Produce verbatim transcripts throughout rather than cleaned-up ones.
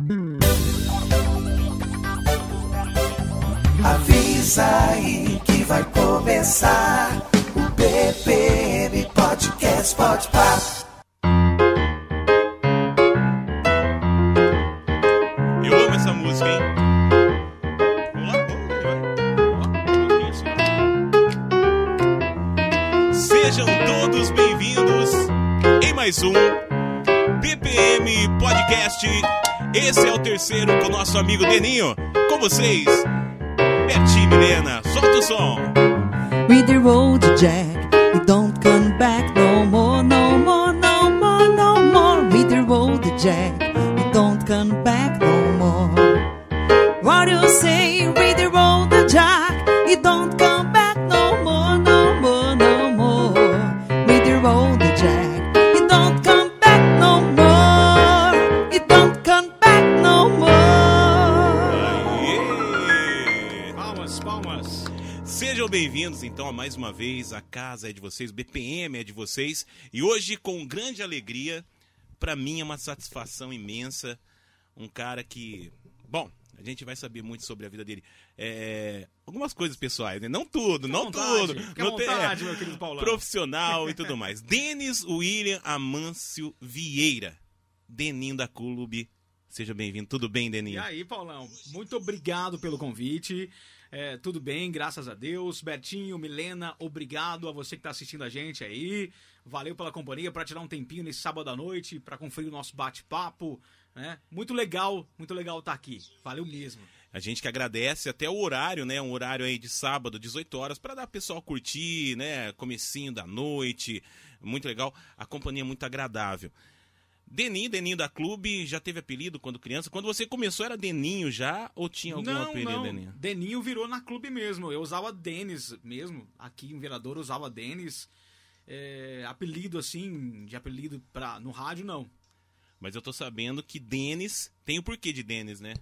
Avisa aí que vai começar o B P M Podcast Pode Pá. Eu amo essa música, hein? Vamos lá, vamos lá. Sejam todos bem-vindos em mais um B P M Podcast. Esse é o terceiro com o nosso amigo Deninho. Com vocês, Bertinho e Milena. Solta o som. With the road, Jack, you don't come back no more, no more, no more, no more. With the road, Jack, you don't come back no more. What you say? With the road, Jack, you don't come back no more, no more, no more. With the road, Jack, you don't come back no more. You don't come back no more. Aê! Palmas, palmas. Sejam bem-vindos, então, a mais uma vez. A casa é de vocês, o B P M é de vocês. E hoje, com grande alegria, para mim é uma satisfação imensa. Um cara que... Bom, a gente vai saber muito sobre a vida dele. É, algumas coisas pessoais, né? Não tudo, não vontade, tudo. fica à Não tem- vontade, meu querido Paulão. Profissional e tudo mais. Denis William Amâncio Vieira. Deninho da Clube. Seja bem-vindo. Tudo bem, E Deninho? aí, Paulão, muito obrigado pelo convite. É, tudo bem, graças a Deus. Bertinho, Milena, obrigado a você que está assistindo a gente aí. Valeu pela companhia, para tirar um tempinho nesse sábado à noite, para conferir o nosso bate-papo. Né? Muito legal, muito legal estar aqui. Valeu mesmo. A gente que agradece até o horário, né? Um horário aí de sábado, dezoito horas, para dar o pessoal curtir, né? Comecinho da noite. Muito legal. A companhia é muito agradável. Deninho, Deninho da Clube, já teve apelido quando criança? Quando você começou era Deninho já ou tinha algum não, apelido, não. Deninho? Deninho virou na Clube mesmo. Eu usava Denis mesmo. Aqui em Vereador eu usava Denis. É, apelido assim, de apelido pra, no rádio, não. Mas eu tô sabendo que Denis, tem o porquê de Denis, né?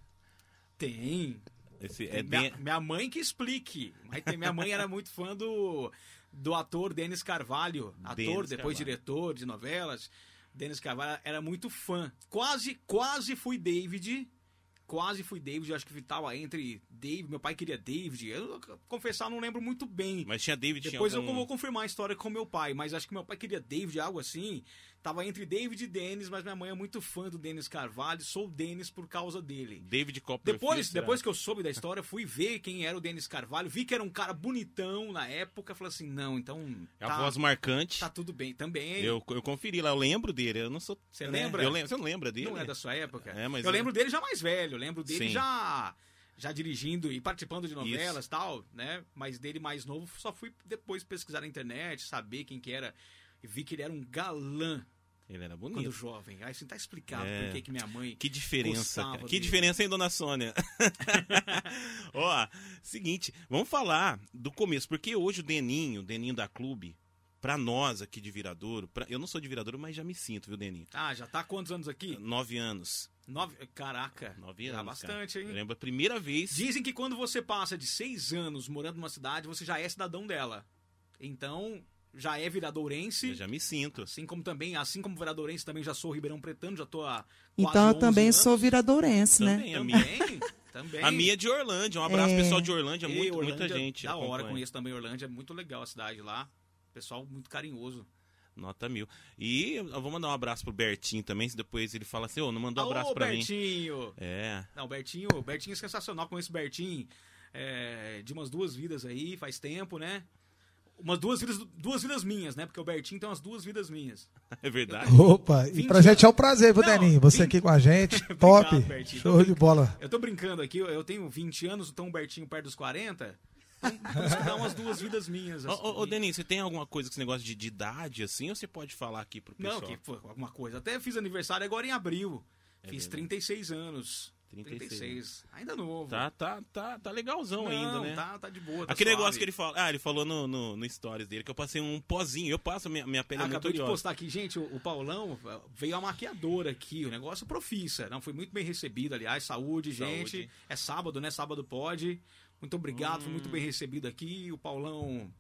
Tem. Esse, é minha, Den- minha mãe que explique. Mas tem, minha mãe era muito fã do, do ator Denis Carvalho. Ator, Denis depois Carvalho. diretor de novelas. Denis Carvalho era muito fã. Quase, quase fui David. Quase fui David. Eu acho que estava entre David. Meu pai queria David. Eu, confessar, não lembro muito bem. Mas tinha David, Depois tinha eu algum... vou confirmar a história com meu pai, mas acho que meu pai queria David, algo assim. Tava entre David e Denis, mas minha mãe é muito fã do Denis Carvalho, sou o Denis por causa dele. David Copperfield. Depois, será? depois que eu soube da história, fui ver quem era o Denis Carvalho, vi que era um cara bonitão na época, falei assim, não, então É a tá, voz marcante. tá tudo bem também. Eu, eu conferi lá, eu lembro dele, eu não sou... Você né? lembra? Eu lembro, você não lembra dele? Não é da sua época? É, mas eu é- lembro dele já mais velho, eu lembro dele Sim. já já dirigindo e participando de novelas e tal, né? Mas dele mais novo, só fui depois pesquisar na internet, saber quem que era, e vi que ele era um galã Ele era quando bonito. jovem. Aí assim tá explicado É. por que que minha mãe Que diferença, gostava cara. Que dele. diferença, hein, dona Sônia? Ó, seguinte, vamos falar do começo, porque hoje o Deninho, o Deninho da Clube, pra nós aqui de Viradouro, pra- eu não sou de Viradouro, mas já me sinto, viu, Deninho? Ah, já tá há quantos anos aqui? Nove anos. Nove... Caraca, Nove já anos, bastante, cara. hein? Eu lembro a primeira vez... Dizem que quando você passa de seis anos morando numa cidade, você já é cidadão dela. Então, já é viradourense. Eu já me sinto. Assim como também, assim como viradourense, também já sou ribeirão pretano, já tô há quase Então eu onze também anos. sou viradourense, né? Também, a minha, Também, também. a minha é de Orlândia. Um abraço, É. pessoal de Orlândia. Ei, Muito, Orlândia, muita gente Da hora, acompanha. conheço também Orlândia, é muito legal a cidade lá. Pessoal muito carinhoso. Nota mil. E eu vou mandar um abraço pro Bertinho também, se depois ele fala assim, ô, não mandou um abraço Alô, pra mim. Bertinho! É, Não, Bertinho, Bertinho é sensacional, conheço o Bertinho é, de umas duas vidas aí, faz tempo, né? Umas duas vidas, duas vidas minhas, né? Porque o Bertinho tem umas duas vidas minhas. é verdade. Opa, e vinte pra gente é um prazer, viu, Não, Deninho? Você vinte aqui com a gente, top, Obrigado, Bertinho. show de bola. Eu tô brincando aqui, eu eu tenho vinte anos, então o Bertinho perto dos quarenta. Então, por isso que dá umas duas vidas minhas. Ô, assim. ô, ô, Denis, você tem alguma coisa com esse negócio de, de idade, assim, ou você pode falar aqui pro pessoal? Não, que foi alguma coisa. Até fiz aniversário agora em abril. É Fiz verdade. trinta e seis anos. trinta e seis. trinta e seis. Ainda novo. Tá, tá, tá, tá legalzão Não, ainda, né? tá, tá de boa. Tá Aquele suave. negócio que ele fala... Ah, ele falou no, no, no stories dele que eu passei um pozinho. Eu passo, minha, minha pele Ah, é muito acabei de oleosa. postar aqui, gente, o, o Paulão veio a maquiadora aqui, o negócio profissa, não foi muito bem recebido, aliás, saúde, gente, Saúde. é sábado, né, sábado pode, muito obrigado, Hum. foi muito bem recebido aqui, o Paulão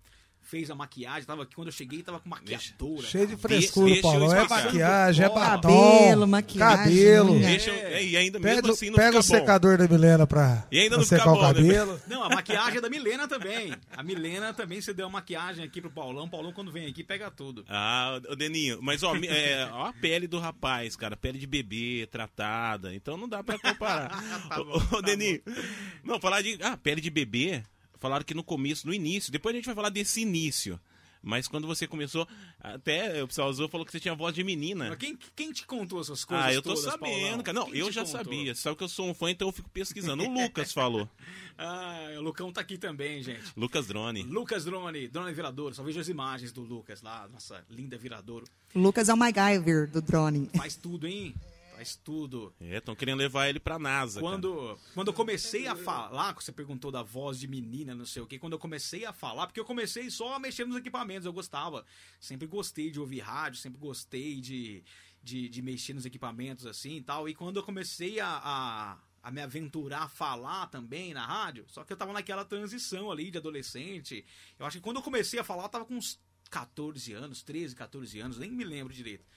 fez a maquiagem, tava aqui, quando eu cheguei, tava com maquiadora. Cheio de De- frescura, deixa eu Paulão. É explicar. maquiagem, é batom. Cabelo, maquiagem, Cabelo. unha. Deixa eu- E ainda mesmo Pega, assim não pega fica o bom. secador da Milena pra, E ainda pra não fica secar o bom, né? cabelo. Não, a maquiagem é da Milena também. A Milena também, você deu uma maquiagem aqui pro Paulão. Paulão, quando vem aqui, pega tudo. Ah, o Deninho, mas ó, mi- é, ó a pele do rapaz, cara, pele de bebê, tratada, então não dá pra comparar. Tá Ô, bom, ô, tá Deninho, não, falar de, ah, pele de bebê, falaram que no começo, no início, depois a gente vai falar desse início, mas quando você começou, até o pessoal usou, falou que você tinha voz de menina. Mas quem, quem te contou essas coisas Ah, eu tô todas, sabendo, Paulão? cara. Não, Quem eu te já contou? sabia. Você sabe que eu sou um fã, então eu fico pesquisando. O Lucas falou. Ah, o Lucão tá aqui também, gente. Lucas Drone. Lucas Drone, Drone Viradouro. Só vejo as imagens do Lucas lá. Nossa, linda Viradouro. Lucas é o MacGyver do drone. Faz tudo, hein? Faz tudo. É, estão querendo levar ele pra NASA. cara. Quando, quando eu comecei a falar, você perguntou da voz de menina, não sei o que, quando eu comecei a falar, porque eu comecei só a mexer nos equipamentos, eu gostava. Sempre gostei de ouvir rádio, sempre gostei de, de, de mexer nos equipamentos assim e tal. E quando eu comecei a, a, a me aventurar a falar também na rádio, só que eu tava naquela transição ali de adolescente. Eu acho que quando eu comecei a falar, eu tava com uns catorze anos, treze, catorze anos, nem me lembro direito.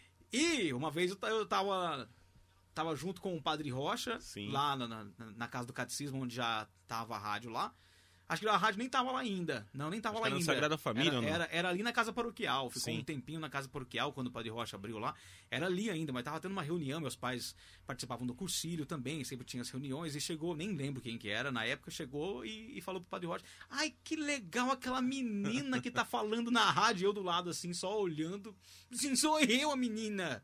E uma vez eu, ta- eu tava, tava junto com o Padre Rocha, Sim. lá na, na, na casa do Catecismo, onde já tava a rádio lá. Acho que a rádio nem tava lá ainda. Não, nem tava Acho lá que era no ainda. Sagrada Família, era, ou não? era, era ali na Casa Paroquial. Ficou Sim. um tempinho na Casa Paroquial, quando o Padre Rocha abriu lá. Era ali ainda, mas tava tendo uma reunião. Meus pais participavam do cursílio também, sempre tinha as reuniões. E chegou, nem lembro quem que era, na época chegou e, e falou pro Padre Rocha: ai, que legal aquela menina que tá falando na rádio. Eu do lado, assim, só olhando. Assim, sou eu a menina.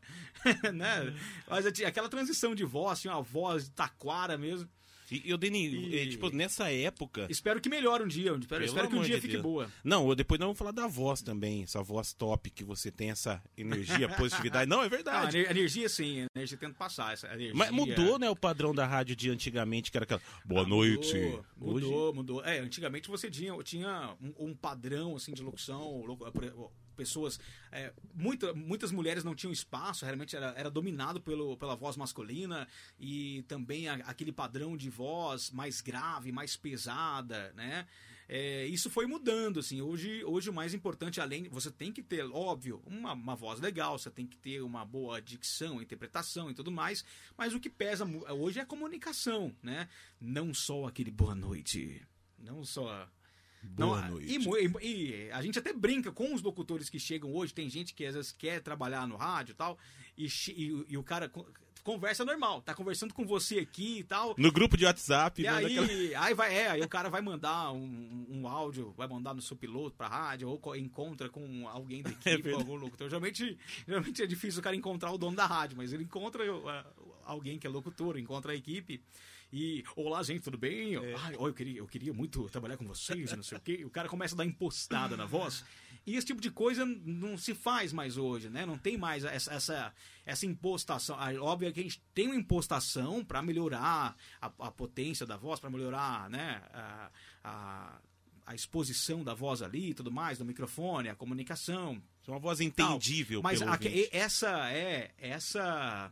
Né? Mas eu tinha aquela transição de voz, tinha uma voz de taquara mesmo. E, e o Deninho, E- é, tipo, nessa época... Espero que melhore um dia. eu Espero, Pelo espero que um amor dia de fique Deus. boa. Não, eu- depois nós vamos falar da voz também. Essa voz top que você tem, essa energia, positividade. Não, é Não, a verdade. ener- energia sim, a energia tenta passar. Essa energia, Mas mudou, né, o padrão da rádio de antigamente, que era aquela... Boa Ah, noite. Mudou, Hoje... mudou, mudou. É, antigamente você tinha, tinha um, um padrão assim de locução, lo- por- pessoas, é, muita, muitas mulheres não tinham espaço, realmente era, era dominado pelo, pela voz masculina e também a- aquele padrão de voz mais grave, mais pesada, né? É, isso foi mudando, assim, hoje, hoje o mais importante, além, você tem que ter, óbvio, uma, uma voz legal, você tem que ter uma boa dicção, interpretação e tudo mais, mas o que pesa mu- hoje é a comunicação, né? Não só aquele boa noite, não só... Boa Não, noite. E, mu- e- e a gente até brinca com os locutores que chegam hoje. Tem gente que às vezes quer trabalhar no rádio e tal. E, che- e- e o cara co- conversa normal. Tá conversando com você aqui e tal. No grupo de WhatsApp. E manda aí, aquela- aí, vai, é, aí o cara vai mandar um, um áudio, vai mandar no seu piloto pra rádio, ou co- encontra com alguém da equipe, É verdade. algum locutor. Geralmente, geralmente é difícil o cara encontrar o dono da rádio, mas ele encontra uh, alguém que é locutor, encontra a equipe. E, olá, gente, tudo bem? É. Ai, ó, eu, queria, eu queria muito trabalhar com vocês, não sei o quê. E o cara começa a dar impostada na voz. E esse tipo de coisa não se faz mais hoje, né? Não tem mais essa, essa, essa impostação. Ah, óbvio que a gente tem uma impostação para melhorar a, a potência da voz, para melhorar, né, a, a, a exposição da voz ali e tudo mais, do microfone, a comunicação. Uma voz tal. entendível Mas pelo a- ouvinte. essa é essa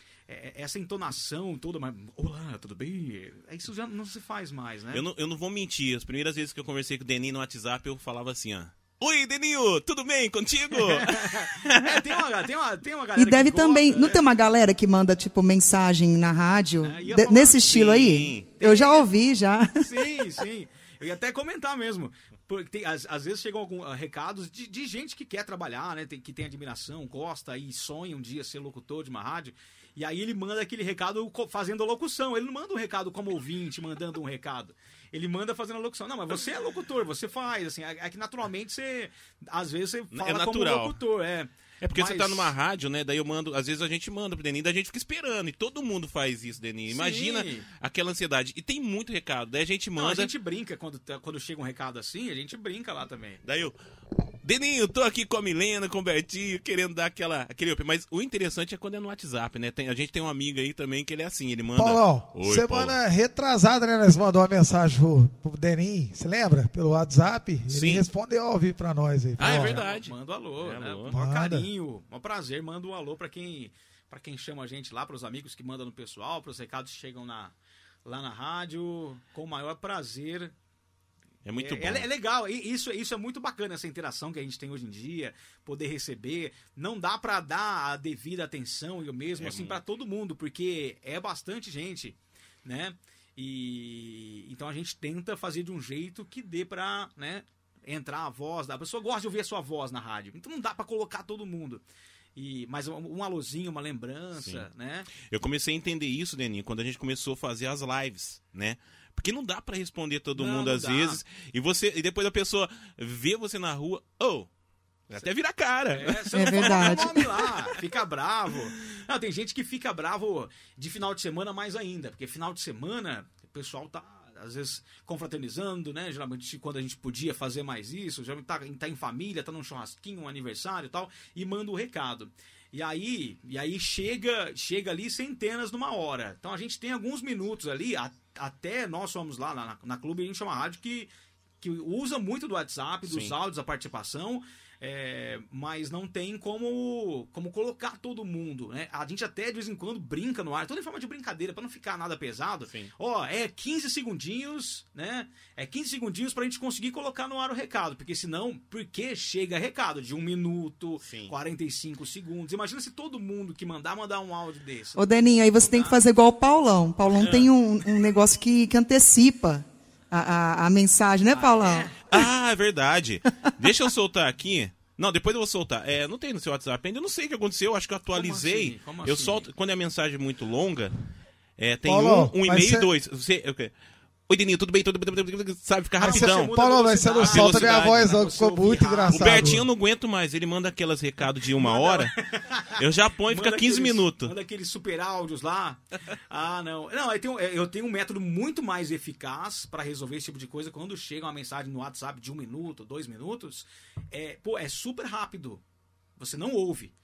é- essa entonação toda, mas olá, tudo bem? Isso já não se faz mais, né? Eu não, eu não vou mentir. As primeiras vezes que eu conversei com o Deninho no WhatsApp, eu falava assim, ó. Oi, Deninho, tudo bem contigo? É, tem uma, tem uma, tem uma galera E deve que gosta, também. Não né? tem uma galera que manda, tipo, mensagem na rádio? É, ia de- falar, nesse estilo sim, aí? Eu já ouvi, já. Sim, sim. Eu ia até comentar mesmo. Porque tem, às, às vezes chegam alguns ah, recados de, de gente que quer trabalhar, né? Tem, que tem admiração, gosta e sonha um dia ser locutor de uma rádio. E aí ele manda aquele recado co- fazendo a locução. Ele não manda um recado como ouvinte, mandando um recado. Ele manda fazendo a locução. Não, mas você é locutor, você faz. Assim, é, é que naturalmente você. Às vezes você fala natural. como locutor. É, É porque você Mas- tá numa rádio, né? Daí eu mando, às vezes a gente manda pro Deninho, daí a gente fica esperando. E todo mundo faz isso, Deninho. Imagina Sim. aquela ansiedade. E tem muito recado. Daí a gente Não, manda. a gente brinca quando, tá- quando chega um recado assim, a gente brinca lá também. Daí eu. Deninho, tô aqui com a Milena, com o Bertinho, querendo dar aquela, aquele up. Mas o interessante é quando é no WhatsApp, né? Tem- a gente tem um amigo aí também que ele é assim, ele manda. Paulão, Oi, semana Paulo. retrasada, né? Nós mandou uma mensagem pro, pro Denim, você lembra? Pelo WhatsApp. Ele Sim. respondeu ao vivo pra nós aí. Ah, é Falou, ó, verdade. Manda um alô, É, né? alô. Um maior Manda. carinho, um prazer. Manda um alô pra quem, pra quem chama a gente lá, pros amigos que mandam no pessoal, pros recados que chegam na, lá na rádio. Com o maior prazer. É muito é, bom. É, é legal, e isso, isso é muito bacana, essa interação que a gente tem hoje em dia, poder receber. Não dá pra dar a devida atenção e o mesmo É assim muito. pra todo mundo, porque é bastante gente, né? E então a gente tenta fazer de um jeito que dê pra, né, entrar a voz. A pessoa gosta de ouvir a sua voz na rádio, então não dá pra colocar todo mundo. E, mas um, um alôzinho, uma lembrança, Sim. né? Eu comecei a entender isso, Deninho, quando a gente começou a fazer as lives, né? Porque não dá pra responder todo Não, mundo não às dá. vezes. E você e depois a pessoa vê você na rua, ô, oh, até vira a cara. É, você É não fala verdade. o nome lá, fica bravo. Não, tem gente que fica bravo de final de semana mais ainda, porque final de semana o pessoal tá, às vezes, confraternizando, né? Geralmente quando a gente podia fazer mais isso, geralmente tá, tá em família, tá num churrasquinho, um aniversário e tal, e manda o recado. E aí, e aí chega, chega ali centenas numa hora. Então a gente tem alguns minutos ali, a, até nós somos lá na, na Clube, a gente chama rádio que, que usa muito do WhatsApp, dos Sim. áudios, a participação, é, mas não tem como, como colocar todo mundo, né? A gente até de vez em quando brinca no ar, toda em forma de brincadeira, pra não ficar nada pesado. Sim. Ó, é quinze segundinhos, né? É quinze segundinhos pra gente conseguir colocar no ar o recado, porque senão, porque chega recado de um minuto, Sim. quarenta e cinco segundos. Imagina se todo mundo que mandar, mandar um áudio desse. Ô, Deninho, aí você tem que fazer igual o Paulão. O Paulão É. tem um, um negócio que, que antecipa a, a, a mensagem, né, Paulão? é? Ah, é verdade. Deixa eu soltar aqui. Não, depois eu vou soltar. É, não tem no seu WhatsApp ainda. Eu não sei o que aconteceu. Acho que eu atualizei. assim? Como Eu assim? solto. Quando é mensagem muito longa, é, tem Paulo, um, um mas e-mail e cê- dois. Você, eu, Oi, Deninho, tudo bem? Tudo bem? Sabe, fica Mas rapidão. você- muda a Paulo, mas você não velocidade. solta minha A voz, velocidade, não, né? ficou Você muito ouvir rápido. O engraçado. Bertinho eu não aguento mais. Ele manda aquelas recados de uma hora. Eu já ponho e fica Manda quinze aqueles- minutos. Manda aqueles super áudios lá. Ah, não. Não, eu tenho, eu tenho um método muito mais eficaz pra resolver esse tipo de coisa. Quando chega uma mensagem no WhatsApp de um minuto, dois minutos, é, pô, é super rápido. Você não ouve.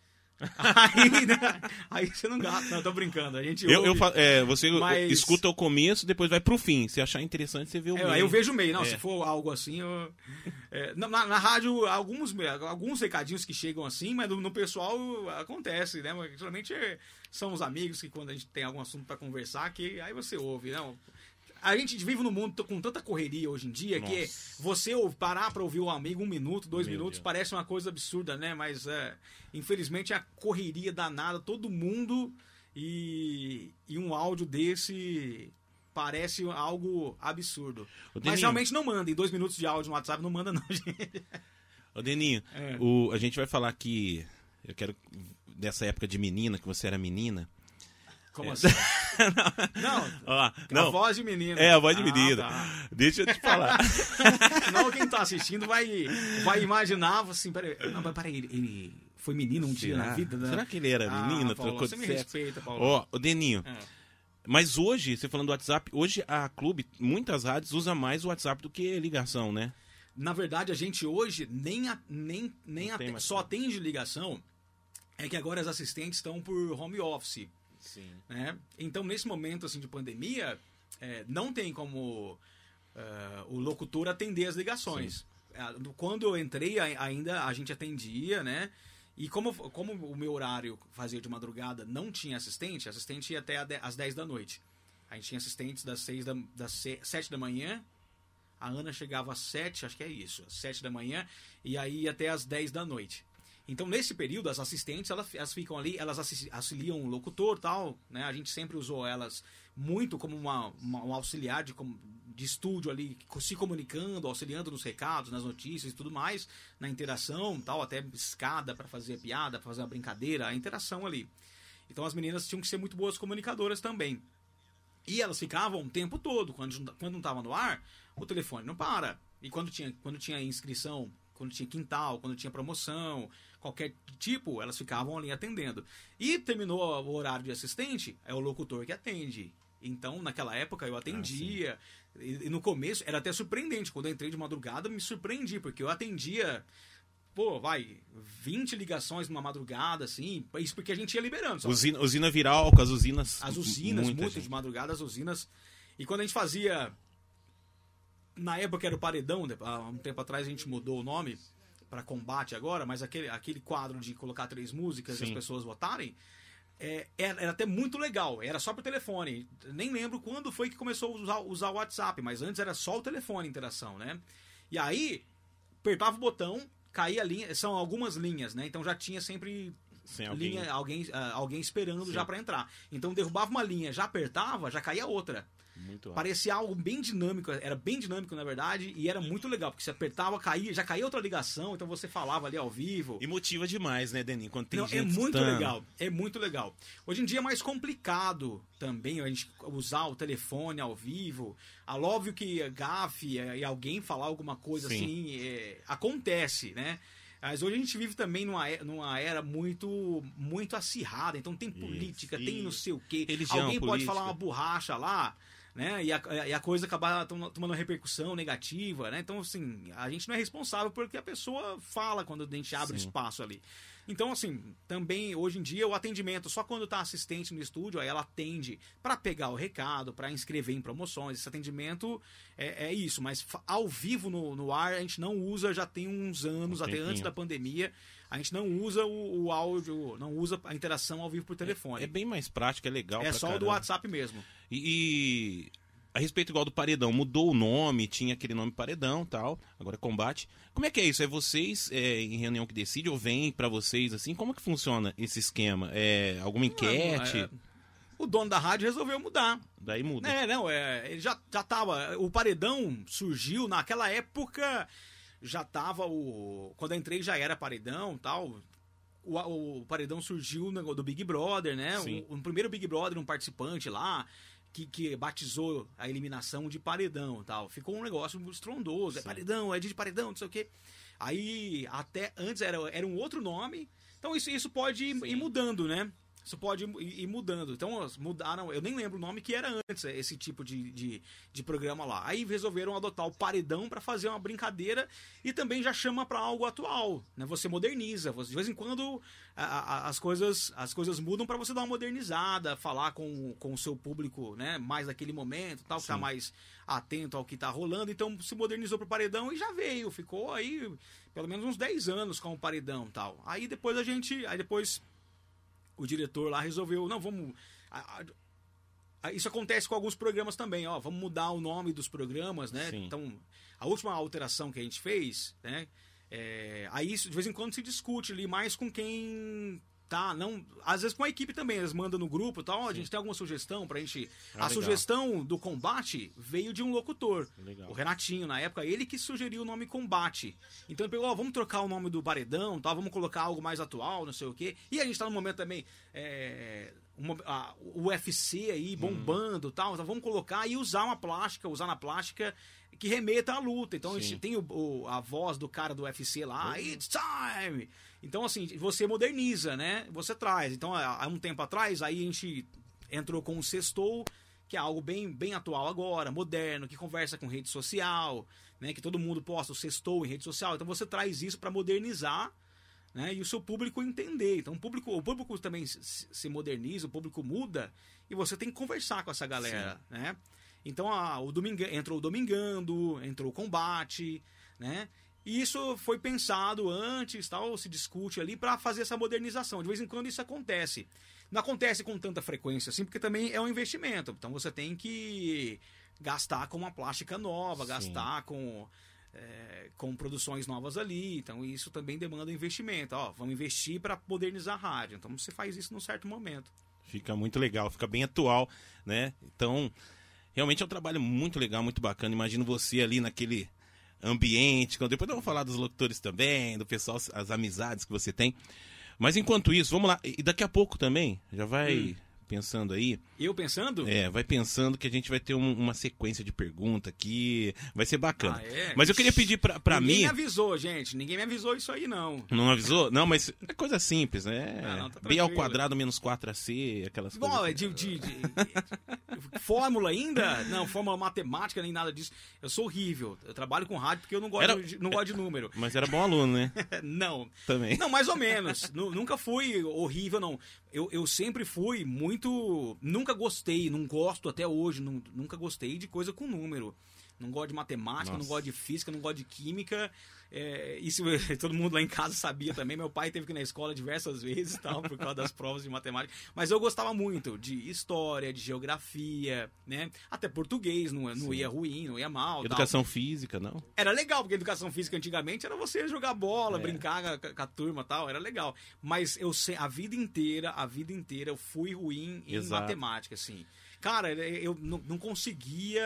Aí, né, aí você não gasta. Não, tô brincando. A gente Eu, ouve. eu fa- é, você mas- escuta o começo, depois vai pro fim. Se achar interessante, você vê o É, meio. aí eu vejo o meio. Não, É. se for algo assim, eu... é, na, na- na rádio, alguns, alguns recadinhos que chegam assim, mas no, no pessoal acontece, né? Mas, geralmente é, são os amigos que quando a gente tem algum assunto pra conversar, que aí você ouve, não... A gente vive num mundo com tanta correria hoje em dia que Nossa. você ou- parar pra ouvir um amigo um minuto, dois Meu minutos, Deus. parece uma coisa absurda, né? Mas, é, infelizmente, é a correria danada, todo mundo, e, e um áudio desse parece algo absurdo. Ô, Mas Deninho. realmente não manda, em dois minutos de áudio no WhatsApp não manda não, gente. Ô, Deninho, É. o, a gente vai falar que... Eu quero... Dessa época de menina, que você era menina. Como assim? Não, Ó, a não, voz de menino. é a voz de Ah, menina. tá. Deixa eu te falar. Senão quem tá assistindo vai, vai imaginar assim, peraí, não, mas peraí, ele, ele foi menino um dia Será? na vida, né? Será que ele era Ah, menina? Paulo, Trocou você de me sexo? respeita, Paulo. Ó, o Deninho. É. Mas hoje, você falando do WhatsApp, hoje a Clube, muitas rádios usam mais o WhatsApp do que ligação, né? Na verdade, a gente hoje nem, a- nem, nem Não ate- tem mais só atende ligação, é que agora as assistentes estão por home office. Sim. Né? Então, nesse momento assim, de pandemia, é, não tem como é, o locutor atender as ligações. É, quando eu entrei, a- ainda a gente atendia, né? E como, como o meu horário fazia de madrugada, não tinha assistente, assistente ia até a de- às dez da noite. A gente tinha assistentes das, seis da, das se- sete da manhã, a Ana chegava às sete, acho que é isso, às sete da manhã, e aí ia até às dez da noite. Então, nesse período, as assistentes, elas, elas ficam ali, elas assi- auxiliam o locutor e tal, né? A gente sempre usou elas muito como uma, uma- um auxiliar de, com- de estúdio ali, co- se comunicando, auxiliando nos recados, nas notícias e tudo mais, na interação tal, até escada para fazer piada, para fazer uma brincadeira, a interação ali. Então, as meninas tinham que ser muito boas comunicadoras também. E elas ficavam o tempo todo, quando, quando não estava no ar, o telefone não para. E quando tinha, quando tinha inscrição, quando tinha quintal, quando tinha promoção, qualquer tipo, elas ficavam ali atendendo. E terminou o horário de assistente, é o locutor que atende. Então, naquela época, eu atendia. e, e no começo, era até surpreendente. Quando eu entrei de madrugada, me surpreendi, porque eu atendia... Pô, vai, vinte ligações numa madrugada, assim. Isso porque a gente ia liberando. Sabe? Usina, usina viral com as usinas. As usinas, muita muito gente. de madrugada, as usinas. E quando a gente fazia... Na época era o Paredão, né? Há um tempo atrás a gente mudou o nome para Combate agora, mas aquele, aquele quadro de colocar três músicas e as Sim. pessoas votarem, é, era, era até muito legal, era só por telefone. Nem lembro quando foi que começou a usar, usar o WhatsApp, mas antes era só o telefone a interação, né? E aí, apertava o botão, caía a linha, são algumas linhas, né? Então já tinha sempre Sem alguém. linha, alguém, uh, alguém esperando Sim. já para entrar. Então derrubava uma linha, já apertava, já caía outra. Muito rápido. Parecia algo bem dinâmico, era bem dinâmico na verdade, e era muito legal, porque você apertava, caía, já caía outra ligação, então você falava ali ao vivo. E motiva demais, né, Deninho? Quando tem Não, gente é muito escutando. legal, é muito legal. Hoje em dia é mais complicado também a gente usar o telefone ao vivo. Ah, óbvio que gafe e alguém falar alguma coisa Sim. assim, é, acontece, né? Mas hoje a gente vive também numa, numa era muito, muito acirrada, então tem política, Isso, tem isso. não sei o quê. Religião, Alguém pode política. falar uma borracha lá, né? E a, e a coisa acabar tom- tomando uma repercussão negativa, né? Então, assim, a gente não é responsável pelo que a pessoa fala quando a gente abre Sim. espaço ali. Então, assim, também hoje em dia o atendimento, só quando tá assistente no estúdio, aí ela atende para pegar o recado, para inscrever em promoções. Esse atendimento é, é isso, mas fa- ao vivo no, no ar a gente não usa já tem uns anos, Um até tempinho. antes da pandemia, a gente não usa o, o áudio, não usa a interação ao vivo por telefone. É bem mais prático, é legal. É pra só o do caramba. WhatsApp mesmo. E, e a respeito igual do Paredão, mudou o nome, tinha aquele nome Paredão tal, agora é Combate. Como é que é isso? É vocês é, em reunião que decide ou vem pra vocês assim? Como que funciona esse esquema? É alguma enquete? É, o dono da rádio resolveu mudar. Daí muda. É, não, é, ele já, já tava. O Paredão surgiu naquela época, já tava o. Quando eu entrei já era Paredão e tal. O, o Paredão surgiu no, do Big Brother, né? Sim. O, o primeiro Big Brother, um participante lá, que, que batizou a eliminação de Paredão e tal. Ficou um negócio estrondoso. É Paredão, é dia de Paredão, não sei o quê. Aí, até antes era, era um outro nome. Então isso, isso pode ir, ir mudando, né? Isso pode ir, ir mudando. Então, mudaram. Eu nem lembro o nome que era antes, esse tipo de, de, de programa lá. Aí resolveram adotar o Paredão para fazer uma brincadeira e também já chama para algo atual, né? Você moderniza. Você, de vez em quando a, a, as, coisas, as coisas mudam para você dar uma modernizada, falar com, com o seu público, né? Mais naquele momento, tal, que tá mais atento ao que tá rolando. Então se modernizou pro Paredão e já veio. Ficou aí pelo menos uns dez anos com o Paredão e tal. Aí depois a gente. Aí depois. O diretor lá resolveu, não, vamos... A, a, isso acontece com alguns programas também, ó, vamos mudar o nome dos programas, né? Sim. Então, a última alteração que a gente fez, né? É, aí isso, de vez em quando se discute ali mais com quem tá, não... Às vezes com a equipe também, eles mandam no grupo e tal, ó, a gente tem alguma sugestão pra gente... Ah, a legal. sugestão do Combate veio de um locutor, Legal. o Renatinho, na época, ele que sugeriu o nome Combate. Então ele pegou, ó, vamos trocar o nome do Paredão, tal, vamos colocar algo mais atual, não sei o quê. E a gente tá num momento também, é, uma, a, o U F C aí bombando, tal, então vamos colocar e usar uma plástica, usar na plástica que remeta à luta. Então a gente tem o, o- a voz do cara do U F C lá, it's time! Então assim, você moderniza, né? Você traz. Então há, há um tempo atrás, aí a gente entrou com o Sextou, que é algo bem, bem atual agora, moderno, que conversa com rede social, né? Que todo mundo posta o Sextou em rede social. Então você traz isso para modernizar, né? E o seu público entender. Então o público, o público também se, se moderniza, o público muda e você tem que conversar com essa galera, né? Então a, o domingo, entrou o Domingando, entrou o Combate, né? E isso foi pensado antes, tal, se discute ali para fazer essa modernização. De vez em quando isso acontece. Não acontece com tanta frequência assim, porque também é um investimento. Então você tem que gastar com uma plástica nova, Sim. gastar com, é, com produções novas ali. Então isso também demanda investimento. Ó, vamos investir para modernizar a rádio. Então você faz isso num certo momento. Fica muito legal, fica bem atual, né? Então, realmente é um trabalho muito legal, muito bacana. Imagino você ali naquele ambiente. Depois eu vou falar dos locutores também, do pessoal, as amizades que você tem. Mas enquanto isso, vamos lá. E daqui a pouco também, já vai pensando aí. Eu pensando? É, vai pensando que a gente vai ter um- uma sequência de perguntas aqui. Vai ser bacana. Ah, é? Mas eu queria pedir pra, pra Ninguém mim. me avisou, gente. Ninguém me avisou isso aí, não. Não avisou? Não, mas é coisa simples, né? Ah, não, tá B ao tranquilo. quadrado menos quatro A C, aquelas Bom, coisas. é de, de- de- fórmula ainda? Não, fórmula matemática, nem nada disso. Eu sou horrível. Eu trabalho com rádio porque eu não gosto, Era- de, não gosto de número. Mas era bom aluno, né? Não. Também. Não, mais ou menos. Nu- Nunca fui horrível, não. Eu, eu sempre fui muito... Nunca gostei, não gosto até hoje, nu- nunca gostei de coisa com número. Não gosto de matemática, Nossa. não gosto de física, não gosto de química. É, isso todo mundo lá em casa sabia também. Meu pai teve que ir na escola diversas vezes, tal, por causa das provas de matemática. Mas eu gostava muito de história, de geografia, né? Até português, não, não ia ruim, não ia mal. Educação tal. física, não? Era legal, porque a educação física antigamente era você jogar bola, É. brincar com a, com a turma e tal, era legal. Mas eu sei, a vida inteira, a vida inteira eu fui ruim em Exato. matemática, assim. Cara, eu não, não conseguia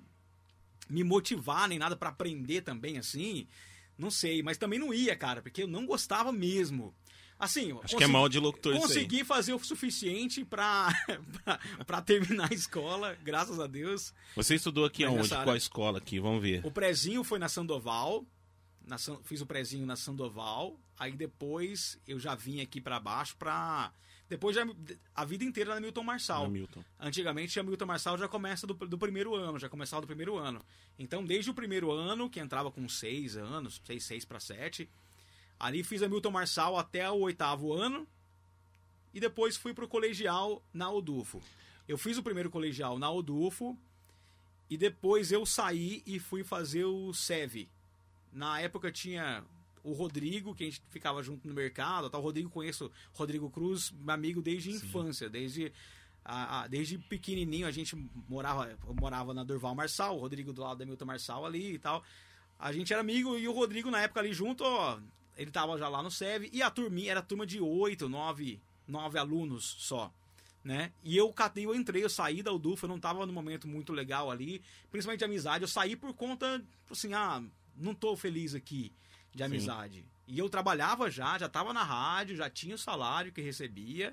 me motivar nem nada pra aprender também, assim. Não sei, mas também não ia, cara, porque eu não gostava mesmo. Assim, Acho que é mal de locutor isso aí. Consegui fazer o suficiente pra, pra, pra terminar a escola, graças a Deus. Você estudou aqui Mas aonde? nessa Qual área- escola aqui? Vamos ver. O prezinho foi na Sandoval. Na San- fiz o prezinho na Sandoval. Aí depois eu já vim aqui pra baixo pra... Depois já, a vida inteira na Milton Marçal. Hamilton. Antigamente a Milton Marçal já começa do, do primeiro ano, já começava do primeiro ano. Então desde o primeiro ano, que entrava com seis anos, seis, seis para sete, ali fiz a Milton Marçal até o oitavo ano e depois fui pro colegial na Odufo. Eu fiz o primeiro colegial na Odufo e depois eu saí e fui fazer o S E V. Na época tinha o Rodrigo, que a gente ficava junto no mercado. Tá? O Rodrigo, conheço o Rodrigo Cruz, meu amigo desde a infância, desde, a, a, desde pequenininho a gente morava, eu morava na Durval Marçal, o Rodrigo do lado da Milton Marçal ali e tal. A gente era amigo e o Rodrigo na época ali junto, ó, ele tava já lá no S E V e a turminha era turma de oito, nove, nove alunos só. Né? E eu catei, eu entrei, eu saí da Uduf, eu não tava num momento muito legal ali, principalmente de amizade, eu saí por conta, assim, ah, não tô feliz aqui de amizade. Sim. E eu trabalhava já, já tava na rádio, já tinha o salário que recebia,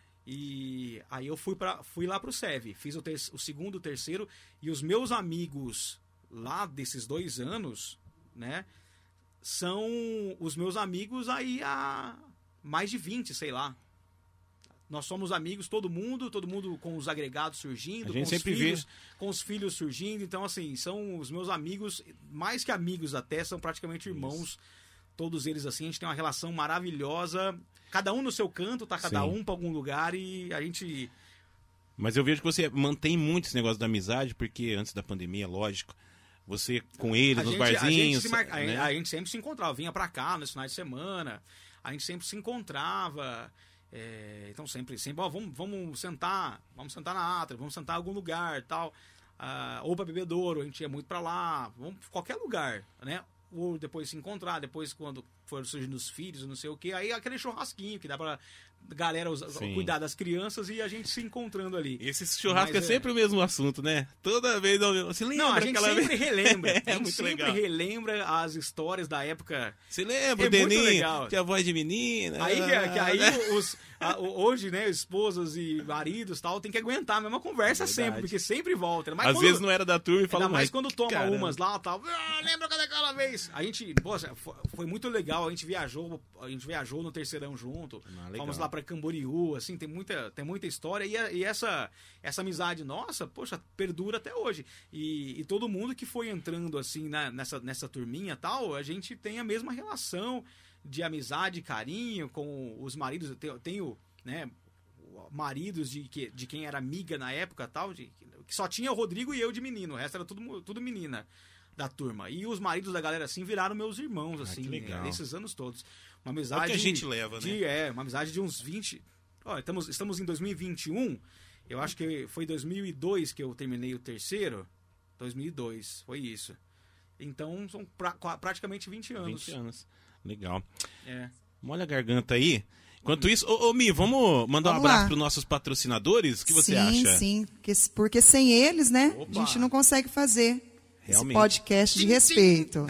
e aí eu fui, pra, fui lá pro S E V, fiz o, ter, o segundo, o terceiro, e os meus amigos lá desses dois anos, né, são os meus amigos aí há mais de vinte, sei lá. Nós somos amigos, todo mundo, todo mundo com os agregados surgindo, a gente com, sempre os filhos, vê. com os filhos surgindo. Então, assim, são os meus amigos, mais que amigos até, são praticamente irmãos. Isso. Todos eles, assim, a gente tem uma relação maravilhosa. Cada um no seu canto, tá cada Sim. um pra algum lugar e a gente... Mas eu vejo que você mantém muito esse negócio da amizade, porque antes da pandemia, lógico, você com eles, a nos gente, barzinhos... A gente, marca, né? a, a gente sempre se encontrava, vinha pra cá nos finais de semana, a gente sempre se encontrava... É, então sempre, sempre ó, vamos, vamos sentar, vamos sentar na Atra, vamos sentar em algum lugar, tal, ah, ou para Bebedouro, a gente ia muito para lá, vamos qualquer lugar, né? Ou depois se encontrar, depois quando for surgindo os filhos, não sei o que, aí aquele churrasquinho que dá pra galera usar, cuidar das crianças e a gente se encontrando ali. Esse churrasco Mas, é sempre é... o mesmo assunto, né? Toda vez você lembra. Não, a gente sempre vez... relembra. é, a gente muito sempre legal. relembra as histórias da época. Você lembra, é Deninho? Tinha voz de menina. Aí, que, que aí os, a, hoje, né, esposas e maridos tal, tem que aguentar a mesma conversa Verdade. sempre, porque sempre volta. Mas Às quando, vezes não era da turma e fala mais. Mas quando toma caramba. umas lá tal, ah, lembra daquela vez? A gente, poxa, foi muito legal, a gente viajou, a gente viajou no Terceirão junto, ah, fomos lá pra Camboriú, assim, tem muita, tem muita história e, a, e essa, essa amizade nossa, poxa, perdura até hoje. E, e todo mundo que foi entrando assim na, nessa, nessa turminha tal, a gente tem a mesma relação de amizade, carinho com os maridos. Eu tenho, tenho né, maridos de, que, de quem era amiga na época tal, de, que só tinha o Rodrigo e eu de menino, o resto era tudo, tudo menina da turma. E os maridos da galera assim viraram meus irmãos, assim, ah, nesses anos todos. Uma amizade. É o que a gente leva, de, né? É, uma amizade de uns vinte. Ó, estamos, estamos em dois mil e vinte e um. Eu acho que foi dois mil e dois que eu terminei o terceiro. dois mil e dois, foi isso. Então são pra, praticamente vinte anos. vinte anos. Legal. É. Molha a garganta aí. Enquanto isso, ô, ô Mi, vamos mandar vamos um abraço para os nossos patrocinadores? O que você sim, acha? Sim, sim. Porque sem eles, né, Opa. a gente não consegue fazer Realmente. esse podcast de respeito.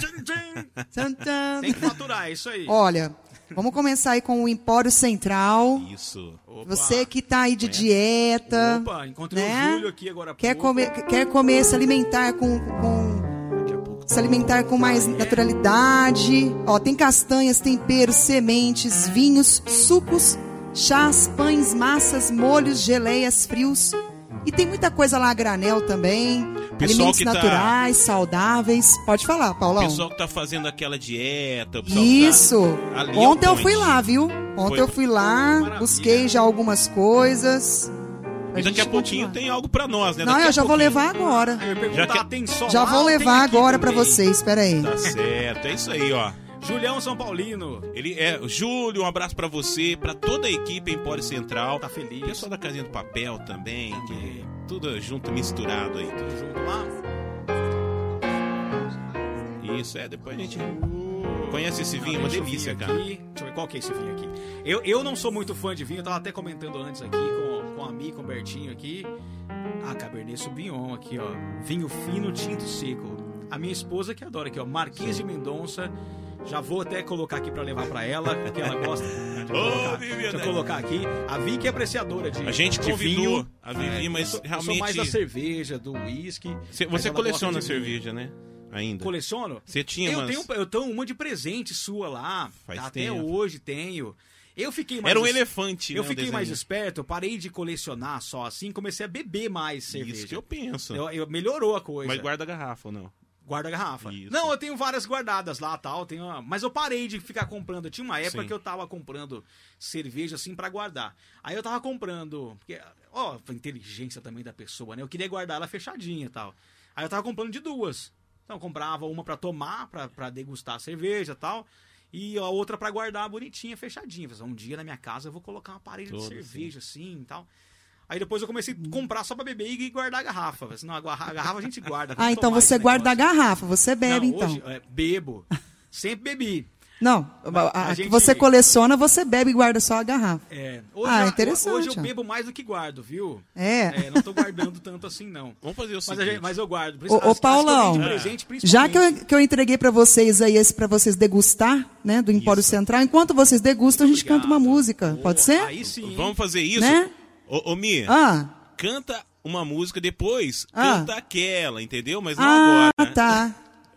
Tem que faturar, é isso aí. Olha, vamos começar aí com o Empório Central. Isso. Opa. Você que tá aí de Conhece? dieta. Opa, encontrei né? o Júlio aqui agora. Quer comer, quer comer, se alimentar com... com se alimentar com mais naturalidade. Ó, tem castanhas, temperos, sementes, vinhos, sucos, chás, pães, massas, molhos, geleias, frios. E tem muita coisa lá a granel também. Pessoal alimentos que naturais, tá... saudáveis. Pode falar, Paulão. Pessoal que tá fazendo aquela dieta. Isso. Tá... Ontem eu fui lá, viu? Ontem Foi... eu fui lá, Maravilha. busquei já algumas coisas. E daqui a pouquinho continuar. tem algo pra nós, né? Não, Daqui eu a já vou pouquinho. levar agora. Eu ia perguntar, Já que- tem só Já lá vou ou tem levar aqui agora pra também? vocês, espera aí. Tá certo, é isso aí, ó. Julião São Paulino. Ele é Júlio, um abraço pra você, pra toda a equipe Empório Central. Tá feliz. Pessoal da Casinha do Papel também, que tudo junto, misturado aí. Tamo junto lá. Isso, é, depois a gente conhece esse vinho, Não, uma deixa o delícia, vinho cara. aqui. Deixa eu ver qual que é esse vinho aqui. Eu, eu não sou muito fã de vinho, eu tava até comentando antes aqui com, com a Mi, com o Bertinho aqui. Ah, Cabernet Sauvignon aqui, ó. Vinho fino, tinto seco. A minha esposa que adora aqui, ó. Marquês de Mendonça. Já vou até colocar aqui pra levar pra ela, porque ela gosta. Deixa eu, Ô, colocar, Viviane. deixa eu colocar aqui. A Vi que é apreciadora de A gente de convidou vinho. a Vivi, É, mas eu sou, eu realmente... sou mais da cerveja, do whisky. Você, mas você ela coleciona gosta de vinho. cerveja, né? Ainda. Coleciono? Você tinha eu umas... tenho, eu tenho uma de presente sua lá. Faz Até tempo. hoje tenho. Eu fiquei mais Era um es- elefante, Eu né, o fiquei mais desenho. esperto, eu parei de colecionar só assim, comecei a beber mais cerveja. Isso que eu penso. Eu- eu- melhorou a coisa. Mas guarda a garrafa ou não? Guarda a garrafa. Isso. Não, eu tenho várias guardadas lá, tal, tenho uma- mas eu parei de ficar comprando. Tinha uma época Sim. que eu tava comprando cerveja assim pra guardar. Aí eu tava comprando, porque, ó, a inteligência também da pessoa, né? Eu queria guardar ela fechadinha e tal. Aí eu tava comprando de duas. Então eu comprava uma pra tomar, pra, pra degustar a cerveja e tal, e a outra pra guardar bonitinha, fechadinha. Falei, um dia na minha casa eu vou colocar uma parede de Todo, cerveja assim e tal. Aí depois eu comecei a comprar só pra beber e guardar a garrafa. Falei, não, a garra- a garrafa a gente guarda. Ah, vamos então tomar você esse guarda a negócio. garrafa, você bebe Não, então. hoje, é, bebo. Sempre bebi. Não, a a, a que gente- você coleciona, você bebe e guarda só a garrafa. É, hoje, Ah, eu- interessante, hoje eu ó. bebo mais do que guardo, viu? É. É, não tô guardando tanto assim, não. Vamos fazer o Mas, a seguinte. gente- mas eu guardo. Por Ô, isso, ô, as- as que eu Paulão, dei de presente, já que eu, principalmente. que eu entreguei pra vocês aí esse pra vocês degustar, né, do Empório Isso. Central, enquanto vocês degustam, a gente Obrigado. canta uma música. Ô, Pode ser? Aí sim. Vamos fazer isso? Né? Ô, ô Mi, Ah, canta uma música, depois Ah. canta aquela, entendeu? Mas não ah, agora. tá.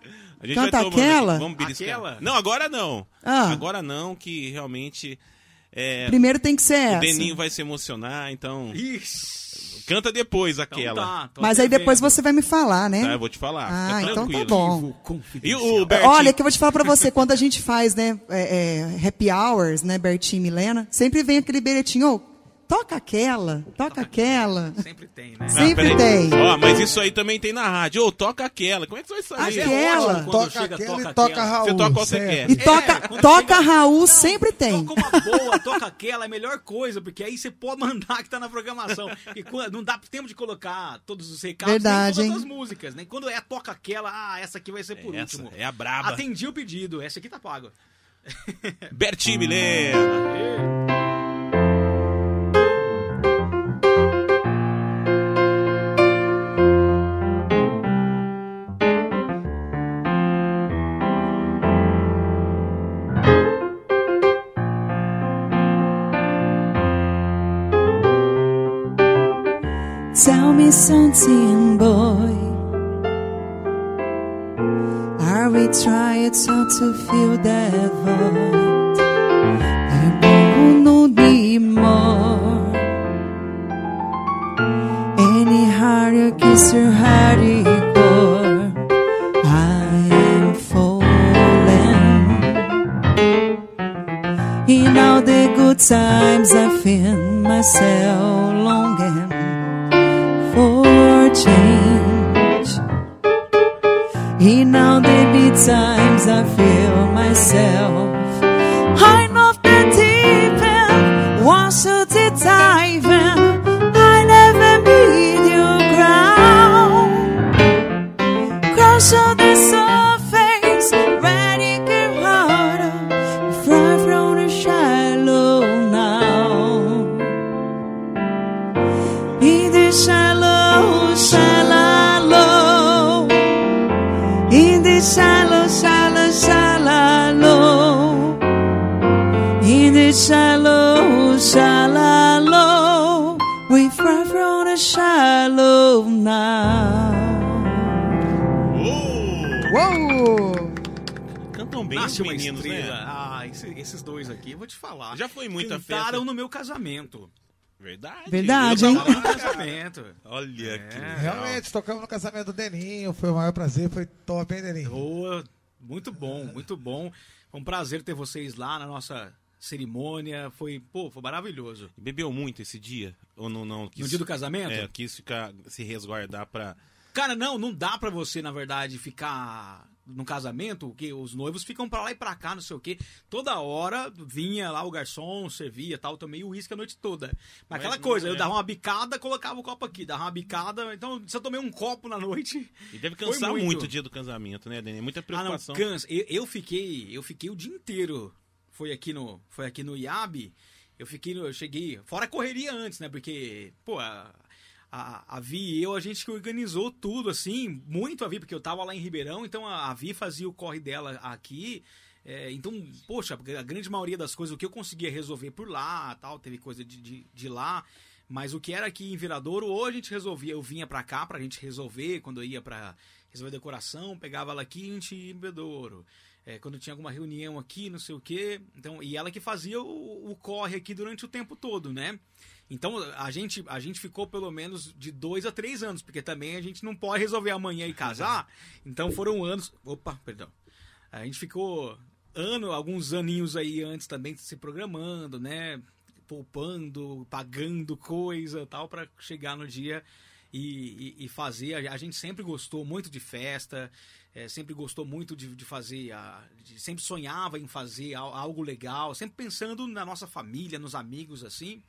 A gente Canta vai tomando aquela? aqui. Vamos beliscar. Aquela? Não, agora não. Ah. Agora não, que realmente é, Primeiro tem que ser o essa. Deninho vai se emocionar, então Ixi. canta depois Então aquela. tá, tô Mas aí até depois vendo. você vai me falar, né? Tá, eu vou te falar. Ah, fica então tá tranquilo. bom. Arquivo E confidencial. o Bertinho? Olha, que eu vou te falar pra você, quando a gente faz, né, é, é, happy hours, né, Bertinho e Milena, sempre vem aquele bilhetinho, ô, toca aquela, toca aquela. Sempre tem, né? Sempre Ah, peraí. tem. Ó, mas isso aí também tem na rádio. Ô, toca aquela. Como é que você vai Mas saber? é Aquela. ótimo quando Toca chega, aquela toca e toca aquela. Raul. Você toca qual você certo. quer. E toca, quando toca chega- Raul, sempre tem. Toca uma boa, toca aquela, é a melhor coisa, porque aí você pode mandar que tá na programação. E quando- não dá tempo de colocar todos os recados, Verdade, nem todas hein? as músicas, né? Quando é toca aquela, ah, essa aqui vai ser por Essa último. é a braba. Atendi o pedido, essa aqui tá pago. Bertinho Milena. Tell me something, boy. Are we trying so to fill that void? You know, no need more. Any harder kiss or hardcore, I am falling. In all the good times, I feel myself longing for change. In all the bad times, I feel myself. I know the deep end, once to the dive in. I never meet your ground. Crash on the surface, ready get harder. Fly from the shallow now. In the shallow, shallow, in the shallow, shallow, shallow, in the shallow, shallow, we fly from the shallow now. Ô, Uou! cantam bem os Nasce uma meninos, estrela. né? Ah, esse- esses dois aqui, eu vou te falar. Já foi muita Cantaram festa. no meu casamento. Verdade. Verdade, Eu hein? tava Cantaram lá. no casamento. Olha que legal. Realmente, tocamos no casamento do Deninho, foi o maior prazer, foi top, hein, Deninho? Boa, muito bom, muito bom. Foi um prazer ter vocês lá na nossa cerimônia, foi, pô, foi maravilhoso. Bebeu muito esse dia? Ou não? não quis, No dia do casamento? É, quis ficar, se resguardar pra... Cara, não, não dá pra você, na verdade, ficar no casamento, porque os noivos ficam pra lá e pra cá, não sei o quê. Toda hora vinha lá o garçom, servia tal, tomei uísque a noite toda. Mas, Mas aquela coisa, eu dava uma bicada, colocava o copo aqui, dava uma bicada, então se eu tomei um copo na noite... E deve cansar muito. muito o dia do casamento, né, Deni? Muita preocupação. Ah, não, cansa. Eu, eu, fiquei, eu fiquei o dia inteiro, foi aqui no, foi aqui no I A B, eu fiquei, no, eu cheguei, fora a correria antes, né, porque, pô... A, A, a Vi e eu, a gente que organizou tudo, assim, muito a Vi, porque eu tava lá em Ribeirão, então a, a Vi fazia o corre dela aqui, é, então, poxa, a grande maioria das coisas, o que eu conseguia resolver por lá, tal, teve coisa de, de, de lá, mas o que era aqui em Viradouro, ou a gente resolvia, eu vinha pra cá pra gente resolver, quando eu ia pra resolver decoração, pegava ela aqui e a gente ia em Bedouro. É, quando tinha alguma reunião aqui, não sei o quê, então, e ela que fazia o, o corre aqui durante o tempo todo, né? Então, a gente, a gente ficou pelo menos de dois a três anos, porque também a gente não pode resolver amanhã e casar. Então, foram anos... Opa, perdão. A gente ficou ano, alguns aninhos aí antes também se programando, né? Poupando, pagando coisa tal, para chegar no dia e, e, e fazer. A, a gente sempre gostou muito de festa, é, sempre gostou muito de, de fazer... A, de, sempre sonhava em fazer algo legal, sempre pensando na nossa família, nos amigos, assim...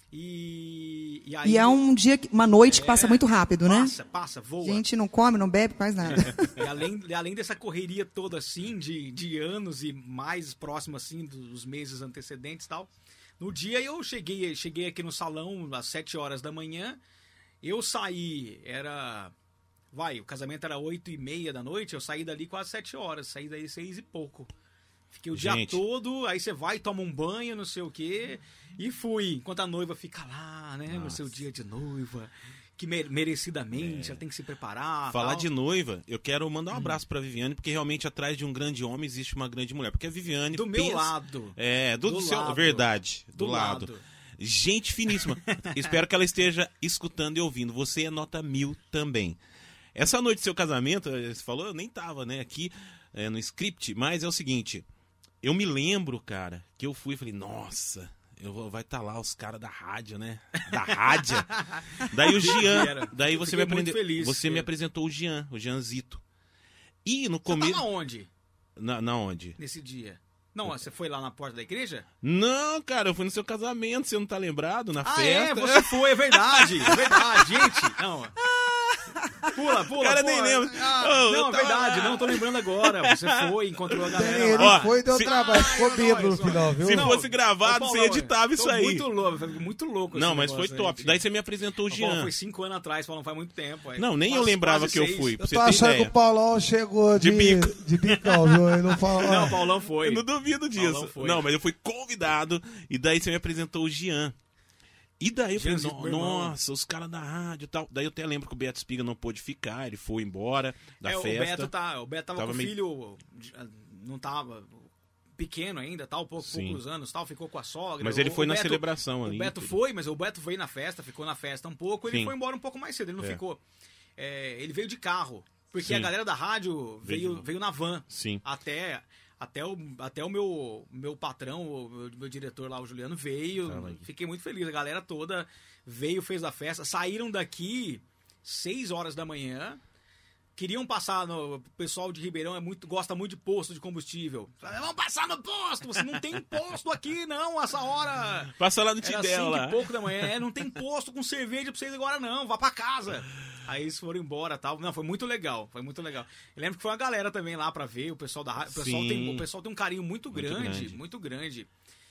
E, e, aí, e é um dia, uma noite é, que passa muito rápido, né? Passa, passa, voa. A gente não come, não bebe, faz nada. E além, e além dessa correria toda assim, de, de anos e mais próximo assim dos meses antecedentes e tal, no dia eu cheguei, cheguei aqui no salão às sete horas da manhã, eu saí, era... Vai, o casamento era oito e meia da noite, eu saí dali quase sete horas, saí daí seis e pouco. Fiquei o Gente. dia todo, aí você vai, toma um banho, não sei o quê, e fui. Enquanto a noiva fica lá, né, Nossa. no seu dia de noiva, que merecidamente, é. ela tem que se preparar. Falar tal. de noiva, eu quero mandar um abraço hum. pra Viviane, porque realmente atrás de um grande homem existe uma grande mulher. Porque a Viviane... Do pensa... meu lado. É, do, do, do seu... lado. Verdade, do, do lado. lado. Gente finíssima. Espero que ela esteja escutando e ouvindo. Você é nota mil também. Essa noite do seu casamento, você falou, eu nem tava, né, aqui é, no script, mas é o seguinte... Eu me lembro, cara, que eu fui e falei, nossa, eu vou, vai estar tá lá os caras da rádio, né? Da rádio. Daí o Jean, daí você, me, aprendeu, feliz, você me apresentou o Jean, o Jeanzito. E no começo... Você tava onde? Na, na onde? Nesse dia. Não, você foi lá na porta da igreja? Não, cara, eu fui no seu casamento, você não tá lembrado? Na ah, festa. é, você foi, é verdade, é verdade, gente. Não, pula, pula, cara, pula. nem lembra. Ah, oh, não, é verdade, lá. não tô lembrando agora. Você foi, encontrou a galera. Ele Ó, foi e deu se... trabalho, ficou bêbado no final, viu? Se não, fosse gravado, Paulo, você editava isso aí. Muito louco, muito louco. Não, mas foi top. Aí, daí você me apresentou o Jean. Paulo, foi cinco anos atrás, Paulo, não faz muito tempo. Aí. Não, nem quase, eu lembrava que seis. eu fui. Pra eu você tô ter achando ideia. que o Paulão chegou de, De bico. de bicão, viu? Ele não falou. Não, o Paulão foi. Eu não duvido disso. Não, mas eu fui convidado e daí você me apresentou o Jean. E daí eu falei, no, nossa, os caras da rádio e tal. Daí eu até lembro que o Beto Espiga não pôde ficar, ele foi embora da é, festa. O Beto, tá, o Beto tava, tava com o meio... filho, não tava pequeno ainda, tal, pouco, poucos anos, tal, ficou com a sogra. Mas ele o, foi o na Beto, celebração ali. O Beto foi, mas o Beto veio na festa, ficou na festa um pouco, ele Sim. foi embora um pouco mais cedo, ele não é. ficou. É, ele veio de carro, porque Sim. a galera da rádio veio, veio, veio na van. Sim. Até... Até o, até o meu, meu patrão, o meu, meu diretor lá, o Juliano, veio. Fiquei muito feliz. A galera toda veio, fez a festa. Saíram daqui seis horas da manhã. Queriam passar no... O pessoal de Ribeirão é muito, gosta muito de posto de combustível. Vamos passar no posto! Você não tem posto aqui, não, essa hora. Passa lá no Era Tidel lá. cinco e pouco da manhã. É, não tem posto com cerveja pra vocês agora, não. Vá pra casa. Aí eles foram embora e tal. Não, foi muito legal. Foi muito legal. Eu lembro que foi uma galera também lá pra ver. O pessoal da rádio. O pessoal, tem, o pessoal tem um carinho muito, muito grande, grande. Muito grande.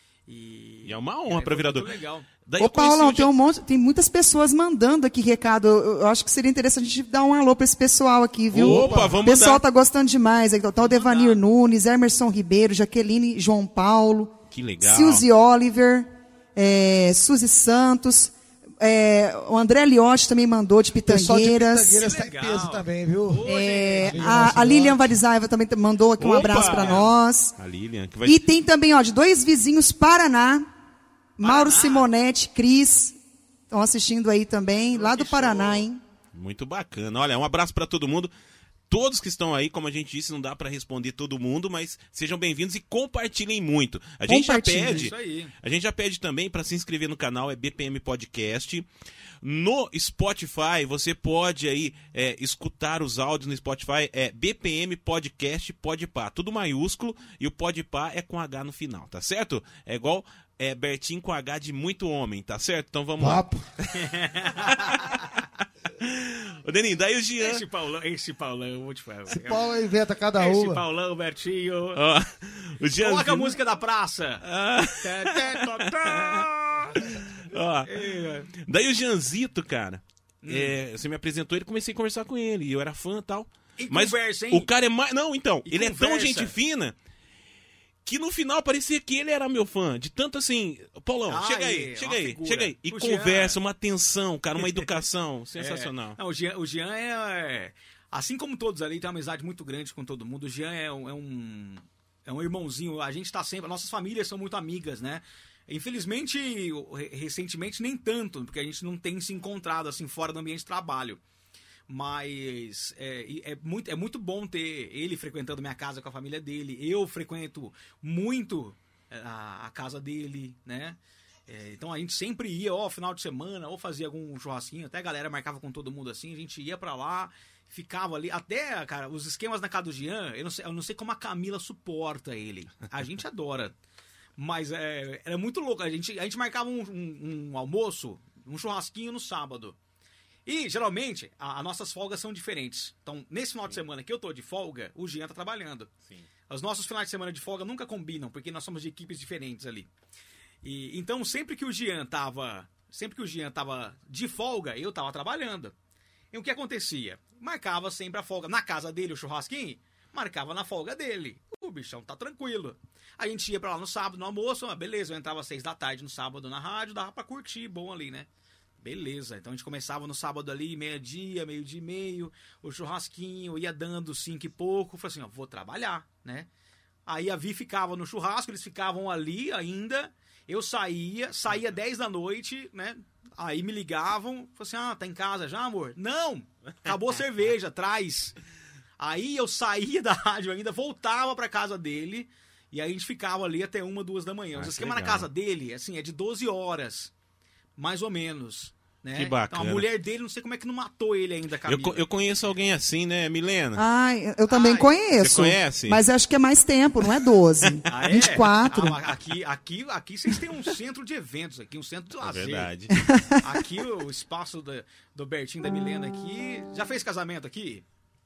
E, e é uma honra para Virador. Muito legal. Daí Ô, Paulão, tem, um monte, tem muitas pessoas mandando aqui recado. Eu, eu acho que seria interessante a gente dar um alô para esse pessoal aqui, viu? Opa, vamos O pessoal mandar. tá gostando demais. Tá o Devanir mandar. Nunes, Emerson Ribeiro, Jaqueline João Paulo. Que legal. Suzy Oliver, é, Suzy Santos. É, o André Liotti também mandou de Pitangueiras. O pessoal de Pitangueiras está em peso também, viu? É, a, a Lilian Varizaiva também mandou aqui um Opa. abraço para nós. A Lilian, que vai... E tem também, ó, de dois vizinhos Paraná, Paraná. Mauro Simonetti, Cris, estão assistindo aí também, lá do Paraná, hein? Muito bacana. Olha, um abraço para todo mundo. todos que estão aí, como a gente disse, não dá para responder todo mundo, mas sejam bem-vindos e compartilhem muito. A gente já pede, Isso aí. a gente já pede também para se inscrever no canal, é B P M Podcast. No Spotify, você pode aí é, escutar os áudios no Spotify, é B P M Podcast Podpah, tudo maiúsculo, e o Podpah é com H no final, tá certo? É igual é, Bertinho com H de muito homem, tá certo? Então vamos Papo. lá. Ô, Deninho, daí o Jean... Esse Paulão, esse Paulão, eu vou te falar. Esse Paulo inventa cada Esse uma. Paulão, Bertinho. Ó, o Jean... Coloca a música da praça. Ah. Tê, tê, tó, tó. Ó, Ei, daí o Jeanzito, cara, Hum. é, você me apresentou ele, comecei a conversar com ele, e eu era fã e tal. E Mas conversa, hein? o cara é mais... Não, então, E ele é tão conversa. gente fina que no final parecia que ele era meu fã. De tanto assim... Paulão, Ah, chega é, aí, uma chega aí, figura. chega aí. E O conversa, Jean- uma atenção, cara, uma educação. Sensacional. É. Não, o Jean, o Jean é, é... Assim como todos ali, tem uma amizade muito grande com todo mundo. O Jean é um... É um, é um irmãozinho. A gente tá sempre... Nossas famílias são muito amigas, né? Infelizmente, re- recentemente, nem tanto. Porque a gente não tem se encontrado, assim, fora do ambiente de trabalho. Mas é, e é, muito, é muito bom ter ele frequentando minha casa com a família dele. Eu frequento muito a, a casa dele, né? É, então a gente sempre ia, ó, final de semana, ou fazia algum churrasquinho, até a galera marcava com todo mundo assim, a gente ia pra lá, ficava ali, até, cara, os esquemas na casa do Jean, eu não sei, eu não sei como a Camila suporta ele, a gente adora, mas é, era muito louco, a gente, a gente marcava um, um, um almoço, um churrasquinho no sábado, e geralmente as nossas folgas são diferentes, então nesse final de semana que eu tô de folga, o Jean tá trabalhando, Sim. Os nossos finais de semana de folga nunca combinam, porque nós somos de equipes diferentes ali. E, então, sempre que o Jean tava, sempre que o Jean tava de folga, eu tava trabalhando. E o que acontecia? Marcava sempre a folga. Na casa dele, o churrasquinho, marcava na folga dele. O bichão tá tranquilo. A gente ia pra lá no sábado, no almoço, ah, beleza, eu entrava às seis da tarde no sábado na rádio, dava pra curtir, bom ali, né? Beleza, então a gente começava no sábado ali, meio-dia, meio-dia e meio, o churrasquinho, ia dando cinco e pouco, falei assim, ó, vou trabalhar, né? Aí a Vi ficava no churrasco, eles ficavam ali ainda, eu saía, saía dez da noite, né? Aí me ligavam, falei assim, ah, tá em casa já, amor? Não, acabou a cerveja, traz. Aí eu saía da rádio ainda, voltava pra casa dele, e aí a gente ficava ali até uma, duas da manhã. Ah, O que esquema na legal. casa dele, assim, é de doze horas, mais ou menos. Né? Que bacana. Então a mulher dele, não sei como é que não matou ele ainda, Eu, Camila. co- eu conheço alguém assim, né, Milena? Ai, eu também Ai, conheço. você conhece? Mas acho que é mais tempo, não é doze. Ah, é? vinte e quatro. Ah, mas aqui, aqui, aqui vocês têm um centro de eventos aqui, um centro de É lazer. verdade. Aqui o espaço do, do Bertinho e da Milena aqui. Já fez casamento aqui?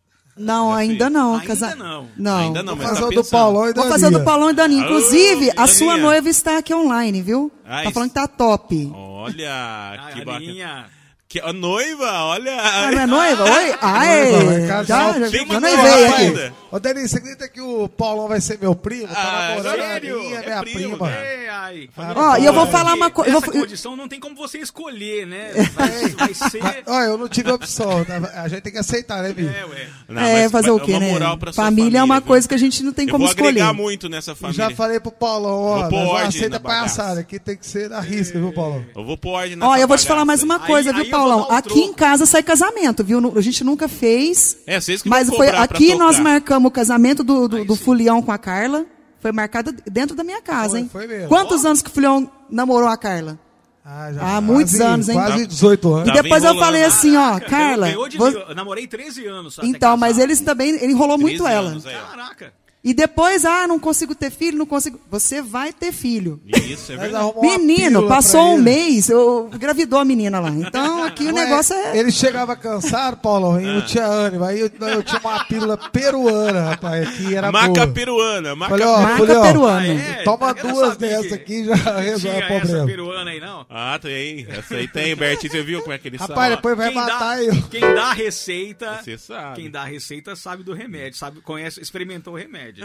Não, Já ainda fez. não. Ainda casa- não. Não. Ainda não, Vou mas fazer tá o do pensando. Paulão e da Vou fazer o do Lia. Paulão e Daninho. Alô, Inclusive, a sua Daninha. noiva está aqui online, viu? Ah, tá isso- falando que tá top. Olha, Ah, que a bacana. Aninha. Que, a noiva, olha. Ah, não é noiva? Oi? Noiva, vai Aê! casar. Já, já, Tem já uma noivei noiva aqui. ainda. Ô, Denis, você acredita que o Paulão vai ser meu primo? Tá Ah, namorando a sério? minha, É minha primo, prima. cara. Ei, ai. Ó, e eu vou falar uma coisa. Nessa eu vou- condição não tem como você escolher, né? Vai, vai ser... Mas, Olha, eu não tive opção. tá? A gente tem que aceitar, né, Bi? É, ué. Não, é, mas- fazer mas o quê, uma né? moral pra sua Família é uma viu? coisa que a gente não tem Eu como vou escolher. agregar muito nessa Eu família. já falei pro Paulão, ó, Vou pôr nós não ordem aceita na bagaça. palhaçada. Aqui tem que ser na risca, viu, Paulão? Eu vou pôr ordem nessa Ó, eu vou te bagaça falar mais aí. uma coisa, Aí- viu, aí eu vou Paulão? dar o Aqui troco. em casa sai casamento, viu? A gente nunca fez. É, vocês que Mas vão foi cobrar pra aqui tocar. nós marcamos o casamento do, do, Aí do sim. Fulião com a Carla. Foi marcado dentro da minha casa, Foi, hein? foi mesmo. Quantos anos que o Fulião namorou a Carla? Ah, já Há quase- muitos anos, hein? Quase Tá- dezoito anos. E Tava depois eu enrolando. falei assim, ó, Caraca, Carla. ganhou de vo- mim. Eu namorei treze anos só. até Então, mas casar. eles também, ele enrolou muito treze ela. anos aí, ó. Caraca. E depois, ah, não consigo ter filho, não consigo. Você vai ter filho. Isso, é Nós verdade. arrumamos uma Menino, pílula passou pra um ele. mês, eu engravidou a menina lá. Então aqui o Ué, negócio é. Ele chegava cansado, Paulão, e Ah. não tinha ânimo. Aí eu, eu tinha uma pílula peruana, rapaz, que era Maca boa. peruana, maca Falei, ó, Marca falei, ó, peruana. é? Toma Eu quero duas saber dessas que- aqui e já Tinha resolve o essa problema. peruana aí, não? Ah, tem. Essa aí tem, Bertinho. Você viu como é que ele Rapaz, sabe? depois vai Quem matar dá, eu. quem dá a receita... Você sabe. Quem dá a receita sabe do remédio, sabe, conhece, experimentou o remédio.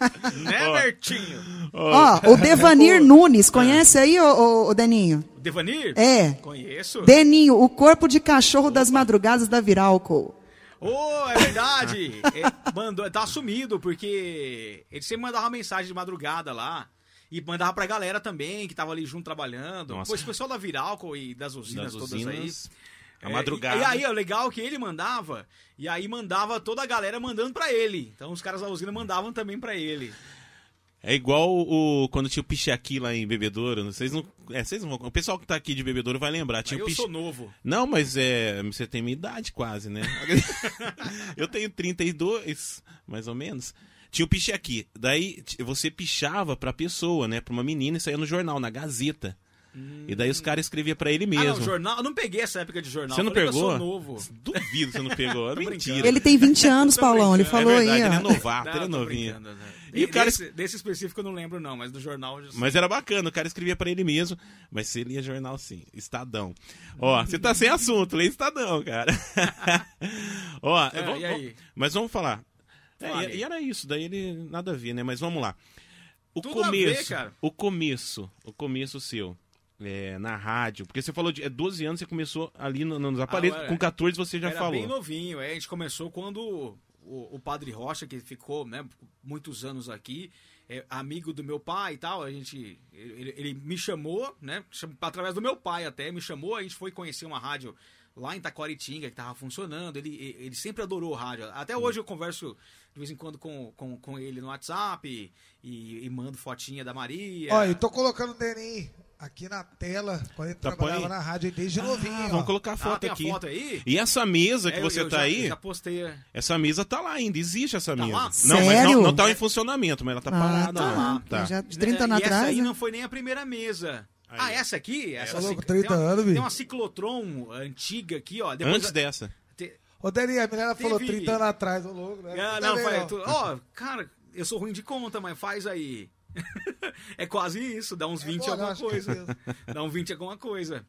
Né, Ó. Bertinho? Ó, o Devanir Nunes, conhece aí, ô, ô, ô Deninho? O Devanir? É. Conheço. Deninho, o corpo de cachorro das madrugadas da Virálcool. Oh, é verdade. É, mandou, tá sumido, porque ele sempre mandava uma mensagem de madrugada lá. E mandava pra galera também, que tava ali junto trabalhando. Nossa. Pois o pessoal da Virálcool e das usinas Das todas usinas. A É, madrugada. E, e aí, é legal que ele mandava, e aí mandava toda a galera mandando pra ele. Então os caras da usina mandavam também pra ele. É igual o quando tinha o Pichaqui lá em Bebedouro. Vocês não, é, vocês não vão, o pessoal que tá aqui de Bebedouro vai lembrar. Tinha Aí o eu Pich... sou novo. Não, mas é, você tem minha idade quase, né? Eu tenho trinta e dois, mais ou menos. Tinha o Pichaqui. Daí você pichava pra pessoa, né? Pra uma menina e saía no jornal, na Gazeta. Hum. E daí os caras escreviam pra ele mesmo. Ah, não, jornal? Eu não peguei essa época de jornal. Você não Falei que pegou? Eu sou novo. Duvido que você não pegou. É Tô mentira. brincando. Ele tem vinte anos, Tô Paulão. Ele brincando. falou é verdade, aí, ele é ó. novato, Não, ele é tô novinho. brincando, né? E o cara... desse, desse específico eu não lembro não, mas do jornal... Eu já Mas era bacana, o cara escrevia pra ele mesmo. Mas você lia jornal sim, Estadão. Ó, você tá sem assunto, lê Estadão, cara. Ó, É, vamos- e aí? mas vamos falar. É, Fale. e, e era isso, daí ele nada a ver, né? Mas vamos lá. O Tudo a começo, ver, cara. o começo, o começo seu, é, na rádio, porque você falou de é, doze anos, você começou ali no- nos aparelhos, Ah, com catorze você já Era falou. bem novinho, é, a gente começou quando o, o Padre Rocha, que ficou, né, muitos anos aqui, é, amigo do meu pai e tal, a gente, ele, ele me chamou, né, cham- através do meu pai até, me chamou, a gente foi conhecer uma rádio lá em Taquaritinga, que tava funcionando, ele, ele sempre adorou rádio, até hoje eu converso de vez em quando com, com, com ele no WhatsApp e, e, e mando fotinha da Maria. Ó, eu tô colocando o Denim aqui na tela, quando ele Tá, trabalhava põe. na rádio desde novinho. Ah, ó. vamos colocar a Ah, foto tem a aqui. foto aí? E essa mesa que É, eu- você eu tá já- aí, Já postei. essa mesa tá lá ainda, existe essa Tá mesa. lá? Não, mas Sério? não, não tá em funcionamento, mas ela tá Ah, parada tá. lá. Eu já de trinta anos e essa atrás. aí né? não foi nem a primeira mesa. Aí. Ah, essa aqui? Essa Falou cic- com trinta tem uma, anos, bicho. Tem uma ciclotron antiga aqui, ó. Depois Antes a- dessa. te- Ô, Denim, a menina falou Teve- trinta anos atrás, ô louco, né? Ah, Tá não, vendo, foi, ó? tu- ó, cara, eu sou ruim de conta, mas faz aí. É quase isso, dá uns É vinte bom, alguma acho que coisa. é mesmo. Dá um vinte alguma coisa.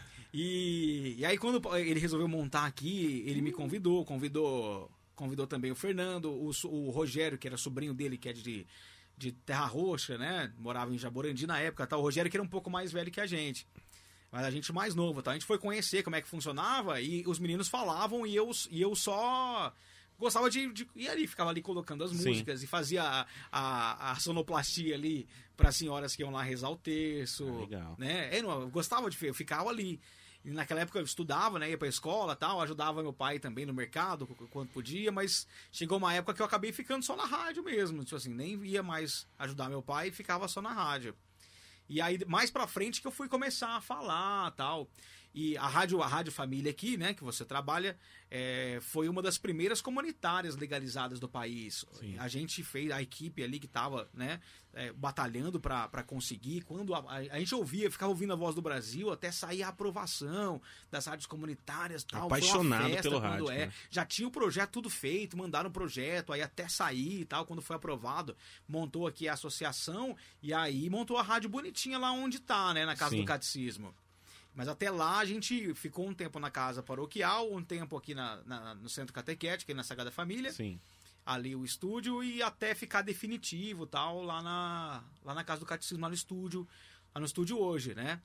E, e aí quando ele resolveu montar aqui, ele me convidou, convidou, convidou também o Fernando, o, so- o Rogério, que era sobrinho dele, que é de, de Terra Roxa, né? Morava em Jaborandi na época, tá? O Rogério que era um pouco mais velho que a gente. Mas a gente mais novo, tá? A gente foi conhecer como é que funcionava e os meninos falavam e eu, e eu só gostava de, de ir ali, ficava ali colocando as Sim. músicas e fazia a, a, a sonoplastia ali para senhoras que iam lá rezar o terço. Ah, legal. Né? Eu, não- eu gostava de... Eu ficava ali. E naquela época eu estudava, né? Ia pra escola e tal, ajudava meu pai também no mercado, qu- quando podia, mas chegou uma época que eu acabei ficando só na rádio mesmo. Tipo assim, nem ia mais ajudar meu pai e ficava só na rádio. E aí, mais pra frente que eu fui começar a falar tal. E a rádio, a rádio Família aqui, né, que você trabalha, é, foi uma das primeiras comunitárias legalizadas do país. Sim. A gente fez, a equipe ali que tava, né, é, batalhando pra pra conseguir. Quando a, a, a gente ouvia, ficava ouvindo a Voz do Brasil, até sair a aprovação das rádios comunitárias tal. Foi uma Apaixonado festa pelo quando rádio, é. né? Já tinha o projeto tudo feito, mandaram o projeto, aí até sair e tal, quando foi aprovado, montou aqui a associação e aí montou a rádio bonitinha lá onde tá, né, na Casa Sim. do Catecismo. Mas até lá a gente ficou um tempo na casa paroquial, um tempo aqui na, na- no Centro Catequético, aqui na Sagrada Família, Sim. ali o estúdio, e até ficar definitivo tal, lá na, lá na Casa do Catecismo, lá no estúdio, lá no estúdio hoje, né?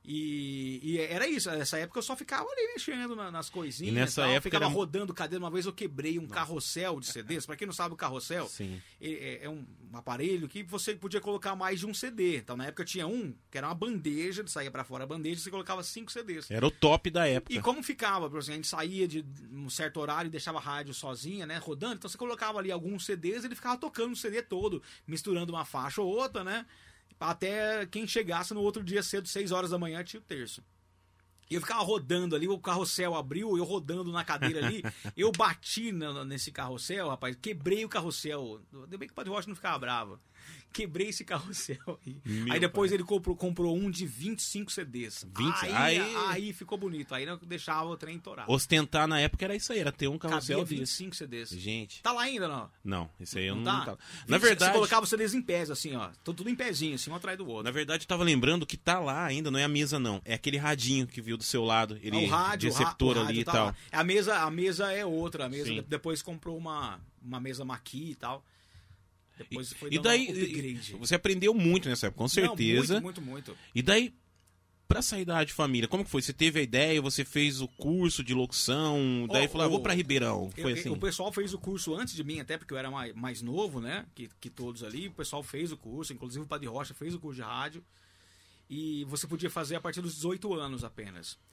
E, e era isso, nessa época eu só ficava ali mexendo na- nas coisinhas. E nessa tal, época ficava era- rodando cadeira. Uma vez eu quebrei um carrossel de C Ds. Pra quem não sabe, o carrossel Sim. é, é um aparelho que você podia colocar mais de um C D. Então na época tinha um, que era uma bandeja, saía pra fora a bandeja e você colocava cinco C Ds. Era o top da época. E como ficava, por exemplo, a gente saía de um certo horário e deixava a rádio sozinha, né, rodando, então você colocava ali alguns C Ds e ele ficava tocando o C D todo, misturando uma faixa ou outra, né, até quem chegasse no outro dia cedo, seis horas da manhã, tinha o terço. E eu ficava rodando ali, o carrossel abriu, eu rodando na cadeira ali, eu bati na- nesse carrossel, rapaz, quebrei o carrossel, ainda bem que o Padre Rocha não ficava bravo. Quebrei esse carrossel aí. Meu Aí depois pai. ele comprou, comprou um de vinte e cinco C Ds. vinte? Aí, Aí- aí ficou bonito. Aí não deixava o trem torar. Ostentar na época era isso aí, era ter um carrossel Cabia desse. vinte e cinco C Ds. Gente, Tá lá ainda, não? não, isso aí eu não, Não tá? tava. Na Você verdade, colocava os C Ds em pés, assim, ó. Tudo, tudo em pezinho, assim, um atrás do outro. na verdade eu tava lembrando que tá lá ainda, não é a mesa não, é aquele radinho que viu do seu lado, ele o rádio, de receptor o ra- o ali rádio e tá tal. lá. A mesa, a mesa é outra. A mesa Sim. de- depois comprou uma, uma mesa maqui e tal. Depois foi E dando daí, um upgrade. você aprendeu muito nessa época, com certeza. Não, muito, muito, muito. E daí, pra sair da Rádio Família, como que foi? Você teve a ideia, você fez o curso de locução, daí Oh, falou, ah, vou oh, pra Ribeirão. Foi Eu- assim? O pessoal fez o curso antes de mim, até porque eu era mais, mais novo, né? Que, que todos ali. O pessoal fez o curso, inclusive o Padre Rocha fez o curso de rádio. E você podia fazer a partir dos dezoito anos apenas.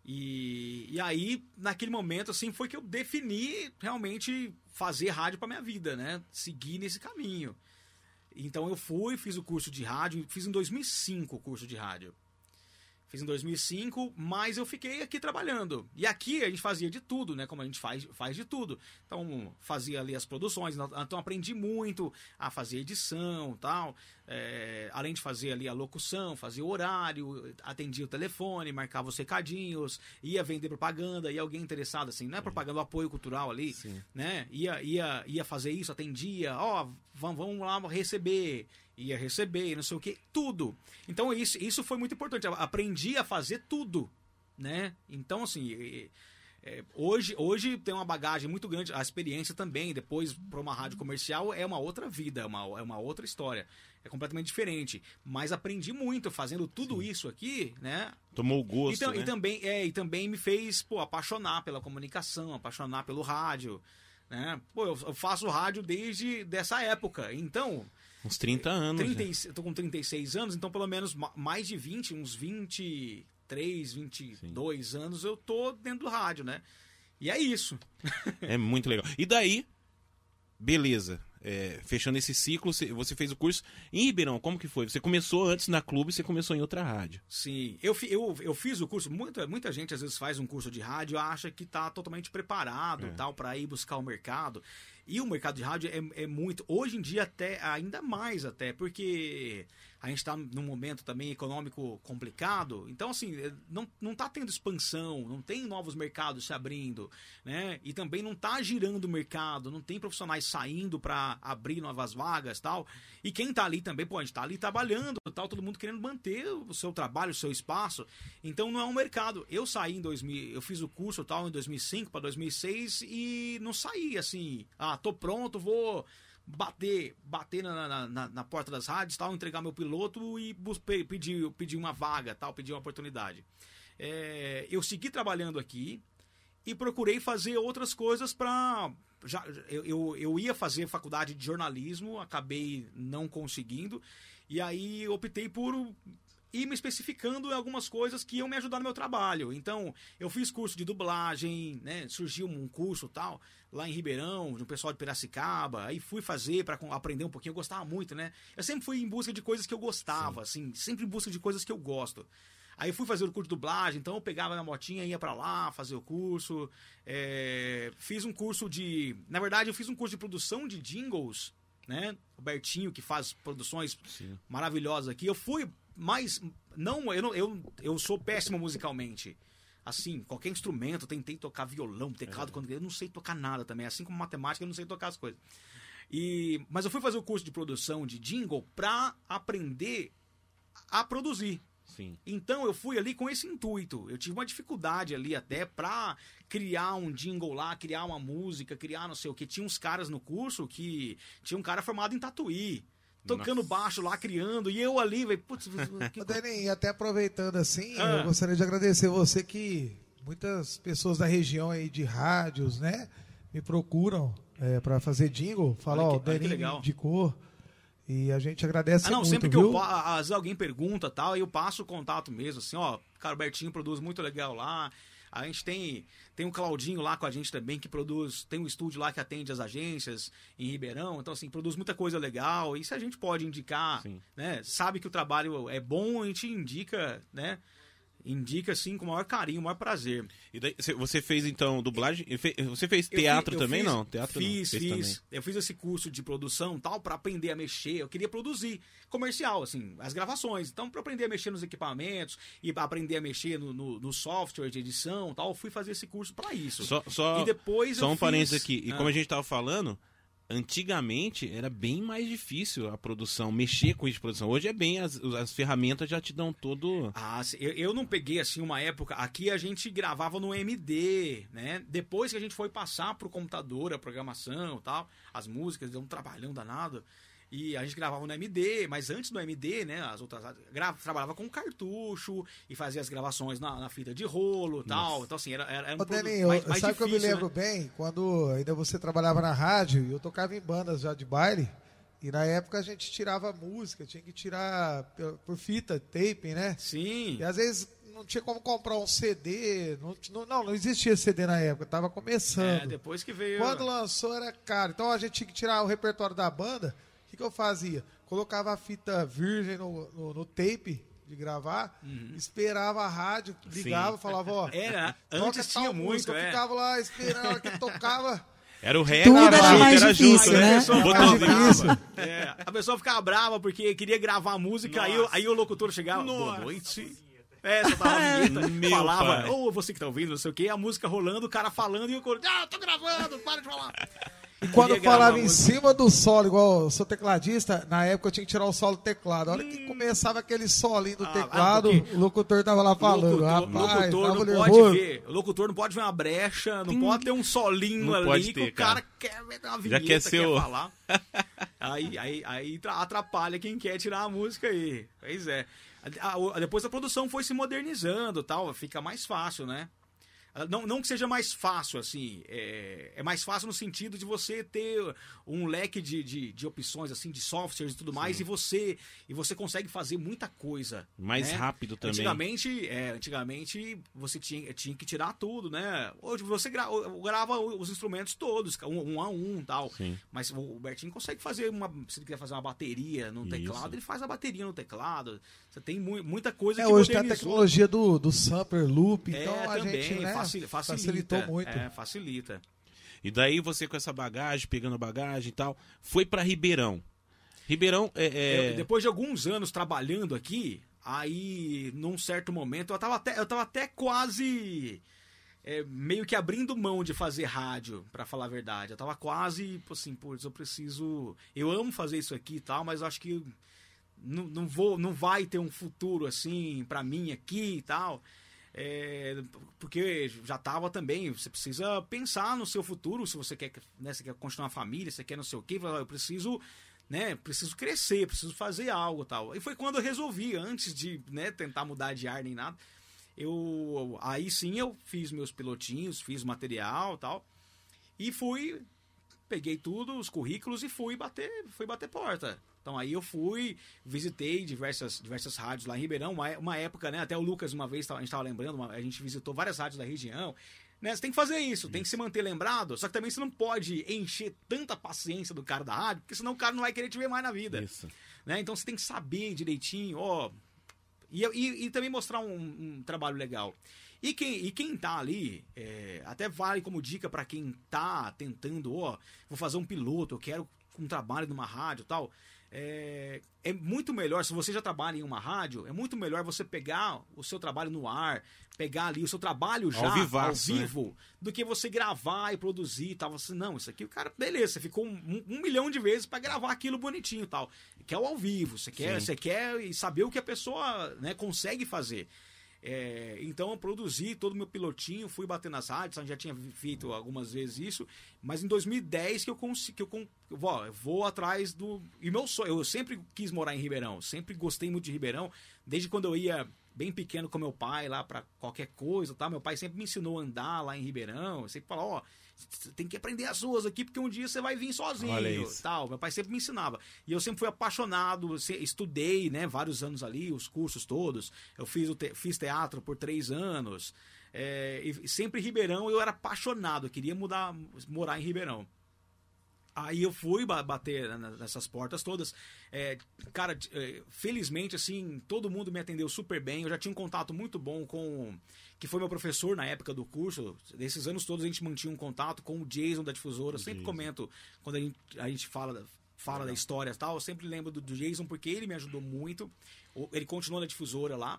E, e aí, naquele momento, assim, foi que eu defini realmente fazer rádio pra minha vida, né? Seguir nesse caminho. Então eu fui, fiz o curso de rádio, fiz em dois mil e cinco o curso de rádio. Fiz em dois mil e cinco, mas eu fiquei aqui trabalhando. E aqui a gente fazia de tudo, né? Como a gente faz, faz de tudo. Então, fazia ali as produções. Então, aprendi muito a fazer edição e tal. É, além de fazer ali a locução, fazia o horário, atendia o telefone, marcava os recadinhos, ia vender propaganda, ia alguém interessado, assim, não é propaganda, o apoio cultural ali, Sim. né? Ia, ia, ia fazer isso, atendia, ó, oh, vamos, vamos lá receber... ia receber, não sei o que, tudo. Então isso, isso foi muito importante. Eu aprendi a fazer tudo, né? Então, assim, é, é, hoje, hoje tem uma bagagem muito grande, a experiência também, depois para uma rádio comercial é uma outra vida, é uma, é uma outra história. É completamente diferente. Mas aprendi muito fazendo tudo Sim. isso aqui, né? Tomou o gosto, e, né? E também, é, e também me fez, pô, apaixonar pela comunicação, apaixonar pelo rádio, né? Pô, eu, eu faço rádio desde dessa época, então... Uns trinta anos. trinta, eu tô com trinta e seis anos, então pelo menos mais de vinte, uns vinte e três, vinte e dois Sim. anos eu tô dentro do rádio, né? E é isso. É muito legal. E daí, beleza. É, fechando esse ciclo, você fez o curso em Ribeirão. Como que foi? Você começou antes na Clube e você começou em outra rádio. Sim, eu, eu, eu fiz o curso. Muita, muita gente às vezes faz um curso de rádio e acha que tá totalmente preparado, é. tal, para ir buscar o mercado. E o mercado de rádio é, é muito... Hoje em dia até, ainda mais até, porque a gente está num momento também econômico complicado. Então, assim, não, não tá tendo expansão, não tem novos mercados se abrindo, né? E também não tá girando o mercado, não tem profissionais saindo para abrir novas vagas e tal. E quem tá ali também, pô, a gente tá ali trabalhando, tal, todo mundo querendo manter o seu trabalho, o seu espaço. Então, não é um mercado. Eu saí em dois mil... Eu fiz o curso tal em dois mil e cinco para dois mil e seis e não saí, assim... Ah, tô pronto, vou bater, bater na, na, na porta das rádios, tal, entregar meu piloto e pedir, pedir uma vaga, tal, pedir uma oportunidade. É, eu segui trabalhando aqui e procurei fazer outras coisas para... Já, eu, eu, eu ia fazer faculdade de jornalismo, acabei não conseguindo, e aí optei por... e me especificando em algumas coisas que iam me ajudar no meu trabalho. Então, eu fiz curso de dublagem, né? Surgiu um curso tal, lá em Ribeirão, de um pessoal de Piracicaba. Aí fui fazer para aprender um pouquinho. Eu gostava muito, né? Eu sempre fui em busca de coisas que eu gostava, Sim. assim, sempre em busca de coisas que eu gosto. Aí fui fazer o curso de dublagem, então eu pegava na motinha, ia para lá, fazer o curso. É... Fiz um curso de... Na verdade, eu fiz um curso de produção de jingles, né? O Bertinho, que faz produções Sim. maravilhosas aqui. Eu fui... Mas não, eu, não, eu, eu sou péssimo musicalmente. Assim, qualquer instrumento, tentei tocar violão, teclado, é. quando eu não sei tocar nada também. Assim como matemática, eu não sei tocar as coisas. E, mas eu fui fazer o curso de produção de jingle pra aprender a produzir. Sim. Então eu fui ali com esse intuito. Eu tive uma dificuldade ali até pra criar um jingle lá, criar uma música, criar não sei o que. Tinha uns caras no curso que... Tinha um cara formado em Tatuí. Tocando Nossa. baixo lá, criando, e eu ali, velho, putz... Que... Denis, até aproveitando assim, ah. eu gostaria de agradecer você que muitas pessoas da região aí de rádios, né, me procuram é, para fazer jingle, falam, ó, o Denis me indicou, e a gente agradece muito, Ah, não, sempre que viu? eu, às vezes alguém pergunta tal, aí eu passo o contato mesmo, assim, ó, cara, o Bertinho produz muito legal lá. A gente tem, tem um Claudinho lá com a gente também, que produz, tem um estúdio lá que atende as agências em Ribeirão, então assim, produz muita coisa legal, e se a gente pode indicar, Sim. né, sabe que o trabalho é bom, a gente indica, né, indica assim com o maior carinho, o maior prazer. E daí, você fez então dublagem, você fez teatro eu fiz, eu também, fiz, não? Teatro fiz, não. fiz, Também. eu fiz esse curso de produção tal, pra aprender a mexer, eu queria produzir comercial, assim, as gravações, então pra aprender a mexer nos equipamentos, e pra aprender a mexer no, no, no software de edição tal, eu fui fazer esse curso pra isso. Só, só, e depois só eu um fiz... parênteses aqui, e ah. como a gente tava falando... Antigamente era bem mais difícil a produção, mexer com isso de produção. Hoje é bem, as, as ferramentas já te dão todo... Ah, eu, eu não peguei assim uma época, aqui a gente gravava no M D, né? Depois que a gente foi passar pro computador, a programação e tal, as músicas, deu um trabalhão danado. E a gente gravava no M D, mas antes do M D, né, as outras gra- trabalhava com cartucho e fazia as gravações na, na fita de rolo e tal. Então, assim, era, era um Ô, produto Denis, mais, mais sabe difícil, que eu me lembro né? bem, quando ainda você trabalhava na rádio, eu tocava em bandas já de baile, e na época a gente tirava música, tinha que tirar por fita, tape, né? Sim. E às vezes não tinha como comprar um C D. Não, não, não existia C D na época, tava começando. É, depois que veio... Quando lançou era caro. Então a gente tinha que tirar o repertório da banda. O que, que eu fazia? Colocava a fita virgem no, no, no tape de gravar, uhum. esperava a rádio, ligava, Sim. falava, ó... Era, antes tinha muito, música, é. Eu ficava lá esperando, a hora que tocava... Era o ré, Tudo era, era mais era difícil, junto, né? A pessoa, brava, é, a pessoa ficava brava porque queria gravar a música, aí, aí o locutor chegava, Nossa. boa noite. É, só tava a vinheta, Meu falava, pai. ou oh, você que tá ouvindo, não sei o que, a música rolando, o cara falando e o coro, ah, tô gravando, para de falar. E quando eu falava em cima do solo, igual eu sou tecladista, na época eu tinha que tirar o solo do teclado. A hora que começava aquele solinho do Ah, teclado, ah, o locutor tava lá falando. O locutor, rapaz, locutor não nervoso. pode ver. O locutor não pode ver uma brecha, não Tim. pode ter um solinho Não ali pode que ter, o cara, cara. quer ver uma vinheta, Já quer ser o- falar. aí, aí, aí tra- atrapalha quem quer tirar a música aí. Pois é. A- a- depois a produção foi se modernizando, tal, fica mais fácil, né? Não, não que seja mais fácil, assim, é, é mais fácil no sentido de você ter um leque de, de, de opções, assim, de softwares e tudo mais, e você, e você consegue fazer muita coisa. Mais né? rápido também. Antigamente, é, antigamente você tinha, tinha que tirar tudo, né? Hoje você gra, grava os instrumentos todos, um, um a um e tal. Sim. Mas o Bertinho consegue fazer uma. Se ele quiser fazer uma bateria no Isso. teclado, ele faz a bateria no teclado. Você tem mu muita coisa É, que hoje tem a modernizou. tecnologia do, do sampler loop, então É, a também, gente né, facil- facilita, facilitou muito. É, facilita. E daí você com essa bagagem, pegando a bagagem e tal, foi pra Ribeirão. Ribeirão é... é- Eu- depois de alguns anos trabalhando aqui, aí, num certo momento, eu tava até, eu tava até quase é, meio que abrindo mão de fazer rádio, pra falar a verdade. Eu tava quase, assim, putz, eu preciso... Eu amo fazer isso aqui e tal, mas eu acho que não, não, vou, não vai ter um futuro, assim, pra mim aqui e tal. É, porque já tava também, você precisa pensar no seu futuro, se você quer, né, você quer construir uma família, você quer não sei o quê, eu preciso... né, preciso crescer, preciso fazer algo e tal. E foi quando eu resolvi, antes de, né, tentar mudar de ar nem nada, eu, aí sim eu fiz meus pilotinhos, fiz material e tal, e fui, peguei tudo, os currículos e fui bater, fui bater porta. Então aí eu fui, visitei diversas, diversas rádios lá em Ribeirão, uma, uma época, né, até o Lucas uma vez, a gente estava lembrando, uma, a gente visitou várias rádios da região. Né, você tem que fazer isso, tem que se manter lembrado, só que também você não pode encher tanta paciência do cara da rádio, porque senão o cara não vai querer te ver mais na vida. Isso. Né? Então você tem que saber direitinho, ó, e, e, e também mostrar um, um trabalho legal. E quem, e quem tá ali, é, até vale como dica para quem tá tentando, ó, vou fazer um piloto, eu quero um trabalho numa rádio e tal. É, é muito melhor, se você já trabalha em uma rádio, é muito melhor você pegar o seu trabalho no ar, pegar ali o seu trabalho já Ao vivaço, ao vivo, do que você gravar e produzir e tal. Você, não, isso aqui, o cara, beleza, você ficou um, um milhão de vezes para gravar aquilo bonitinho e tal. Que é o ao vivo, você quer, você quer saber o que a pessoa, né, consegue fazer. É, então eu produzi todo o meu pilotinho, fui bater nas rádios, já tinha feito algumas vezes isso, mas em dois mil e dez que eu consegui, que eu, con- eu vou, eu vou atrás do... E meu sonho, eu sempre quis morar em Ribeirão, sempre gostei muito de Ribeirão, desde quando eu ia bem pequeno com meu pai lá pra qualquer coisa, tá? Meu pai sempre me ensinou a andar lá em Ribeirão, sempre falou, ó, você tem que aprender as ruas aqui, porque um dia você vai vir sozinho, Olha isso. tal. Meu pai sempre me ensinava. E eu sempre fui apaixonado, se- estudei, né, vários anos ali, os cursos todos. Eu fiz, o te- fiz teatro por três anos. É, e sempre em Ribeirão eu era apaixonado, eu queria mudar, morar em Ribeirão. Aí eu fui ba- bater na- nessas portas todas. É, cara, é, felizmente, assim, todo mundo me atendeu super bem. Eu já tinha um contato muito bom com... Que foi meu professor na época do curso. Desses anos todos a gente mantinha um contato com o Jason da Difusora. Eu sempre Jason. comento, quando a gente, a gente fala, fala da história e tal, eu sempre lembro do, do Jason porque ele me ajudou muito. O- Ele continuou na Difusora lá.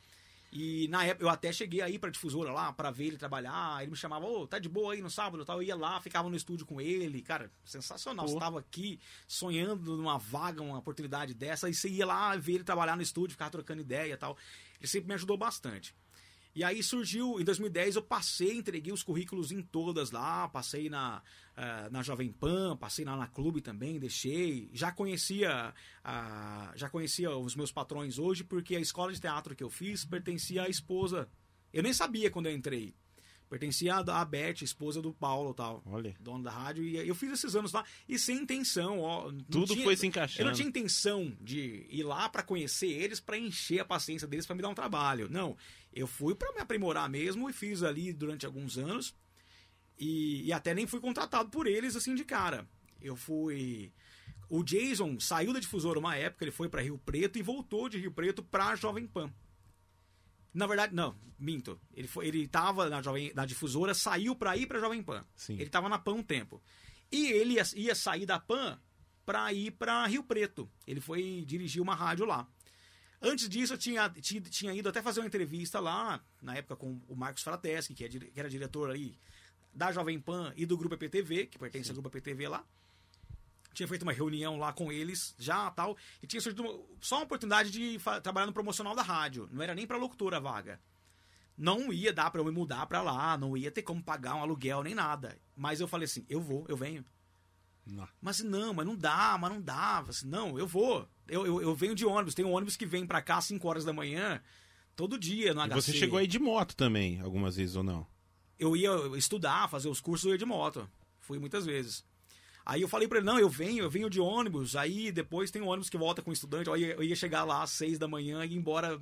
E na época eu até cheguei aí pra Difusora lá pra ver ele trabalhar. Ele me chamava, ô, tá de boa aí no sábado e tal. Eu ia lá, ficava no estúdio com ele. Cara, sensacional. Pô. Você tava aqui sonhando numa vaga, uma oportunidade dessa. E você ia lá ver ele trabalhar no estúdio, ficar trocando ideia e tal. Ele sempre me ajudou bastante. E aí surgiu, em dois mil e dez eu passei, entreguei os currículos em todas lá, passei na, eh, na Jovem Pan, passei na Ana Clube também, deixei. Já conhecia, ah, já conhecia os meus patrões hoje, porque a escola de teatro que eu fiz pertencia à esposa. Eu nem sabia quando eu entrei. Pertencia à à Beth, esposa do Paulo e tal. Olha. Dono da rádio. E eu fiz esses anos lá. E sem intenção, ó. não Tudo tinha- foi se encaixando. Eu não tinha intenção de ir lá pra conhecer eles, pra encher a paciência deles, pra me dar um trabalho. Não. Eu fui pra me aprimorar mesmo e fiz ali durante alguns anos. E, e até nem fui contratado por eles assim de cara. Eu fui... O Jason saiu da difusora uma época, ele foi pra Rio Preto e voltou de Rio Preto pra Jovem Pan. Na verdade, não, minto. Ele, foi, ele tava na, Jovem, na difusora, saiu pra ir pra Jovem Pan. Sim. Ele tava na Pan um tempo. E ele ia, ia sair da Pan pra ir pra Rio Preto. Ele foi dirigir uma rádio lá. Antes disso, eu tinha, tinha, tinha ido até fazer uma entrevista lá, na época com o Marcos Frateschi, que, é, que era diretor aí da Jovem Pan e do Grupo E P T V, que pertence ao Grupo E P T V lá. Tinha feito uma reunião lá com eles, já tal, e tinha surgido uma, só uma oportunidade de fa- trabalhar no promocional da rádio. Não era nem pra locutora a vaga. Não ia dar pra eu me mudar pra lá, não ia ter como pagar um aluguel nem nada. Mas eu falei assim, eu vou, eu venho. Não. Mas não, mas não dá, mas não dá. Eu Assim, não, eu vou. Eu, eu, eu venho de ônibus. Tem um ônibus que vem pra cá às cinco horas da manhã, todo dia no E H C. você chegou aí de moto também, algumas vezes ou não? Eu ia estudar, fazer os cursos, eu ia de moto. Fui muitas vezes. Aí eu falei pra ele, não, eu venho, eu venho de ônibus. Aí depois tem um ônibus que volta com estudante. Aí eu ia chegar lá às seis da manhã e ir embora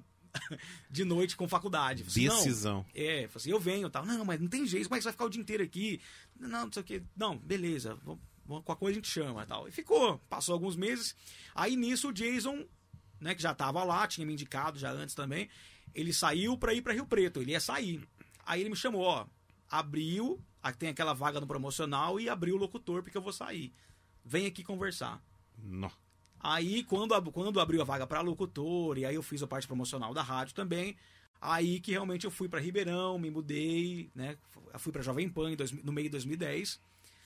de noite com faculdade. Eu falei, Decisão. Não, é, eu falei assim, eu venho tal. Não, mas não tem jeito, como é que você vai ficar o dia inteiro aqui? Não, não sei o quê. Não, beleza, vamos- vamos- qualquer coisa a gente chama tal. E ficou, passou alguns meses. Aí nisso o Jason, né, que já tava lá, tinha me indicado já antes também, ele saiu pra ir pra Rio Preto, ele ia sair. Aí ele me chamou, ó, abriu, aí tem aquela vaga no promocional e abriu o locutor porque eu vou sair. Vem aqui conversar. Não. Aí, quando, ab- quando abriu a vaga para locutor, e aí eu fiz a parte promocional da rádio também, aí que realmente eu fui para Ribeirão, me mudei, né? Fui para Jovem Pan em dois, no meio de dois mil e dez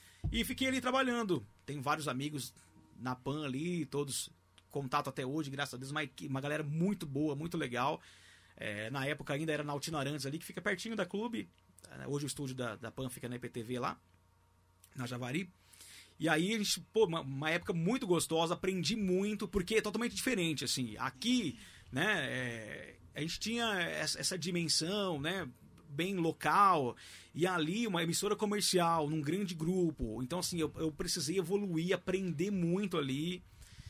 e fiquei ali trabalhando. Tenho vários amigos na Pan ali, todos contato até hoje, graças a Deus, uma, equi- uma galera muito boa, muito legal. É, na época ainda era na Altino Arantes ali, que fica pertinho da clube. Hoje o estúdio da, da Pan fica na E P T V lá, na Javari. E aí, a gente, pô, uma, uma época muito gostosa, aprendi muito, porque é totalmente diferente, assim. Aqui, né, é, a gente tinha essa, essa dimensão, né, bem local, e ali uma emissora comercial, num grande grupo. Então, assim, eu, eu precisei evoluir, aprender muito ali.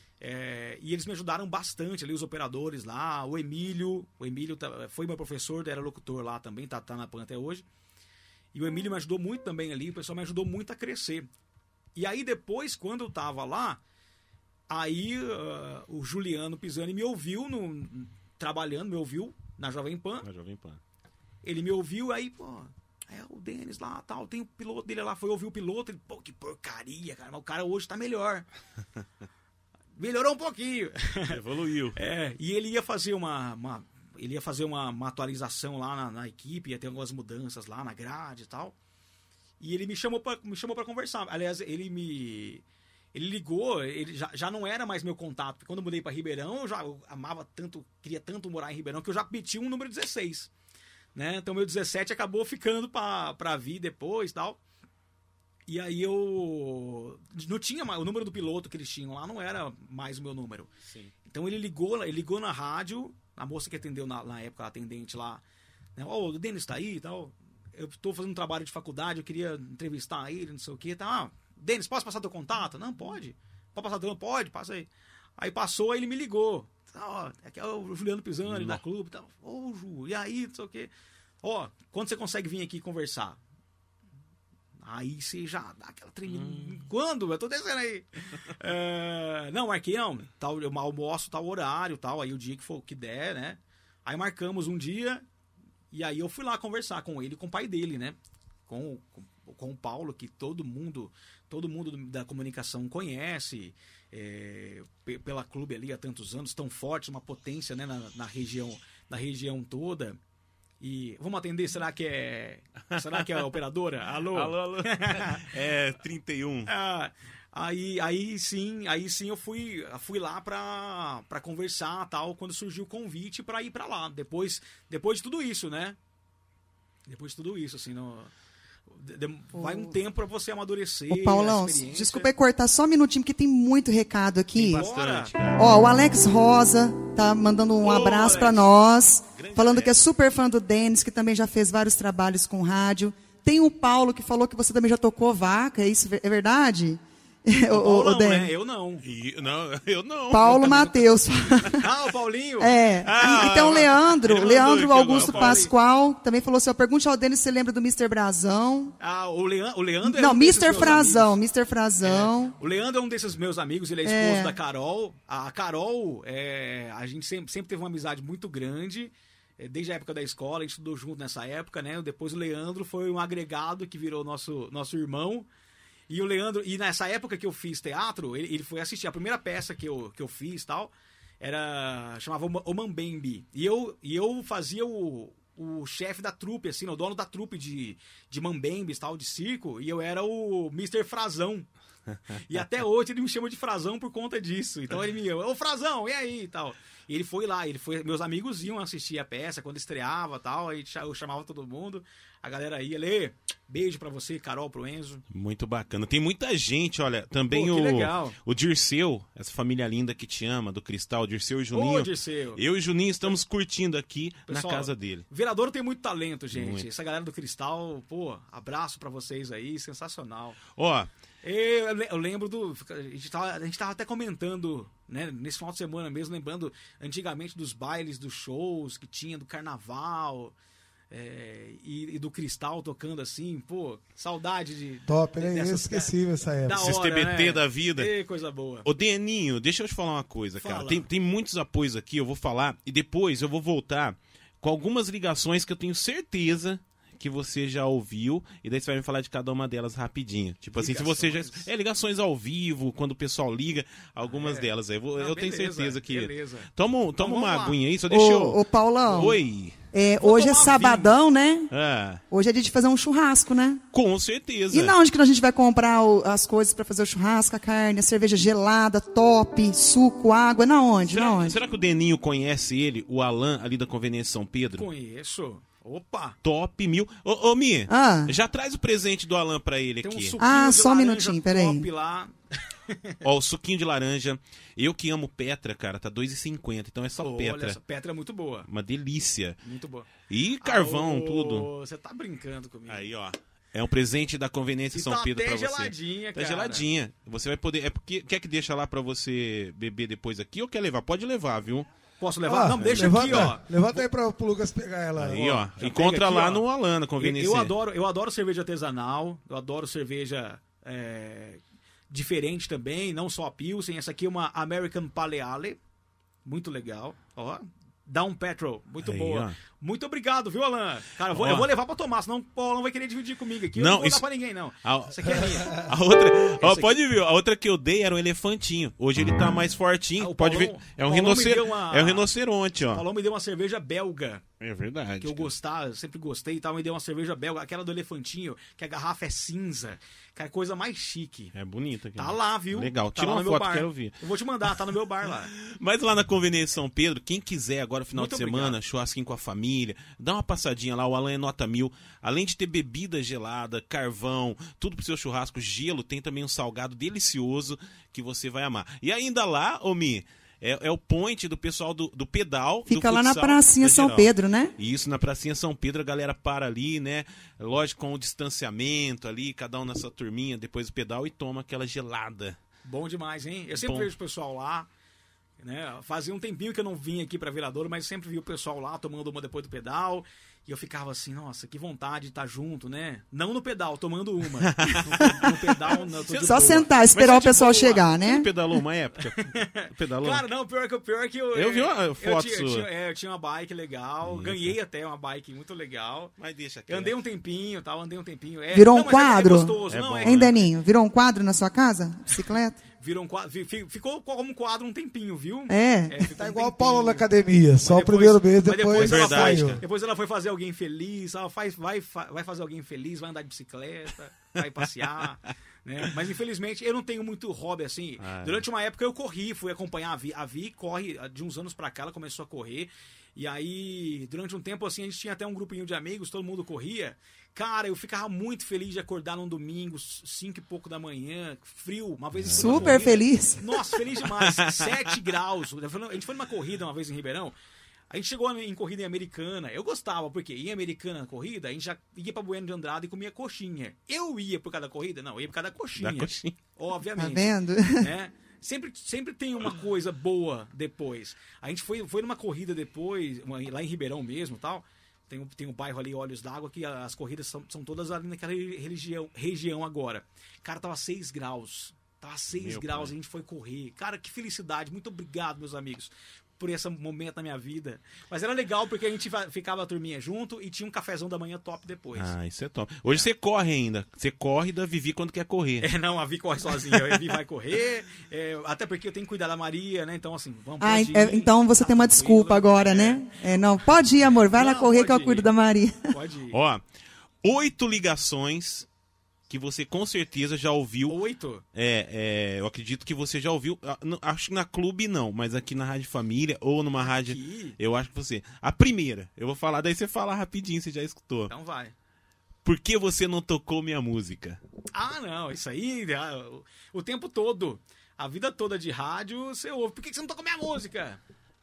É, e eles me ajudaram bastante ali, os operadores lá, o Emílio, o Emílio tá- foi meu professor, era locutor lá também, tá, tá na Pan até hoje. E o Emílio me ajudou muito também ali, o pessoal me ajudou muito a crescer. E aí depois, quando eu tava lá, aí uh, o Juliano Pisani me ouviu no, trabalhando, me ouviu na Jovem Pan. Na Jovem Pan. Ele me ouviu, aí, pô, é o Denis lá, tal, tem o piloto dele lá, foi ouvir o piloto, ele, pô, que porcaria, cara, mas o cara hoje tá melhor. Melhorou um pouquinho. Evoluiu. É, e ele ia fazer uma, uma- ele ia fazer uma, uma atualização lá na, na equipe, ia ter algumas mudanças lá na grade e tal. E ele me chamou pra, me chamou para conversar. Aliás, ele me ele ligou, ele já, já não era mais meu contato, porque quando eu mudei para Ribeirão, eu já eu amava tanto, queria tanto morar em Ribeirão que eu já pedi um número dezesseis, né? Então meu dezessete acabou ficando para para vir depois, tal. E aí eu não tinha mais, o número do piloto que eles tinham lá não era mais o meu número. Sim. Então ele ligou, ele ligou na rádio, a moça que atendeu na, na época, a atendente lá, né? Ó, o Denis tá aí e tal. Eu estou fazendo um trabalho de faculdade, eu queria entrevistar ele, não sei o que, tá? Ah, Denis, posso passar teu contato? Não, pode. Pode passar teu? Pode, passa aí. Aí passou, aí ele me ligou. Ó, aqui é o Juliano Pisani da clube, tá? Ô, Ju, e aí, não sei o que. Ó, quando você consegue vir aqui conversar? Aí você já dá aquela tremida. Hum. Quando? Eu tô descendo aí. é, não, marquei não. Tal, eu almoço tal horário, tal. Aí o dia que for que der, né? Aí marcamos um dia. E aí eu fui lá conversar com ele, com o pai dele, né? Com, com, com o Paulo, que todo mundo, todo mundo da comunicação conhece. É, p- pela clube ali há tantos anos, tão forte, uma potência, né? Na, na região, na região toda. E vamos atender, será que é. Será que é a operadora? Alô? Alô, alô. É, trinta e um. Ah, aí, aí sim, aí sim eu fui, fui lá pra, pra conversar tal, quando surgiu o convite pra ir pra lá. Depois, depois de tudo isso, né? Depois de tudo isso, assim, no, vai um tempo pra você amadurecer. Ô, Paulão, a experiência. desculpa aí cortar só um minutinho, porque tem muito recado aqui. Bastante. Ó, o Alex Rosa tá mandando um Ô, abraço Alex. pra nós, Grande falando Alex. que é super fã do Denis, que também já fez vários trabalhos com rádio. Tem o Paulo, que falou que você também já tocou vaca, é isso? É verdade? O o, Paulo o não, Denis. né? Eu não. E- não, eu não. Paulo Matheus. Ah, o Paulinho? É. Ah, E- então, Leandro, ele mandou Leandro aqui Augusto agora, Paulinho. Pascoal, também falou assim, ó, pergunte ao Denis se você lembra do mister Brazão. Ah, o, Lean, o Leandro é Não, um desses mister meus Frazão, amigos. mister Frazão. O Leandro é um desses meus amigos, ele é esposo É. da Carol. A Carol, é, a gente sempre, sempre teve uma amizade muito grande, é, desde a época da escola, a gente estudou junto nessa época, né? Depois o Leandro foi um agregado que virou nosso, nosso irmão. E o Leandro, e nessa época que eu fiz teatro, ele, ele foi assistir. A primeira peça que eu, que eu fiz tal, era. Chamava O Mambembe. E eu, e eu fazia o. O chefe da trupe, assim, o dono da trupe de, de Mambembes, tal, de circo, e eu era o mister Frazão. E até hoje ele me chama de Frazão por conta disso. Então ele me chama, ô Frazão, e aí e tal. E ele foi lá, ele foi, meus amigos iam assistir a peça quando estreava e tal, aí eu chamava todo mundo, a galera ia, Lê, beijo pra você, Carol, pro Enzo. Muito bacana. Tem muita gente, olha, também Pô, que o, legal. o Dirceu, essa família linda que te ama, do Cristal, Dirceu e Juninho. Ô, Dirceu. Eu e Juninho estamos curtindo aqui Pessoal, na casa dele. Viradouro tem muito talento, gente. Muito. Essa galera do Cristal, pô, abraço pra vocês aí, sensacional. Ó, Eu, le- eu lembro do. A gente, tava, a gente tava até comentando, né, nesse final de semana mesmo, lembrando antigamente dos bailes, dos shows que tinha, do carnaval é, e, e do Cristal tocando assim, pô, saudade de. Top, né? dessas- Inesquecível essa época. Da Esses hora, T B T né? da vida. Ê, coisa boa. ô Deninho, deixa eu te falar uma coisa, cara. Fala. Tem, tem muitos apoios aqui, eu vou falar, e depois eu vou voltar com algumas ligações que eu tenho certeza que você já ouviu, e daí você vai me falar de cada uma delas rapidinho. Tipo assim, se você já... Ligações. É, ligações ao vivo, quando o pessoal liga, algumas É. delas. aí. Eu, vou- Não, eu tenho beleza, certeza que... beleza. Toma, toma vamos uma lá. aguinha aí, só deixa eu... Ô, ô, Paulão, Oi. é, Vou hoje é tomar sabadão, né? Ah, Hoje é dia de fazer um churrasco, né? com certeza. E na onde que a gente vai comprar o- as coisas pra fazer o churrasco, a carne, a cerveja gelada, top, suco, água? Na onde? Na Será, onde? será que o Deninho conhece ele, o Alan, ali da Conveniência São Pedro? Conheço. Opa! Top mil. Ô, ô Mi, Ah. já traz o presente do Alan pra ele Tem um aqui. suquinho Ah, de só um laranja minutinho, peraí. top lá. Ó, o suquinho de laranja. Eu que amo Petra, cara, tá dois e cinquenta, então é só Olha, Petra. essa Petra é muito boa. Uma delícia. Muito boa. E carvão, Ah, ô, tudo. Você tá brincando comigo. Aí, ó. É um presente da Conveniência E São tá Pedro até pra você. geladinha, Tá cara. geladinha. Você vai poder. É porque quer que deixa lá pra você beber depois aqui ou quer levar? Pode levar, viu? Posso levar? Ó, Não, deixa levanta, aqui, ó. Levanta aí pra, pro Lucas pegar ela. Aí, ó. já Encontra pega aqui, lá ó. no Alan, na Eu, Conveniência. eu adoro, eu adoro cerveja artesanal, eu adoro cerveja é, diferente também, não só a Pilsen. Essa aqui é uma American Pale Ale, muito legal. Ó, Down Petrol, muito Aí, boa. ó. Muito obrigado, viu, Alan? Cara, eu vou, Ó. eu vou levar pra tomar, senão o Paulão vai querer dividir comigo aqui. Eu Não, não vou isso- dar pra ninguém, não. A- Essa aqui é minha. A outra, ó, aqui. pode ver, a outra que eu dei era um elefantinho. Hoje ele tá mais fortinho. Ah, o pode Paulão- ver. É um, o Paulão me rinocer... deu uma- é um rinoceronte, O ó. Paulão me deu uma cerveja belga. É verdade. Que eu cara. gostava, eu sempre gostei e tal, me deu uma cerveja belga, aquela do elefantinho, que a garrafa é cinza, que é a coisa mais chique. É bonita. Tá lá, viu? Legal. Tá Tira lá uma no meu foto, bar. quero ver. Eu vou te mandar, tá no meu bar lá. Mas lá na Conveniência São Pedro, quem quiser agora, final Muito de semana, obrigado. churrasquinho com a família, dá uma passadinha lá, o Alan é nota mil. Além de ter bebida gelada, carvão, tudo pro seu churrasco, gelo, tem também um salgado delicioso que você vai amar. E ainda lá, ô Mi, é, é o point do pessoal do, do pedal. Fica do lá na futsal pracinha da São geral. Pedro, né? Isso, na pracinha São Pedro, a galera para ali, né? Lógico, com o distanciamento ali, cada um na sua turminha, depois do pedal e toma aquela gelada. Bom demais, hein? Eu sempre Bom. vejo o pessoal lá, né? Fazia um tempinho que eu não vinha aqui pra Viradouro, mas sempre vi o pessoal lá tomando uma depois do pedal. E eu ficava assim, nossa, que vontade de estar junto, né? Não no pedal, tomando uma. No, no pedal, não, tô de Só boa. sentar, esperar Mas o você, pessoal tipo, chegar, Você né? pedalou uma época? Pedalou? Cara, não, pior que, o pior que eu... Eu vi uma eu foto tinha, sua. Eu tinha, é, eu tinha uma bike legal, Isso. ganhei até uma bike muito legal. Mas deixa aqui. Eu andei um tempinho, tal, andei um tempinho. É, Virou um não, mas é- quadro? É gostoso, É não, bom, é, né? Hein, Daninho? Virou um quadro na sua casa? Bicicleta? Virou um quadro, fi- fi- ficou como quadro um tempinho, viu? É. É, ficou Tá um igual o tempinho. Paulo na academia. Só Mas o primeiro mês, mas depois, ela Verdade, foi, cara. depois ela foi fazer alguém feliz, ela faz, vai, fa- vai fazer alguém feliz, vai andar de bicicleta, vai passear, né? Mas infelizmente eu não tenho muito hobby assim. Ah, é. Durante uma época eu corri, fui acompanhar a Vi. A Vi corre de uns anos pra cá, ela começou a correr. E aí, durante um tempo assim, a gente tinha até um grupinho de amigos, todo mundo corria. Cara, eu ficava muito feliz de acordar num domingo, cinco e pouco da manhã, frio, uma vez... Super feliz. Nossa, feliz demais. sete graus. A gente foi numa corrida uma vez em Ribeirão. A gente chegou em corrida em Americana. Eu gostava, porque em Americana na corrida, a gente já ia pra Bueno de Andrade e comia coxinha. Eu ia por causa da corrida? Não, eu ia por causa da coxinha. Da coxinha. Obviamente. Tá vendo? Né? Sempre, sempre tem uma coisa boa depois. A gente foi, foi numa corrida depois, uma- lá em Ribeirão mesmo e tal. Tem, um- tem um bairro ali, Olhos d'Água, que as corridas são, são todas ali naquela religião, região agora. Cara, tava seis graus. Tava seis Meu graus, pai. a gente foi correr. Cara, que felicidade. Muito obrigado, meus amigos, por esse momento na minha vida. Mas era legal porque a gente va- ficava a turminha junto e tinha um cafezão da manhã top depois. Ah, isso é top. Hoje você corre ainda. Você corre da Vivi quando quer correr. É, não, a Vi corre sozinha, a Vi vai correr, é, até porque eu tenho que cuidar da Maria, né? Então, assim, vamos Ah, pode é, ir, então você tá tem uma tranquila. desculpa agora, né? É, não, pode ir, amor, vai lá Não, correr que eu pode cuido ir. da Maria. Pode ir. Ó, oito ligações que você com certeza já ouviu. Oito? É, é, eu acredito que você já ouviu. ah, não, Acho que na Clube não, mas aqui na Rádio Família ou numa rádio. Aqui? Eu acho que você. A primeira, eu vou falar, daí você fala rapidinho, você já escutou. Então vai. Por que você não tocou minha música? Ah, não, isso aí, ah, o, o tempo todo. A vida toda de rádio, você ouve. Por que que você não toca minha música?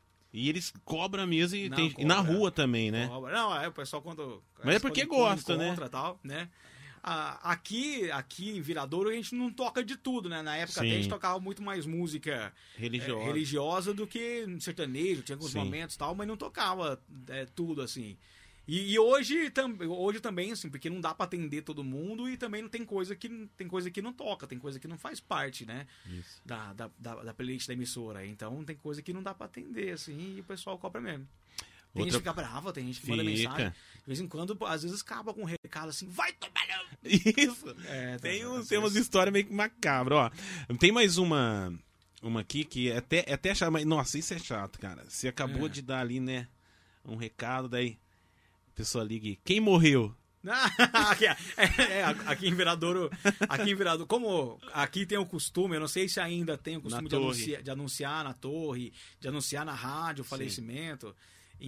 E eles cobram mesmo e, Não, tem- e na cobra. rua também, né? Cobra. Não, é o pessoal quando... Mas é porque quando gosta, né? encontra, tal, né? Ah, aqui, aqui em Viradouro a gente não toca de tudo, né? Na época Sim. até a gente tocava muito mais música Religiosa. é, religiosa do que sertanejo, tinha alguns Sim. momentos e tal, mas não tocava é, tudo assim. E, e hoje, tam, hoje também, assim, porque não dá pra atender todo mundo e também não tem coisa que tem coisa que não toca, tem coisa que não faz parte, né? Isso. Da, da, da, da playlist da emissora. Então tem coisa que não dá pra atender, assim, e o pessoal cobra mesmo. Tem Outra- gente que fica brava, tem gente que manda Fica. mensagem. De vez em quando, às vezes, acaba com um recado assim, vai tomar no... Isso. É, Tem, tá- uns, às tem umas vezes- histórias meio que macabras, ó. Tem mais uma, uma aqui que é até, é até chato, mas nossa, isso é chato, cara. Você acabou É. de dar ali, né, um recado, daí a pessoa liga e, quem morreu? aqui, é, é, aqui em Viradouro, aqui em Viradouro, como aqui tem o costume, eu não sei se ainda tem o costume Na de torre. anunciar, de anunciar na torre, de anunciar na rádio o falecimento.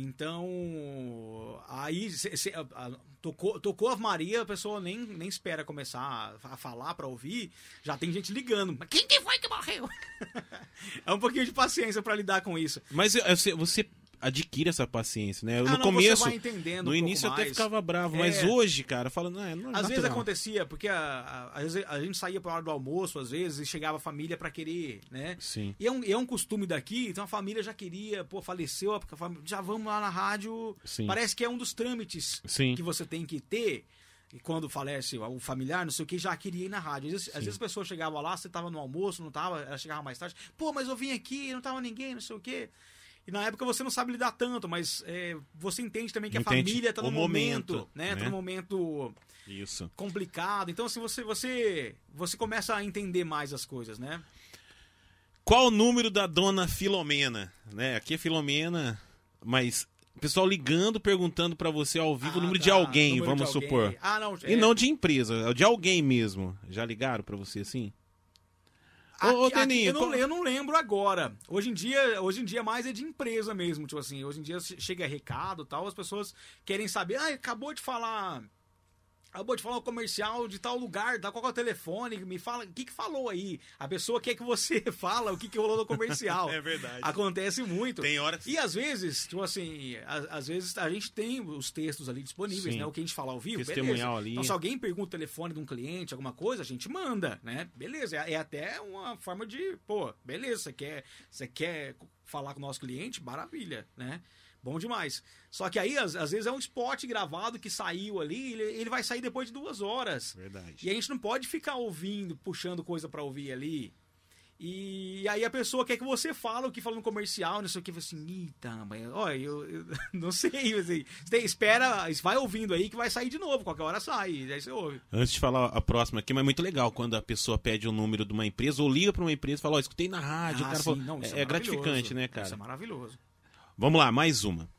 Então, aí cê- cê- a- a- tocou, tocou a Maria, a pessoa nem, nem espera começar a, a falar pra ouvir, já tem gente ligando. Mas quem que foi que morreu? É um pouquinho de paciência pra lidar com isso. Mas eu- eu- você, você adquire essa paciência, né? Ah, no não, começo, você vai entendendo no um início eu pouco até mais. ficava bravo, mas É. hoje, cara, falando, é, não, Às vezes natural. acontecia, porque a, a, às vezes a gente saía pra hora do almoço, às vezes, e chegava a família pra querer, né? Sim. E é um, e é um costume daqui, então a família já queria, pô, faleceu, a família- já vamos lá na rádio. Sim. Parece que é um dos trâmites Sim. que você tem que ter. E quando falece o familiar, não sei o que, já queria ir na rádio. Às vezes, às vezes a pessoa chegava lá, você tava no almoço, não tava, ela chegava mais tarde. Pô, mas eu vim aqui, não tava ninguém, não sei o quê. E na época você não sabe lidar tanto, mas é, você entende também que a Entende família tá o num momento, momento, né? Tá né? num momento Isso. complicado. Então, assim, você, você, você começa a entender mais as coisas, né? Qual o número da dona Filomena? Né? Aqui é Filomena, mas o pessoal ligando, perguntando pra você ao vivo o Ah, número de tá, alguém, número vamos de alguém. supor. Ah, não. E é, não de empresa, é de alguém mesmo. Já ligaram pra você assim? aqui, Ô, ô, aqui Deninho, eu, não, qual- eu não lembro agora. Hoje em dia, hoje em dia mais é de empresa mesmo, tipo assim. Hoje em dia chega recado e tal, as pessoas querem saber. Ah, acabou de falar... Acabou de falar um comercial de tal lugar, dá qual que é o telefone, me fala, o que que falou aí? A pessoa quer que você fala o que que rolou no comercial. É verdade. Acontece muito. Tem horas- E às vezes, tipo assim, a- às vezes a gente tem os textos ali disponíveis, Sim. né? O que a gente fala ao vivo, Testemunhal beleza. ali. Então se alguém pergunta o telefone de um cliente, alguma coisa, a gente manda, né? Beleza, é, é até uma forma de, pô, beleza, você quer, você quer falar com o nosso cliente? Maravilha, né? Bom demais. Só que aí, às, às vezes, é um spot gravado que saiu ali, ele, ele vai sair depois de duas horas. Verdade. E a gente não pode ficar ouvindo, puxando coisa pra ouvir ali. E aí a pessoa quer que você fale o que falou no comercial, não sei o que, assim, eita, mas, olha, eu, eu não sei, assim, você tem- espera, vai ouvindo aí que vai sair de novo, qualquer hora sai, e aí você ouve. Antes de falar a próxima aqui, mas é muito legal quando a pessoa pede o número de uma empresa ou liga pra uma empresa e fala, ó, escutei na rádio, o Ah, cara sim, falou, não, isso é, é maravilhoso. gratificante, né, cara? Isso é maravilhoso. Vamos lá, mais uma.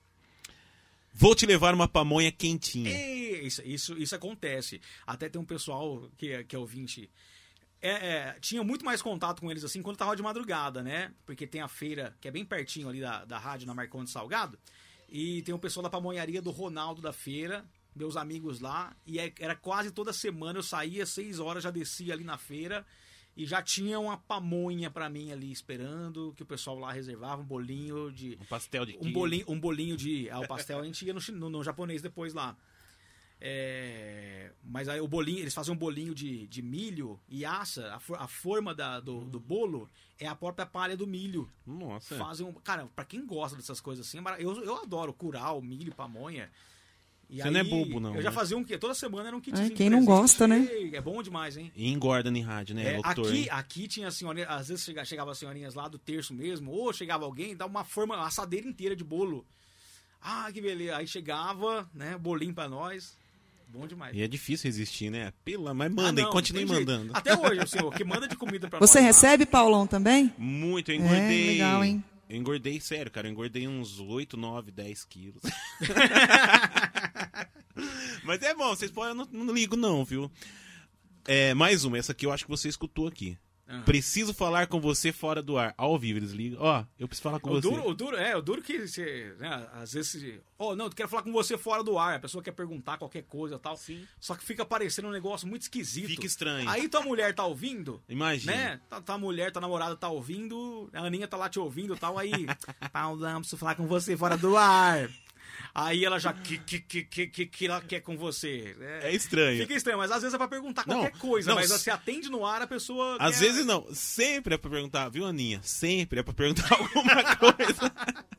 Vou te levar uma pamonha quentinha. E isso, isso, isso acontece. Até tem um pessoal que, é- que é ouvinte. É, é, tinha muito mais contato com eles assim quando tava de madrugada, né? Porque tem a feira que é bem pertinho ali da, da rádio, na Marcondes Salgado. E tem o pessoal da pamonharia do Ronaldo da feira. meus amigos lá, e é- era quase toda semana eu saía, seis horas, já descia ali na feira, e já tinha uma pamonha pra mim ali esperando, que o pessoal lá reservava, um bolinho de... Um pastel de Um queijo. bolinho, um bolinho de... Ah, o pastel a gente ia no, chi- no, no japonês depois lá. É, mas aí o bolinho, eles fazem um bolinho de, de milho e assa, a, for- a forma da, do, do bolo é a própria palha do milho. Nossa. Fazem um, cara, pra quem gosta dessas coisas assim, é mara- eu, eu adoro curau, milho, pamonha. E Você não é bobo, não, Eu já né? fazia um quê? Toda semana era um kitzinho. Ai, de quem não presente. gosta, né? Ei, É bom demais, hein? E engorda em rádio, né? É, Locutor, aqui, hein? aqui tinha senhorinha, às vezes chega, chegava as senhorinhas lá do terço mesmo, ou chegava alguém, dava uma forma, uma assadeira inteira de bolo. Ah, que beleza. Aí chegava, né, bolinho pra nós. Bom demais. E é difícil resistir, né? Pela, mas Ah, mandem, não, continue não tem jeito. mandando. Até hoje, o senhor, que manda de comida pra Você nós. lá. recebe, Paulão, também? Muito, eu engordei. É, legal, hein? Eu engordei, sério, cara. Eu engordei uns oito, nove, dez quilos. Mas é bom, vocês podem, eu não, não ligo não, viu? É, mais uma, essa aqui eu acho que você escutou aqui. Ah. Preciso falar com você fora do ar. Ao vivo, eles ligam. Ó, eu preciso falar com O você. duro, o duro, é, o duro que você, né, às vezes, você- oh, não, eu quero falar com você fora do ar, a pessoa quer perguntar qualquer coisa e tal, Sim. só que fica parecendo um negócio muito esquisito. Fica estranho. Aí tua mulher tá ouvindo, Imagina. né, tua, tua mulher, tua namorada tá ouvindo, a Aninha tá lá te ouvindo e tal, aí, Paulão, preciso falar com você fora do ar. Aí ela já, que, que, que, que, que, que ela quer com você. É estranho. Fica estranho, mas às vezes é pra perguntar qualquer Não, coisa, não, mas s- você atende no ar, a pessoa Às quer- vezes não, sempre é pra perguntar, viu, Aninha? Sempre é pra perguntar alguma coisa.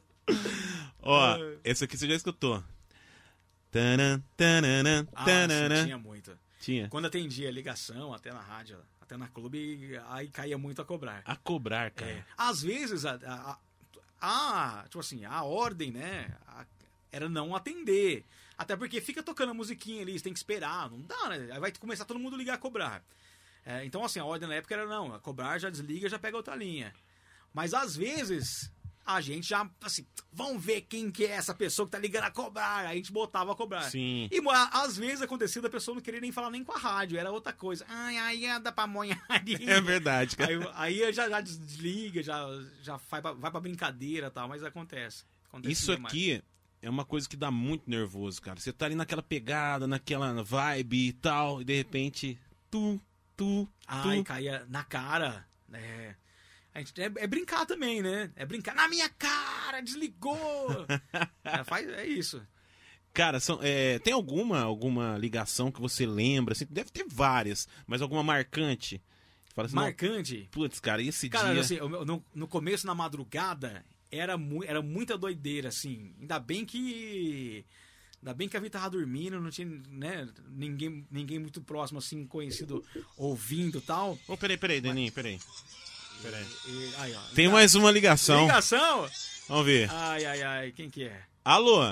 Ó, essa aqui você já escutou. Tanan, tanana, Ah, tanana. sim, tinha muito. Tinha. Quando atendia ligação, até na rádio, até na clube, aí caía muito a cobrar. A cobrar, cara. É. Às vezes, a, a, a- a- tipo assim, a ordem, né, a- era não atender. Até porque fica tocando a musiquinha ali, você tem que esperar, não dá, né? Aí vai começar todo mundo ligar a cobrar. É, então, assim, a ordem na época era não, a cobrar já desliga, já pega outra linha. Mas às vezes, a gente já, assim, vamos ver quem que é essa pessoa que tá ligando a cobrar. Aí a gente botava a cobrar. Sim. E a- às vezes acontecia da pessoa não querer nem falar nem com a rádio, era outra coisa. Ai, ai, anda pamonha ali. É verdade, cara. Aí, aí já, já desliga, já, já vai, pra, vai pra brincadeira e tal, mas acontece. Acontece Isso demais. aqui é uma coisa que dá muito nervoso, cara. Você tá ali naquela pegada, naquela vibe e tal, e de repente, tu, tu, Ai, tu. caía na cara. É, a gente, é, é brincar também, né? É brincar na minha cara, desligou. é, faz, é isso. Cara, são, é, tem alguma, alguma ligação que você lembra? Assim, deve ter várias, mas alguma marcante? Fala assim, não, Marcante. putz, cara, esse Cara, dia... assim, eu- no, no começo, na madrugada, era, mu era muita doideira, assim. Ainda bem que... Ainda bem que a Vitor tava dormindo, não tinha, né, ninguém, ninguém muito próximo, assim, conhecido, ouvindo e tal. Ô, peraí, peraí, Deninho, peraí. Peraí. E, aí, ó, Tem liga- mais uma ligação. Ligação? Vamos ver. Ai, ai, ai, quem que é? Alô?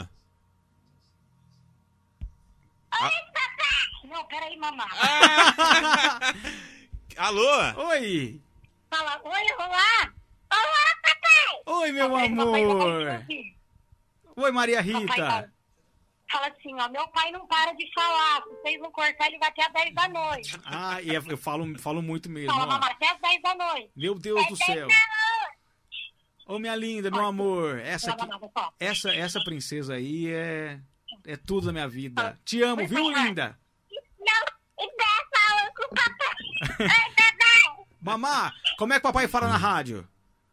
Não, peraí, mamãe. Alô? Oi! Fala, oi, olá. Olá, papai. Oi, meu Papai, papai, amor! papai, papai. Oi, Maria Papai Rita! fala, fala assim, ó, meu pai não para de falar. Se vocês não cortar, ele vai até às dez da noite. Ah, e eu falo, falo muito mesmo, Fala, ó. mamãe, até às dez da noite. Meu Deus do céu! Ô, minha linda, meu amor, essa Fala, aqui, mamãe, só. essa, essa princesa aí é, é tudo na minha vida. Te amo, viu, linda? Não, e dá fala com o papai. Ai, papai. Mamá, como é que papai fala na rádio?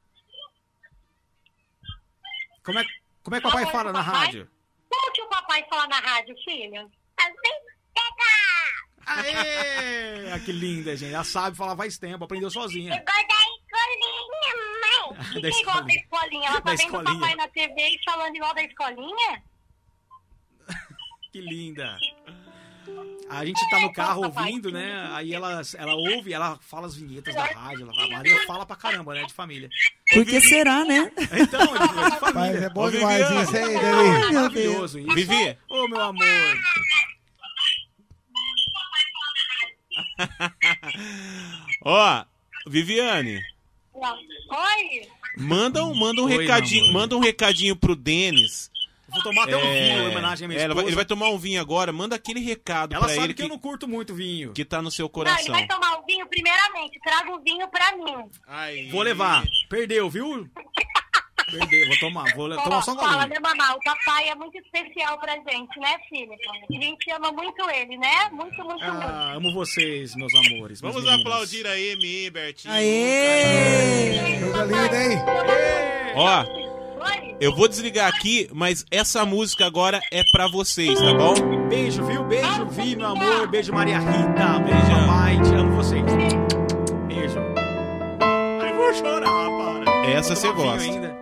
Como é, como é que papai Fala fala com na o papai? rádio? Como que o papai fala na rádio, filho? Assim, pega. Aê! Ah, que linda, gente. Ela sabe falar faz tempo, aprendeu sozinha. Igual da escolinha, mãe. O que, Da que é igual da escolinha. escolinha? Ela Da tá vendo o escolinha. papai na T V e falando igual da escolinha? Que linda. A gente tá no carro papai. ouvindo, né? Aí ela, ela ouve, ela fala as vinhetas da rádio. Ela, a Maria fala pra caramba, né? De família. Por que será, né? Então, é de, é de Mas família. é bom Ô, demais Viviane. isso, hein, Ai, Deli? meu Deus. Maravilhoso isso. Vivi? Ô, meu amor. Ó, Viviane, Oi? manda um, manda um Oi, recadinho, meu amor. manda um recadinho pro Denis. Vou tomar até um vinho em homenagem à minha é, ela vai- esposa. ele vai tomar um vinho agora, manda aquele recado Ela pra sabe ele que, que, eu não curto muito vinho. que tá no seu Não, ele coração. vai tomar o vinho primeiramente. Traga o vinho pra mim. Aí. Vou levar. Perdeu, viu? Perder, vou tomar, vou tomar só um Fala, golinho. né, mamá? O papai é muito especial pra gente, né, filho? A gente ama muito ele, né? Muito, muito, muito. Ah, amo vocês, meus amores. minhas Vamos meninas. aplaudir a Emi, Bertinho. Aê! Coisa linda, hein? Ó, Oi? eu vou desligar aqui, mas essa música agora é pra vocês, tá bom? Beijo, viu? Beijo, Vi, meu amor. Beijo, Maria Rita. Beijo, Beijão. papai. Te amo vocês. Beijo. Ai, vou chorar, para. Essa você Vou tomar vinho gosta. ainda.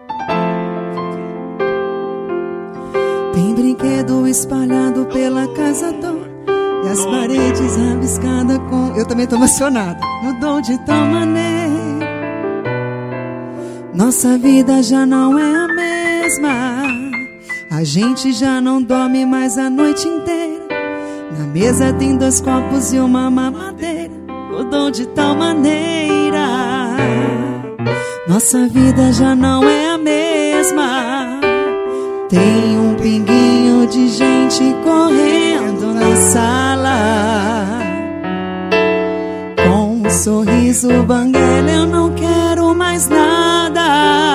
Tem brinquedo espalhado pela casa toda e as paredes rabiscadas com... Eu também tô emocionada. Mudou de tal maneira, nossa vida já não é a mesma. A gente já não dorme mais a noite inteira. Na mesa tem dois copos e uma mamadeira. Mudou de tal maneira, nossa vida já não é a mesma. Tem um pinguinho de gente correndo na sala, com um sorriso banguela, eu não quero mais nada.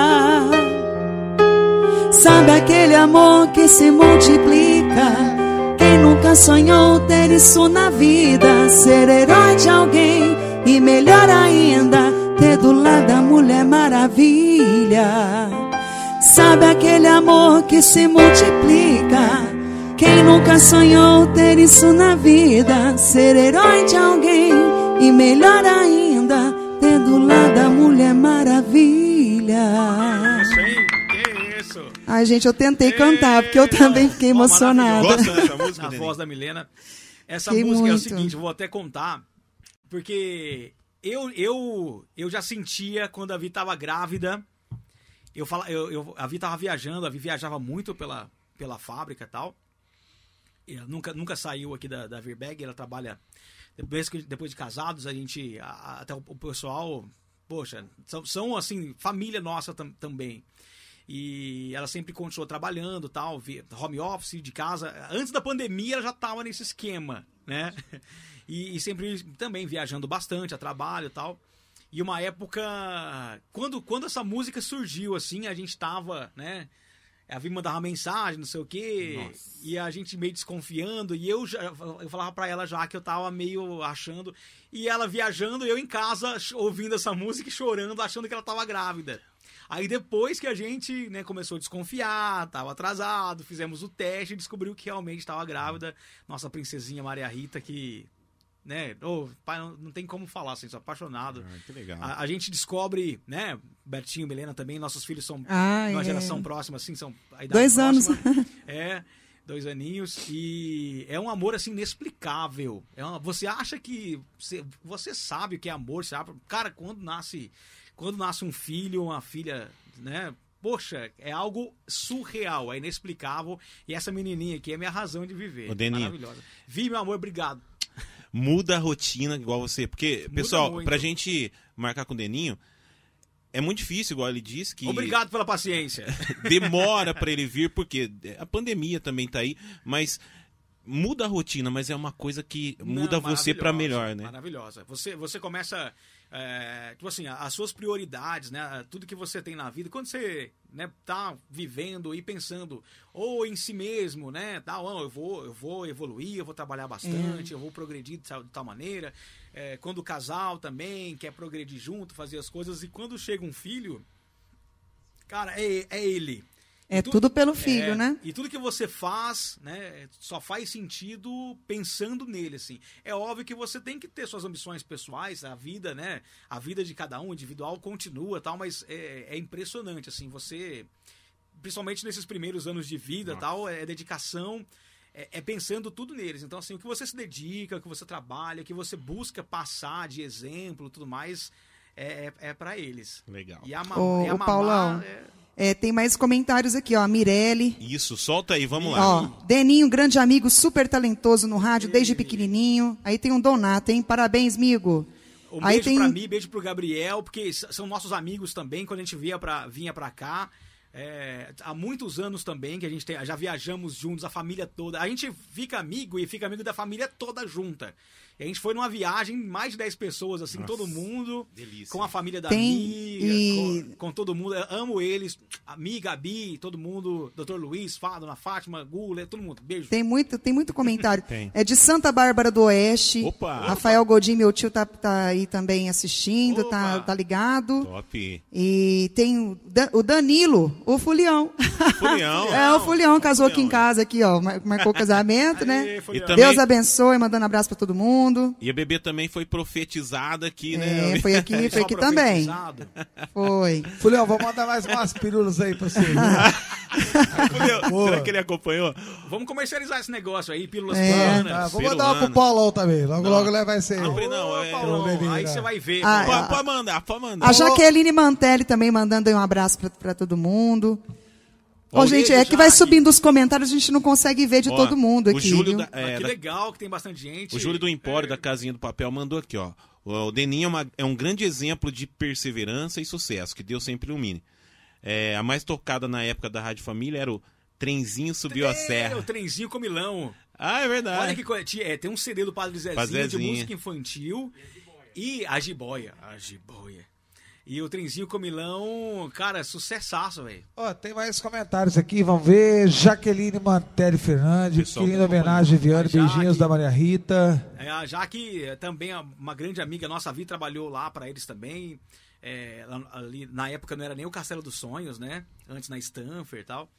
Sabe aquele amor que se multiplica? Quem nunca sonhou ter isso na vida? Ser herói de alguém e melhor ainda, ter do lado a Mulher Maravilha. Sabe aquele amor que se multiplica? Quem nunca sonhou ter isso na vida? Ser herói de alguém e melhor ainda, ter do lado a Mulher Maravilha. Isso aí, que isso? Ai, gente, eu tentei cantar, porque eu também fiquei Ó, emocionada. Gosta dessa música, Na Denise? voz da Milena. Essa Fiquei música é o muito. seguinte, eu vou até contar, porque eu, eu, eu já sentia quando a Vi tava grávida. Eu fala, eu, eu, a Vi tava viajando, a Vi viajava muito pela, pela fábrica e tal. E ela nunca, nunca saiu aqui da, da Virberg, ela trabalha... Depois, que- depois de casados, a gente... a- a- até o, o pessoal... Poxa, são, são assim, família nossa tam, também. E ela sempre continuou trabalhando, tal, vi- home office, de casa. Antes da pandemia, ela já estava nesse esquema, né? E, e sempre também viajando bastante, a trabalho e tal. E uma época... Quando, quando essa música surgiu, assim, a gente tava, né? A Vi mandava mensagem, não sei o quê. E a gente meio desconfiando. E eu, já, eu falava pra ela já que eu tava meio achando. E ela viajando, eu em casa, ch- ouvindo essa música e chorando, achando que ela tava grávida. Aí depois que a gente, né, começou a desconfiar, tava atrasado, fizemos o teste e descobriu que realmente estava grávida. Nossa princesinha Maria Rita, que... Né? Oh, pai, não, não tem como falar, assim, sou apaixonado. Ah, que legal. A, a gente descobre, né? Bertinho, Milena também, nossos filhos são Ai, uma é. geração próxima, assim, são a idade Dois anos. próxima. É, dois aninhos. E é um amor, assim, inexplicável. É uma, você acha que... Você, você sabe o que é amor, sabe? Cara, quando nasce, quando nasce um filho, uma filha, né? Poxa, é algo surreal, é inexplicável. E essa menininha aqui é minha razão de viver. Ô, Deninho. Maravilhosa. Vi, meu amor, obrigado. Muda a rotina igual você. Porque, Muda pessoal, muito. pra gente marcar com o Deninho, é muito difícil, igual ele disse, que Obrigado pela paciência. demora pra ele vir, porque a pandemia também tá aí, mas muda a rotina, mas é uma coisa que muda Não, você pra maravilhosa, melhor, né? Maravilhosa. Você, você começa, é, tipo assim, as suas prioridades, né? Tudo que você tem na vida, quando você, né, tá vivendo e pensando ou em si mesmo, né? Tá, oh, eu vou, eu vou evoluir, eu vou trabalhar bastante, eu vou progredir de tal, de tal maneira. É, quando o casal também quer progredir junto, fazer as coisas, e quando chega um filho, cara, é, é ele. É E tu- tudo pelo filho, é, né? E tudo que você faz, né, só faz sentido pensando nele, assim. É óbvio que você tem que ter suas ambições pessoais, a vida, né, a vida de cada um, individual, continua, tal, mas é, é impressionante, assim, você, principalmente nesses primeiros anos de vida, tal, é dedicação, é, é pensando tudo neles. Então, assim, o que você se dedica, o que você trabalha, o que você busca passar de exemplo, tudo mais, é, é, é para eles. Legal. E a, ma Ô, e a ô, mamá Paulão. é- É, tem mais comentários aqui, ó. A Mirelle. Isso, solta aí, vamos lá. Ó, Deninho, grande amigo, super talentoso no rádio desde pequenininho. Aí tem um Donato, hein? Parabéns, amigo. Um Aí beijo tem- pra mim, beijo pro Gabriel, porque s- são nossos amigos também, quando a gente via pra, vinha pra cá. É, há muitos anos também que a gente tem, já viajamos juntos, a família toda. A gente fica amigo e fica amigo da família toda junta. E a gente foi numa viagem, mais de dez pessoas, assim, Nossa, todo mundo. delícia. Com a família da Tem, amiga, e- com, com todo mundo. Eu amo eles. A Mi, Gabi, todo mundo. doutor Luiz, Fá, Dona Fátima, Gula, todo mundo. Beijo. Tem muito, tem muito comentário. Tem. É de Santa Bárbara do Oeste. Opa! Rafael Godinho, meu tio, tá, tá aí também assistindo, tá, Opa! tá ligado. Top. E tem o Dan- o Danilo, o Fulião. Fulião. É, o Fulião casou Fulião, aqui em é. casa, aqui, ó. mar- Marcou o casamento, né? Aê, Fulião. E também- Deus abençoe, mandando abraço pra todo mundo. E a bebê também foi profetizada aqui, né? É, foi aqui, foi Só aqui também. profetizado. Foi. Fulião, vou mandar mais umas pílulas aí pra você. viu? Fulião, Boa. será que ele acompanhou? Vamos comercializar esse negócio aí, pílulas É. planas. Tá, vou Peruana. mandar uma pro Paulão também. Logo, Não. logo ele vai ser. Não, não, é- Paulão, Ô, aí Lelira. você vai ver. Ah, Paulão. Pode, pode mandar, pode mandar. A Jaqueline Mantelli também mandando aí um abraço pra, pra todo mundo. Ô, Ô, gente, beijo, é que vai Jaque. subindo os comentários, a gente não consegue ver de Ó, todo mundo o aqui, Júlio viu? da- Ah, é, que da- legal que tem bastante gente. O Júlio do Empório, da Casinha do Papel, mandou aqui, ó. O Deninho é, uma- é um grande exemplo de perseverança e sucesso, que Deus sempre ilumine. É, a mais tocada na época da Rádio Família era o Trenzinho Subiu a É, Serra. o trenzinho com Milão. Ah, é verdade. Olha que coisa. tinha- é, tem um C D do Padre Zezinho, Padre de Zezinho. música infantil. E a jiboia. A jiboia. E o trenzinho com Milão, cara, sucessaço, velho. Ó, tem mais comentários aqui, vamos ver. Jaqueline Mantelli Fernandes, Pessoal querida que acompanha. homenagem, Viviane, A Jaque. beijinhos da Maria Rita. É, a Jaque é, também é uma grande amiga nossa, a Vi trabalhou lá pra eles também. É, lá- ali, na época não era nem o Castelo dos Sonhos, né? Antes na Stanford e tal.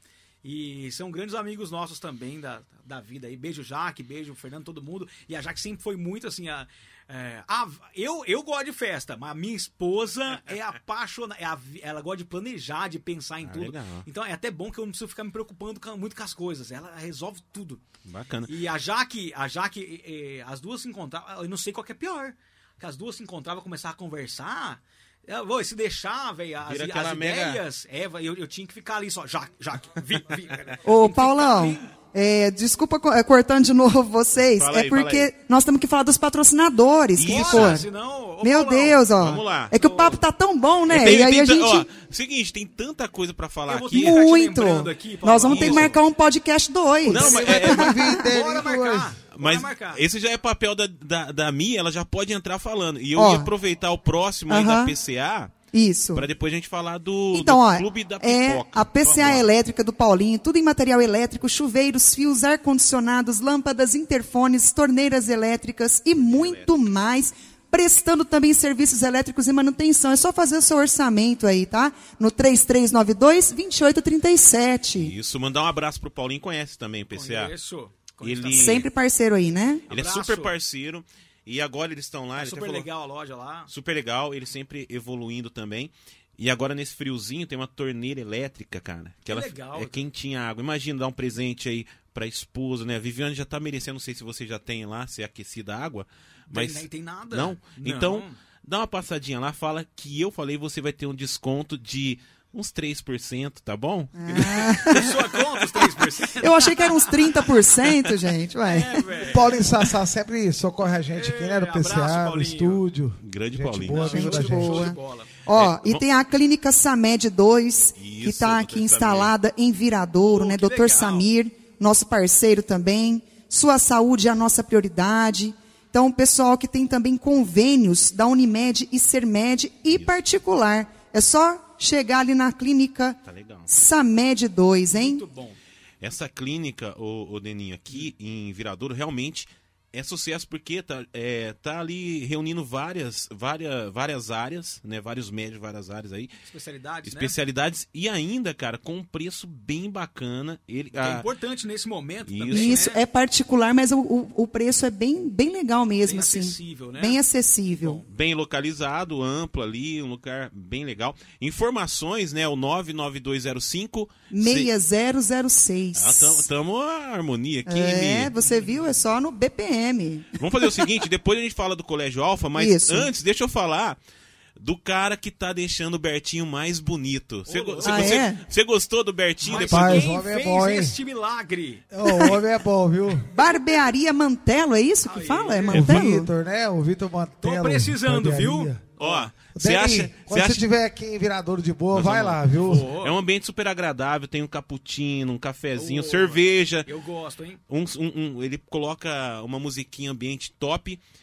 E são grandes amigos nossos também da, da vida aí. Beijo, Jaque, beijo, Fernando, todo mundo. E a Jaque sempre foi muito assim. A, é, a- eu, eu gosto de festa, mas a minha esposa é apaixonada. É a vi- ela gosta de planejar, de pensar em Ah, tudo. legal. Então é até bom que eu não preciso ficar me preocupando com- muito com as coisas. Ela resolve tudo. Bacana. E a Jaque, a Jaque, eh, eh, as duas se encontravam, eu não sei qual que é pior. Que as duas se encontravam, começavam a conversar. Eu, vou, se deixar, velho, as, Vira as aquela mega- ideias, é, eu, eu tinha que ficar ali só, Jaque, Jaque, vi, vi. Ô, Tem que Paulão, ficar ali. é, desculpa co- é, cortando de novo vocês, Fala é aí, fala porque aí. nós temos que falar dos patrocinadores. que Isso. ficou. Bora, senão, ô, Meu Paulão, Deus, ó. Vamos lá. É que o papo tá tão bom, né? Tem- e aí tem a ta- gente... ó, seguinte, tem tanta coisa pra falar Eu vou aqui. ter que- Muito. lembrando aqui, Paulão. Nós vamos ter que Isso. marcar um podcast dois. Não, mas, é- é- Bora marcar, mas bora marcar. esse já é papel da, da, da Mia, ela já pode entrar falando. E eu Ó. ia aproveitar o próximo aí Aham. da P C A Isso. pra depois a gente falar do, Então, do ó, Clube da é Pipoca. a P C A Vamos lá. elétrica do Paulinho, tudo em material elétrico, chuveiros, fios, ar-condicionados, lâmpadas, interfones, torneiras elétricas e muito mais, prestando também serviços elétricos e manutenção. É só fazer o seu orçamento aí, tá? No três três nove dois, dois oito três sete. Isso, mandar um abraço pro Paulinho, conhece também o P C A. Conheço. Ele- Conheço. Sempre parceiro aí, né? Ele Abraço. é super parceiro. E agora eles estão lá. É ele até super falou- legal a loja lá. Super legal, ele sempre evoluindo também. E agora nesse friozinho tem uma torneira elétrica, cara. Que Que ela legal. é quentinha a água. Imagina dar um presente aí pra esposa, né? A Viviane já tá merecendo, não sei se você já tem lá, se é aquecida a água. Mas Nem tem nada. Não? Não. Então, dá uma passadinha lá, fala que eu falei, você vai ter um desconto de uns três por cento, tá bom? Por sua conta, os três por cento. Eu achei que era uns trinta por cento, gente. Ué. É, velho. Paulinho Sassá sempre socorre a gente aqui, né? No Abraço, P C A, no Paulinho. estúdio. Grande Gente Paulinho. boa, Não, amigo da gente gente. boa. Show de bola. Ó, É, e bom- tem a Clínica Samed dois, que Isso, está doutor aqui instalada em Pô, Viradouro, né? que doutor legal. Samir, nosso parceiro também. Sua saúde é a nossa prioridade. Então, o pessoal que tem também convênios da Unimed e Sermed e particular. É só chegar ali na Clínica Tá legal. Samed dois, hein? Muito bom. Essa clínica, o, o Deninho, aqui em Viradouro, realmente é sucesso porque tá, é, tá ali reunindo várias, várias, várias áreas, né? Vários médicos, várias áreas aí. Especialidades, né? Especialidades e ainda, cara, com um preço bem bacana. Ele, Que é a- importante nesse momento Isso. também, Isso, né? é particular, mas o, o, o preço é bem, bem legal mesmo, Bem assim. acessível, né? Bem acessível. bem localizado, amplo ali, um lugar bem legal. Informações, né? O nove nove dois zero cinco seis zero zero seis. Ah, tamo, tamo a harmonia aqui, É, Mi. você viu? É só no B P M. Vamos fazer o seguinte, depois a gente fala do Colégio Alfa, mas Isso. antes, deixa eu falar do cara que tá deixando o Bertinho mais bonito. Você go- você- Ah, você- é? você gostou do Bertinho? Mas Depois... Rapaz, quem o homem é fez bom, hein? este milagre? Ô, O homem é bom, viu? Barbearia Mantelo, é isso que Aí. fala? É O Mantelo? Vitor, né? O Vitor Mantelo. Tô precisando, viu? barbearia. Ó, você Dani, acha... quando Você você acha... estiver aqui em Viradouro de Boa, Nós vai vamos lá, viu? Pô, É um ambiente super agradável, tem um cappuccino, um cafezinho, Oh, cerveja. eu gosto, hein? Um, um- um- ele coloca uma musiquinha ambiente top.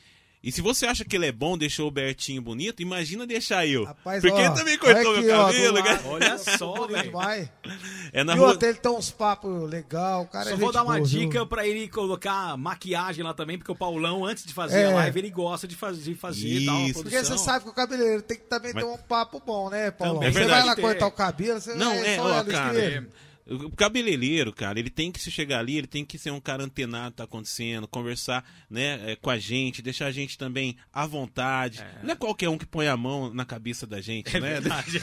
E se você acha que ele é bom, deixou o Bertinho bonito, imagina deixar eu. Rapaz, Porque ó, ele também cortou olha aqui, meu ó, cabelo, do cara. lado. Olha só, velho. Vai. É na E rua. outra, ele tem uns papos legal, o cara Só é vou gente dar uma boa, viu? dica pra ele colocar maquiagem lá também, porque o Paulão, antes de fazer É. a live, ele gosta de fazer, de fazer e tal, a Isso. Porque produção. você sabe que o cabeleireiro tem que também Mas- ter um papo bom, né, Paulo? Também. Você É vai verdade. lá Ter. cortar o cabelo, você Não, vai é, só ó, olhar no cara, espelho. O cabeleireiro, cara, ele tem que se chegar ali, ele tem que ser um cara antenado, tá acontecendo, conversar, né, é, com a gente, deixar a gente também à vontade. Não é qualquer um que põe a mão na cabeça da gente, É né? verdade.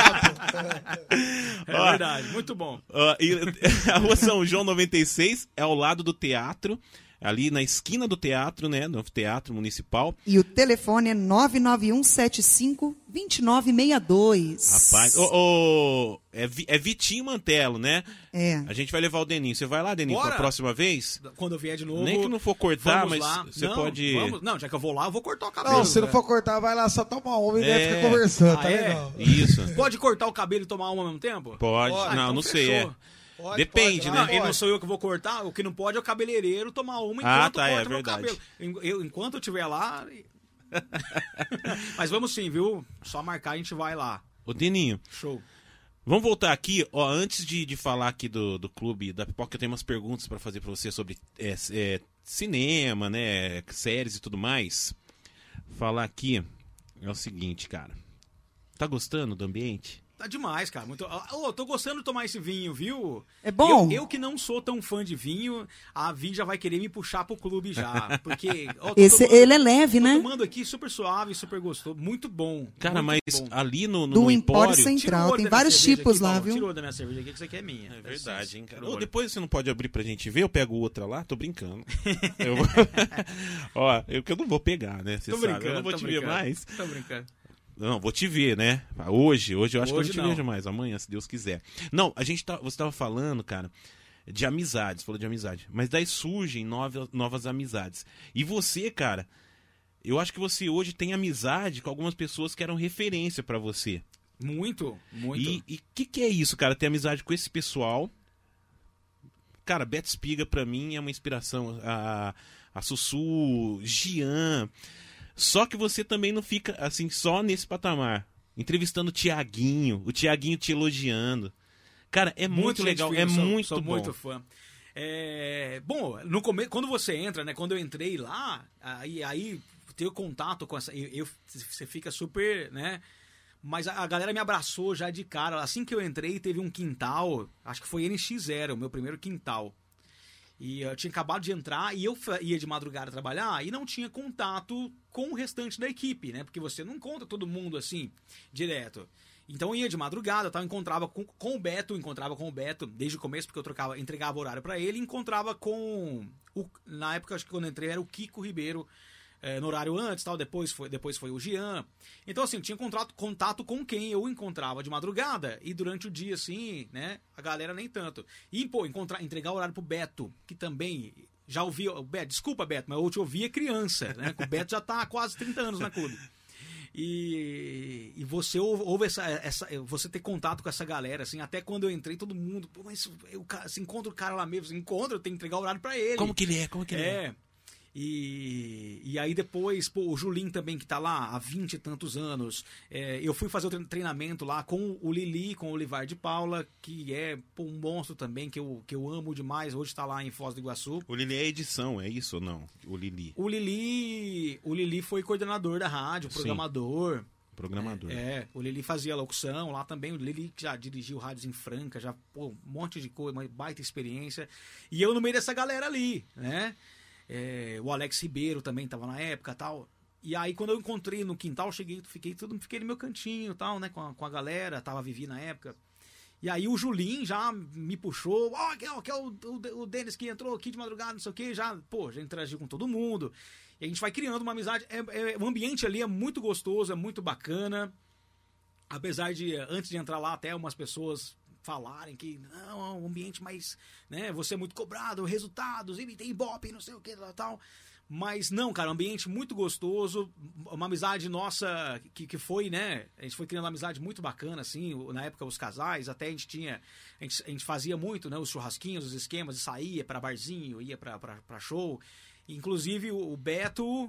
é Ó. verdade, muito bom. Ó, e a rua São João noventa e seis é ao lado do teatro, ali na esquina do teatro, né, no Teatro Municipal. E o telefone é nove nove um sete cinco, dois nove seis dois. Rapaz, ô, ô, é, Vi- é Vitinho Mantelo, né? É. A gente vai levar o Deninho. Você vai lá, Deninho, Bora. pra próxima vez? Quando eu vier de novo... Nem que não for cortar, vamos mas lá. você Não, pode... vamos- não, já que eu vou lá, eu vou cortar o cabelo. Não, se não né? for cortar, vai lá só tomar uma e É. deve ficar conversando, Ah, tá é? legal? Isso. Pode cortar o cabelo e tomar uma ao mesmo tempo? Pode. Pode. Não, então não sei, é. fechou. Pode, Depende, pode, né? Não, pode. e não sou eu que vou cortar, o que não pode é o cabeleireiro tomar uma enquanto Ah, tá, é corta meu verdade. cabelo. En- eu- enquanto eu estiver lá... Mas vamos sim, viu? Só marcar, a gente vai lá. Ô, Deninho, Show. vamos voltar aqui, ó, antes de, de falar aqui do, do clube da Pipoca, eu tenho umas perguntas pra fazer pra você sobre é, é, cinema, né, séries e tudo mais. Falar aqui é o seguinte, cara. Tá gostando do ambiente? Tá demais, cara. Muito... Ô, tô gostando de tomar esse vinho, viu? É bom? Eu, eu que não sou tão fã de vinho, a Vi já vai querer me puxar pro clube já. Porque. Ó, tô Esse, tomando- ele é leve, tô né? tomando aqui super suave, super gostoso. Muito bom. Cara, muito mas bom. ali no, no, Do no Empório Empório... Central. Tira o olho Tem da minha vários cerveja tipos aqui, lá, Paulo. viu? Tira o olho da minha cerveja aqui, que isso aqui é minha. É verdade, hein, cara. Tira o Ô, olho. depois você não pode abrir pra gente ver, eu pego outra lá, tô brincando. Eu vou... Ó, eu que eu não vou pegar, né? Você Tô sabe, brincando, eu não vou tô te ver brincando. mais. Tô brincando. Não, vou te ver, né? Hoje, hoje eu acho Hoje que eu não te não. vejo mais. Amanhã, se Deus quiser. Não, a gente tá, você tava falando, cara, de amizades, falou de amizade. Mas daí surgem novas, novas amizades. E você, cara, eu acho que você hoje tem amizade com algumas pessoas que eram referência pra você. Muito, muito. E o que, que é isso, cara? Ter amizade com esse pessoal. Cara, Beto Espiga, pra mim, é uma inspiração. A, a Sussu, Gian. Só que você também não fica, assim, só nesse patamar. Entrevistando o Tiaguinho, o Tiaguinho te elogiando. Cara, é muito, gente legal, fina, é sou, muito sou bom. muito fã. É, bom, no come... quando você entra, né? Quando eu entrei lá, aí, aí ter contato com essa. Eu, eu- você fica super, né? Mas a, a galera me abraçou já de cara. Assim que eu entrei, teve um quintal, acho que foi N X zero, o meu primeiro quintal. E eu tinha acabado de entrar e eu fa- ia de madrugada trabalhar e não tinha contato com o restante da equipe, né? Porque você não encontra todo mundo assim, direto. Então eu ia de madrugada, tal, encontrava com, com o Beto, encontrava com o Beto desde o começo, porque eu trocava, entregava horário pra ele, e encontrava com o, na época, acho que quando eu entrei era o Kiko Ribeiro, eh, no horário antes, tal, depois foi, depois foi o Gian. Então assim, eu tinha contato, contato com quem eu encontrava de madrugada, e durante o dia assim, né, a galera nem tanto. E pô, encontrar, entregar horário pro Beto, que também já ouvia, o Beto, desculpa Beto, mas eu te ouvia criança, né, que o Beto já tá há quase trinta anos na clube. E, e você ouve, ouve essa, essa. Você ter contato com essa galera, assim, até quando eu entrei, todo mundo. Pô, mas eu, se encontra o cara lá mesmo, se encontra, eu tenho que entregar o horário pra ele. Como que ele é? Como que ele é? É. E, e aí depois, pô, o Julinho também, que tá lá há vinte e tantos anos. É, eu fui fazer o tre- treinamento lá com o Lili, com o Olivar de Paula, que é pô, um monstro também, que eu, que eu amo demais. Hoje tá lá em Foz do Iguaçu. O Lili é edição, é isso ou não? O Lili, O Lili, o Lili foi coordenador da rádio, Sim. programador. programador. É, o Lili fazia locução lá também. O Lili já dirigiu rádios em Franca, já, pô, um monte de coisa, uma baita experiência. E eu no meio dessa galera ali, né? É, o Alex Ribeiro também tava na época e tal. E aí, quando eu encontrei no quintal, cheguei, fiquei tudo, fiquei no meu cantinho e tal, né? Com a, com a galera, tava a Vivi na época. E aí o Julinho já me puxou, ó, que é, o- que é o, o, o Denis que entrou aqui de madrugada, não sei o que, já, pô, já interagiu com todo mundo. E a gente vai criando uma amizade. É, é, o ambiente ali é muito gostoso, é muito bacana. Apesar de, antes de entrar lá, até umas pessoas falarem que não, é um ambiente mais, né, você é muito cobrado, resultados, e tem ibope, não sei o que, tal, tal. Mas não, cara, um ambiente muito gostoso, uma amizade nossa que, que foi, né, a gente foi criando uma amizade muito bacana, assim, na época os casais, até a gente tinha, a gente, a gente fazia muito, né, os churrasquinhos, os esquemas, e saía pra barzinho, ia pra, pra, pra show. Inclusive o Beto,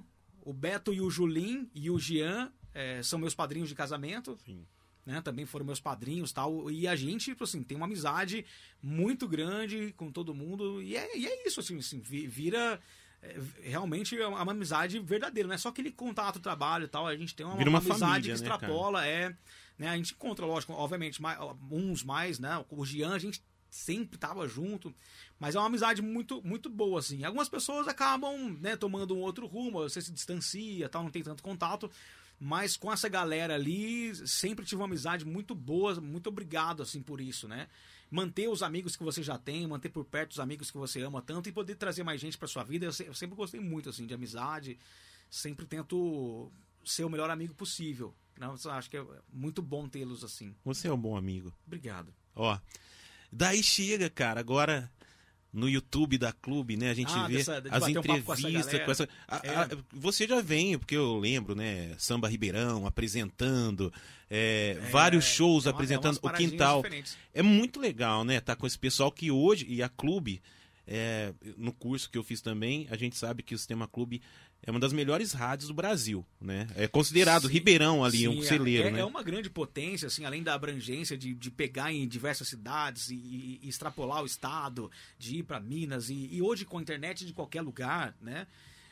o Beto e o Julim e o Jean é, são meus padrinhos de casamento. Sim. Né, também foram meus padrinhos e tal. E a gente, tipo assim, tem uma amizade muito grande com todo mundo. E é, e é isso, assim, assim vira... É, realmente é uma amizade verdadeira, não é só aquele contato, trabalho e tal, a gente tem uma, Vira uma uma amizade família, que né, extrapola, cara? é, né, a gente encontra, lógico, obviamente, mais, uns mais, né, o Jean a gente sempre tava junto, mas é uma amizade muito, muito boa, assim. Algumas pessoas acabam, né, tomando um outro rumo, você se distancia, tal, não tem tanto contato, mas com essa galera ali, sempre tive uma amizade muito boa, muito obrigado, assim, por isso, né. Manter os amigos que você já tem, manter por perto os amigos que você ama tanto e poder trazer mais gente pra sua vida. Eu, se, eu sempre gostei muito, assim, de amizade. Sempre tento ser o melhor amigo possível. Não, eu acho que é muito bom tê-los assim. Você é um bom amigo. Obrigado. Ó, daí chega, cara, agora no YouTube da Clube, né, a gente Ah, vê dessa- de as bater um papo com essa entrevistas galera. com essa... a- É. a- você já vem, porque eu lembro, né, Samba Ribeirão apresentando, é, vários shows é uma- apresentando é umas o paradinhas Quintal. diferentes. É muito legal, né, tá com esse pessoal que hoje, e a Clube, é, no curso que eu fiz também, a gente sabe que o Sistema Clube é uma das melhores rádios do Brasil, né, é considerado Sim, Ribeirão ali, sim, um celeiro, é, né. é uma grande potência, assim, além da abrangência de, de pegar em diversas cidades e, e- e extrapolar o estado, de ir para Minas e, e hoje com a internet de qualquer lugar, né?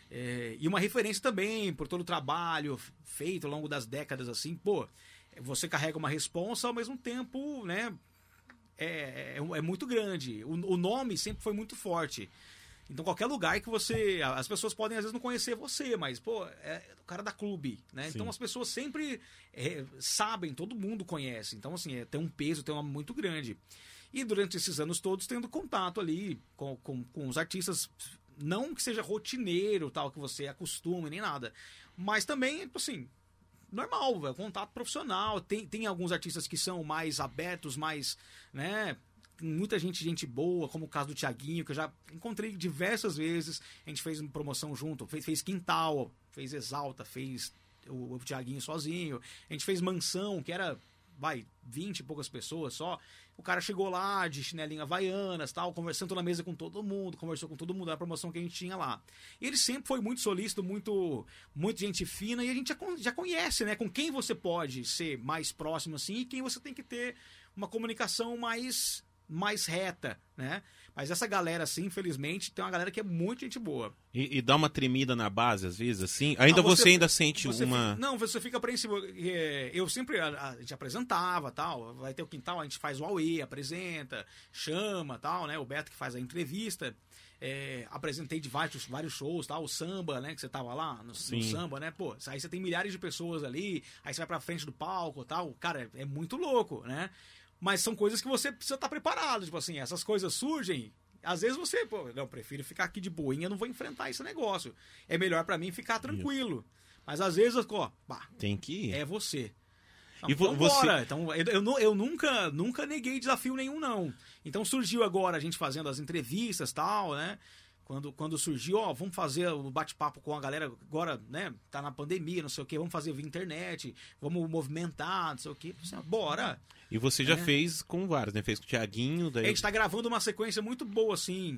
É, e uma referência também por todo o trabalho feito ao longo das décadas, assim, pô, você carrega uma responsa ao mesmo tempo, né? É, é, é muito grande. O, o nome sempre foi muito forte. Então, qualquer lugar que você... As pessoas podem, às vezes, não conhecer você, mas, pô, é o cara da Clube, né? Sim. Então, as pessoas sempre é, sabem, todo mundo conhece. Então, assim, é, tem um peso, tem uma muito grande. E durante esses anos todos, tendo contato ali com, com, com os artistas, não que seja rotineiro, tal, que você acostume, nem nada. Mas também, assim, normal, é contato profissional. Tem, tem alguns artistas que são mais abertos, mais, né... Muita gente, gente boa, como o caso do Thiaguinho, que eu já encontrei diversas vezes. A gente fez uma promoção junto, fez, fez Quintal, fez Exalta, fez o, o Thiaguinho sozinho. A gente fez Mansão, que era, vai, vinte e poucas pessoas só. O cara chegou lá de chinelinha havaianas, tal, conversando na mesa com todo mundo, conversou com todo mundo na promoção que a gente tinha lá. E ele sempre foi muito solícito, muito, muito gente fina, e a gente já, con- já conhece, né, com quem você pode ser mais próximo, assim, e quem você tem que ter uma comunicação mais... mais reta, né? Mas essa galera, assim, infelizmente, tem uma galera que é muito gente boa. E, e dá uma tremida na base, às vezes, assim? Ainda Não, você, ainda sente você uma... fica- não, você fica apreensivo. É, eu sempre, a, a gente apresentava, tal, vai ter o Quintal, a gente faz o Aue, apresenta, chama, tal, né? O Beto que faz a entrevista. É, apresentei de vários, vários shows, tal, o samba, né? Que você tava lá no, no Sim. samba, né? Pô, aí você tem milhares de pessoas ali, aí você vai pra frente do palco, tal. Cara, é, é muito louco, né? Mas são coisas que você precisa estar preparado. Tipo assim, essas coisas surgem. Às vezes você, pô, não, prefiro ficar aqui de boinha, não vou enfrentar esse negócio. É melhor pra mim ficar tranquilo. Mas às vezes, ó, pá, Tem que ir. é você. Então, E vo- então você- bora. Então, eu, eu, nu- eu nunca, nunca neguei desafio nenhum, não. Então surgiu agora a gente fazendo as entrevistas e tal, né? Quando, quando surgiu, ó, vamos fazer o bate-papo com a galera agora, né? Tá na pandemia, não sei o quê, vamos fazer via internet, vamos movimentar, não sei o quê. Assim, ó, bora. E você já É. fez com vários, né? Fez com o Thiaguinho, A daí... gente tá gravando uma sequência muito boa, assim.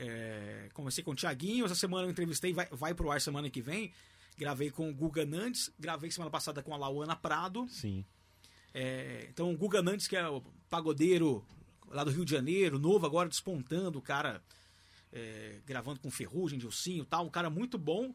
É, comecei com o Thiaguinho, essa semana eu entrevistei, vai, vai pro ar semana que vem. Gravei com o Guga Nandes, gravei semana passada com a Lauana Prado. Sim. É, então o Guga Nandes, que é o pagodeiro lá do Rio de Janeiro, novo agora despontando, o cara é, gravando com Ferrugem, Dilcinho e tal, um cara muito bom.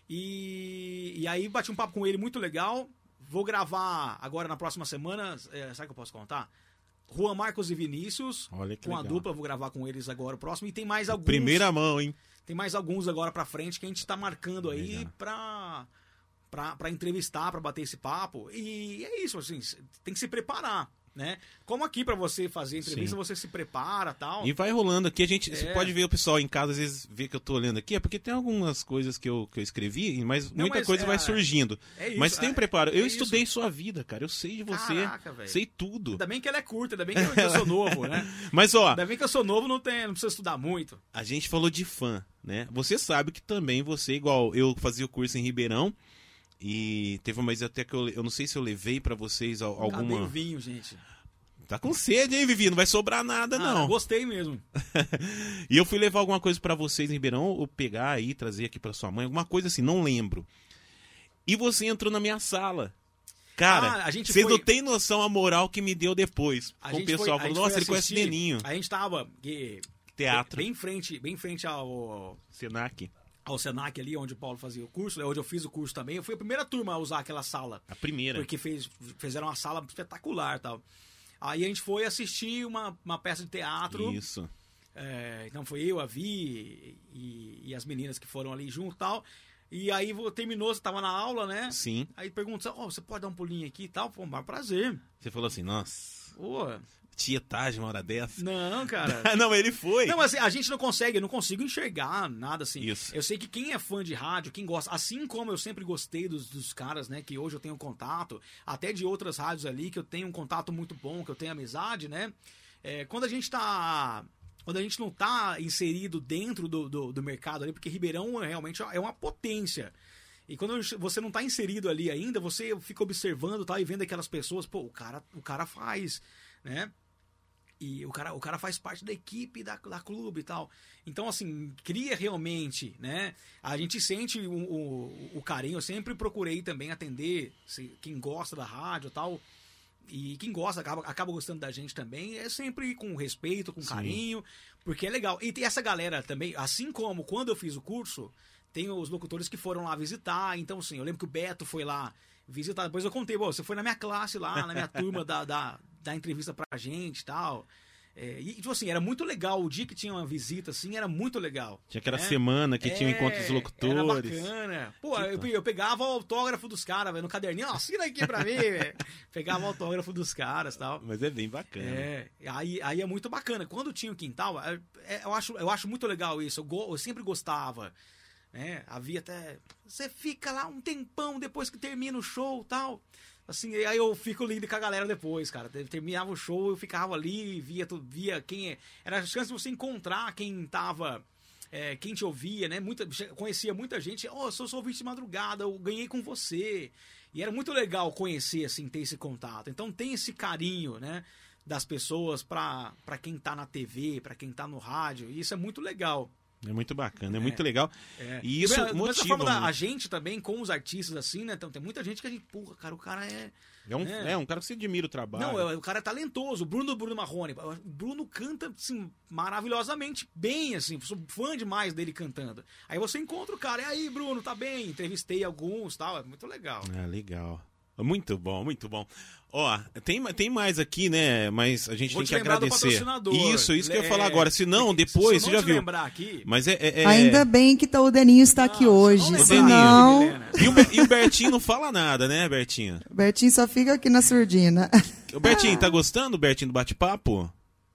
E, e aí bati um papo com ele muito legal. Vou gravar agora na próxima semana, é, sabe que eu posso contar? Juan Marcos e Vinícius, Olha que com a legal. dupla, vou gravar com eles agora o próximo. E tem mais alguns. Primeira mão, hein? Tem mais alguns agora pra frente que a gente tá marcando aí Legal. pra, pra, pra entrevistar, pra bater esse papo. E é isso, assim, tem que se preparar, né? Como aqui pra você fazer entrevista, Sim. você se prepara e tal. E vai rolando aqui, a gente... Você É. pode ver o pessoal em casa, às vezes, ver que eu tô olhando aqui, é porque tem algumas coisas que eu, que eu escrevi, mas Não, muita mas coisa é- vai surgindo. é isso, mas tem um é- preparo. Eu é estudei isso. sua vida, cara. Eu sei de você. Caraca, velho. Sei tudo. Ainda bem que ela é curta, ainda bem que eu, que eu sou novo, né? Mas, ó, Ainda bem que eu sou novo, não, tem, não precisa estudar muito. a gente falou de fã, né? Você sabe que também você, igual eu fazia o curso em Ribeirão, e teve uma vez até que eu, eu não sei se eu levei pra vocês al- Cadê o alguma... vinho, gente? Tá com sede, hein, Vivi? Não vai sobrar nada, Ah, não. gostei mesmo. E eu fui levar alguma coisa pra vocês em Ribeirão, ou pegar aí, trazer aqui pra sua mãe, alguma coisa assim, não lembro. E você entrou na minha sala. Cara, Ah, a gente vocês foi- não têm noção a moral que me deu depois. A Com o gente pessoal foi- a falou, gente nossa, foi ele conhece assistir, Neninho. A gente tava que, Teatro. bem em frente, bem em frente ao, Senac. ao Senac ali, onde o Paulo fazia o curso, onde eu fiz o curso também. Eu fui a primeira turma a usar aquela sala. A primeira. Porque fez, fizeram uma sala espetacular e tal. Aí a gente foi assistir uma, uma peça de teatro. Isso. É, então foi eu, a Vi e, e as meninas que foram ali junto e tal. E aí vo- terminou, você tava na aula, né? Sim. Aí pergunta, ó, você pode dar um pulinho aqui e tal? Pô, um prazer. Você falou assim, nossa, Pô, tietagem uma hora dessa. não, cara. Não, ele foi. Não, mas assim, a gente não consegue, eu não consigo enxergar nada assim. Isso. Eu sei que quem é fã de rádio, quem gosta, assim como eu sempre gostei dos, dos caras, né, que hoje eu tenho contato, até de outras rádios ali, que eu tenho um contato muito bom, que eu tenho amizade, né? É, quando a gente tá. Quando a gente não tá inserido dentro do, do, do mercado ali, porque Ribeirão realmente é uma potência. E quando você não tá inserido ali ainda, você fica observando, tá, e vendo aquelas pessoas, pô, o cara, o cara faz, né? E o cara, o cara faz parte da equipe da, da clube e tal. Então, assim, cria realmente, né? A gente sente o, o, o carinho. Eu sempre procurei também atender se, quem gosta da rádio e tal. E quem gosta, acaba, acaba gostando da gente também. É sempre com respeito, com Sim. carinho. Porque é legal. E tem essa galera também, assim como quando eu fiz o curso, tem os locutores que foram lá visitar. Então, assim, eu lembro que o Beto foi lá visitar. Depois eu contei, você foi na minha classe lá, na minha turma da, da, da entrevista pra gente e tal. É, e, tipo assim, era muito legal. O dia que tinha uma visita, assim, era muito legal. Tinha aquela né? semana que tinha o É, encontro dos locutores. Era bacana. Pô, Que eu, top. eu pegava o autógrafo dos caras, velho, no caderninho. Ó, assina aqui pra mim, velho. Pegava o autógrafo dos caras e tal. Mas é bem bacana. É, aí, aí é muito bacana. Quando tinha o quintal, é, é, eu, acho, eu acho muito legal isso. Eu, go- eu sempre gostava. Né? Havia até. Você fica lá um tempão depois que termina o show e tal. Assim, aí eu fico lindo com a galera depois, cara. Terminava o show, eu ficava ali, via, tudo, via quem. Era a chance de você encontrar quem tava. É, quem te ouvia, né? Muita, conhecia muita gente. Ó, oh, sou seu ouvinte de madrugada, eu ganhei com você. E era muito legal conhecer, assim, ter esse contato. Então tem esse carinho, né? Das pessoas pra, pra quem tá na T V, pra quem tá no rádio. E isso é muito legal. É muito bacana, é, muito legal. É. E isso Mas, mas a motiva forma da, muito. a gente também, com os artistas, assim, né? Então, tem muita gente que a gente, porra, cara, o cara é. É um, É. é um cara que você admira o trabalho. Não, é- o cara é talentoso. O Bruno Bruno Marrone. O Bruno canta, assim, maravilhosamente bem, assim. Sou fã demais dele cantando. Aí você encontra o cara, e aí, Bruno, tá bem? Entrevistei alguns tal. É muito legal. Ah, legal. Muito bom, muito bom. Ó, tem, tem mais aqui, né? Mas a gente Vou tem te que lembrar do agradecer. patrocinador. Isso, isso que eu ia É, falar agora. Se não, porque depois, se você eu já não te viu. lembrar aqui... Mas é. é- é- Ainda bem que tá, o Deninho está aqui Não, hoje, não lembrar, senão Helena. E o, Be- e o Bertinho não fala nada, né, Bertinho? o Bertinho só fica aqui na surdina. O Bertinho, tá gostando, Bertinho, do bate-papo?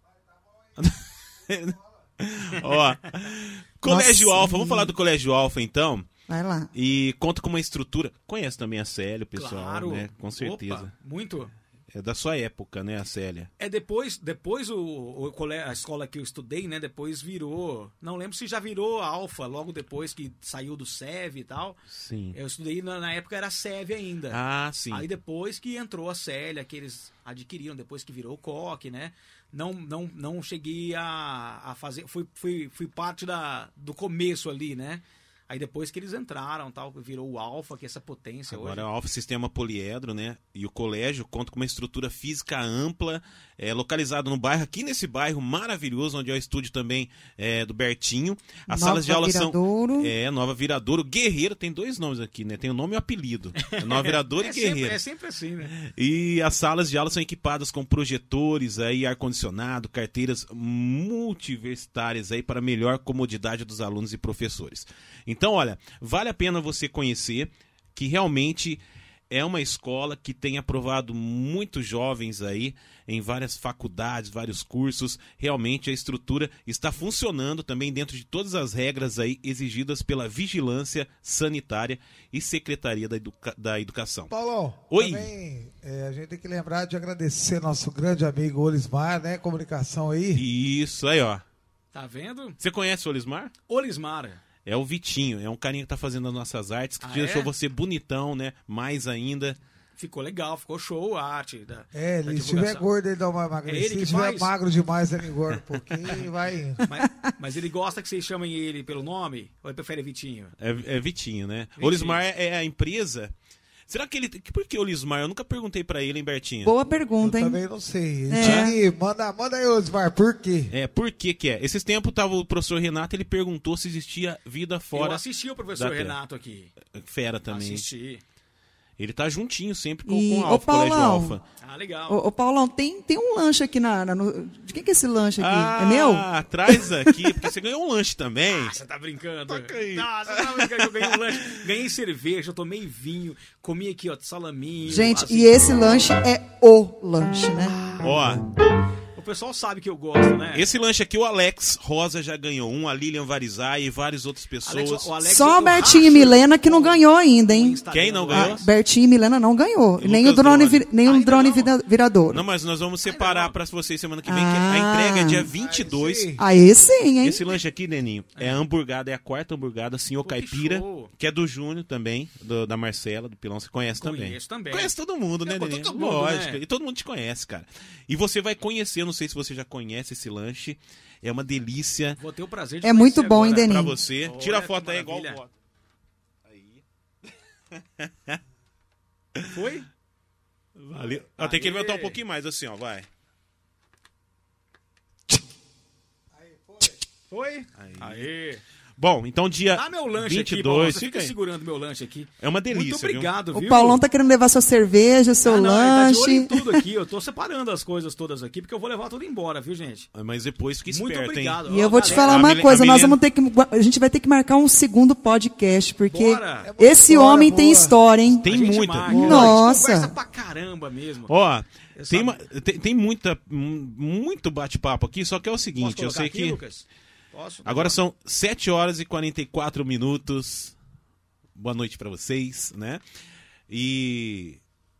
Ó, Colégio Nossa, Alfa, vamos falar do Colégio Alfa então. Vai lá. E conta com uma estrutura. Conhece também a Célia, pessoal, Claro. né? Com certeza. Opa, muito. É da sua época, né, a Célia? É depois, depois o, o cole- a escola que eu estudei, né, depois virou, não lembro se já virou a Alfa, logo depois que saiu do S E V e tal. Sim. Eu estudei, na, na época era S E V ainda. Ah, sim. Aí depois que entrou a Célia, que eles adquiriram, depois que virou o Coque, né? Não, não, não cheguei a, a fazer, fui, fui, fui parte da, do começo ali, né? Aí depois que eles entraram, tal, virou o Alfa, que é essa potência Agora é hoje. o Alfa Sistema Poliedro, né? E o colégio conta com uma estrutura física ampla, é, localizado no bairro, aqui nesse bairro maravilhoso, onde é o estúdio também é, do Bertinho. As Nova salas de aula Viradouro. são. É, Nova Viradouro. Guerreiro, tem dois nomes aqui, né? Tem o nome e o apelido. Nova Viradouro É e sempre, Guerreiro. é sempre assim, né? E as salas de aula são equipadas com projetores, aí, ar-condicionado, carteiras multiversitárias aí para melhor comodidade dos alunos e professores. Então, olha, vale a pena você conhecer que realmente é uma escola que tem aprovado muitos jovens aí em várias faculdades, vários cursos. Realmente a estrutura está funcionando também dentro de todas as regras aí exigidas pela Vigilância Sanitária e Secretaria da, Educa- da Educação. Paulão, Oi. também é, a gente tem que lembrar de agradecer nosso grande amigo Olismar, né? Comunicação aí. Isso aí, ó. Tá vendo? Você conhece o Olismar? Olismar. É o Vitinho, é um carinha que tá fazendo as nossas artes, que Ah, deixou é? você bonitão, né? Mais ainda. Ficou legal, ficou show a arte da É, da ele, se tiver divulgação. gordo, ele dá uma É emagrecida. ele que se tiver faz? magro demais, ele engorda um pouquinho e vai indo. Mas, mas ele gosta que vocês chamem ele pelo nome? Ou ele prefere Vitinho? É, é Vitinho, né? Vitinho. Olismar é a empresa. Será que ele. Por que Olismar? Eu nunca perguntei pra ele, hein, Bertinho? Boa Eu pergunta, hein? também não sei. Ele É. tinha que- manda, manda aí, Osmar, por quê? É, por que que é? Esses tempos tava o professor Renato, ele perguntou se existia vida Eu fora. assisti o professor da Terra. Renato aqui. Fera também. Assisti. Ele tá juntinho sempre com, E, com o ô, Alfa, Colégio Paulão, Alfa. Ah, legal. Ô, ô, Paulão, tem, tem um lanche aqui na, na- no- de quem que é esse lanche aqui? é meu? Ah, traz aqui, porque você ganhou um lanche também. Ah, você tá brincando. Toca aí. Ah, você tá brincando que eu ganhei um lanche. Ganhei cerveja, eu tomei vinho, comi aqui, ó, salaminho. Gente, assim. e esse lanche é o lanche, né? Ó, O pessoal sabe que eu gosto, né? esse lanche aqui o Alex Rosa já ganhou um, a Lilian Varizai e várias outras pessoas. Alex, o Alex, Só eu o Bertinho e racho Milena que não com- ganhou ainda, com o hein? Instagram Quem não lá. ganhou? Ah, Bertinho e Milena não ganhou. E Nem o Lucas drone, Drone. vi- nem o Ainda drone não? vida- viradouro. Não, mas nós vamos separar Ai, não. pra vocês semana que vem, que Ah. a entrega é dia vinte e dois. Aí sim. Aí sim, hein? Esse lanche aqui, Neninho, é a hamburgada, é a quarta hamburgada, Senhor Pô, que Caipira, show. que é do Júnior também, do- da Marcela, do Pilão, você conhece também. Conheço também. Conhece todo mundo, né, É, pô, Neninho? todo mundo, Lógico, né? e todo mundo te conhece, cara. E você vai conhecer, eu não sei se você já conhece esse lanche, é uma delícia Vou ter o prazer de É muito conhecer bom, hein, agora. Deninho? pra você. Olha Tira a que foto aí, igual maravilha. foto. Foi? Valeu. Ó, tem que Aê. levantar um pouquinho mais, assim, ó, vai. Foi? Aí. Aê. Bom, então dia Dá meu lanche vinte e aqui, Paulo. dois, Você fica fica aí. segurando meu lanche aqui. É uma delícia, Muito obrigado, O viu? Paulão tá querendo levar sua cerveja, seu Ah, não, ele tá de olho em lanche. tudo aqui. Eu tô separando as coisas todas aqui, porque eu vou levar tudo embora, viu, gente? viu? Mas depois fique Muito esperto, obrigado. hein? E eu Ó, vou te galera, falar a uma Mile- coisa, a nós Milena- vamos ter que. A gente vai ter que marcar um segundo podcast, porque Bora. É esse boa, homem boa. tem história, hein? Tem A gente muita. marca. Nossa. A gente conversa pra caramba mesmo. Ó, Eu tem, sabe- uma- tem, tem muita, mu- muito bate-papo aqui, só que é o Posso seguinte, eu colocar sei aqui, que... Lucas? Posso? Agora são sete horas e quarenta e quatro minutos. Boa noite pra vocês, né? E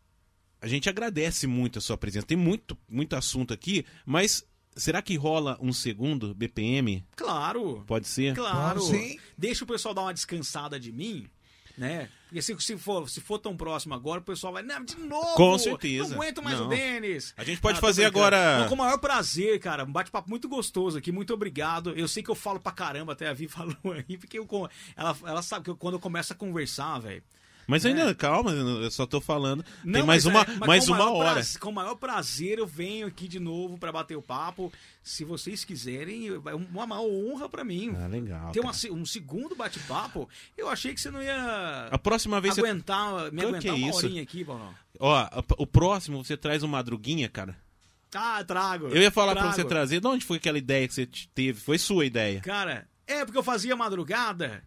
a gente agradece muito a sua presença. Tem muito, muito assunto aqui, mas será que rola um segundo B P M? Claro. Pode ser? Claro. Vamos sim. Deixa o pessoal dar uma descansada de mim, né? Porque se, se, for, se for tão próximo agora, o pessoal vai... Não, de novo! Com certeza. Não aguento mais Não. o Denis. A gente pode Ah, tô fazer brincando. agora- Não, com o maior prazer, cara. Um bate-papo muito gostoso aqui. Muito obrigado. Eu sei que eu falo pra caramba, até a Vi falou aí, porque eu, ela, ela sabe que eu, quando eu começo a conversar, velho... Mas ainda, calma, eu só tô falando. Tem Não, mais mas uma, é- mas mais com o uma maior hora. prazer- com o maior prazer eu venho aqui de novo pra bater o papo. Se vocês quiserem, é uma maior honra pra mim. Ah, legal. Ter uma cara. se- um segundo bate-papo, eu achei que você não ia A próxima vez você... aguentar, me Que aguentar que é uma isso? horinha aqui, Paulo. Ó, a- o próximo você traz uma madruguinha, cara. Ah, trago. Eu ia falar pra trago. você trazer. De onde foi aquela ideia que você t- teve? Foi sua ideia. Cara, é porque eu fazia madrugada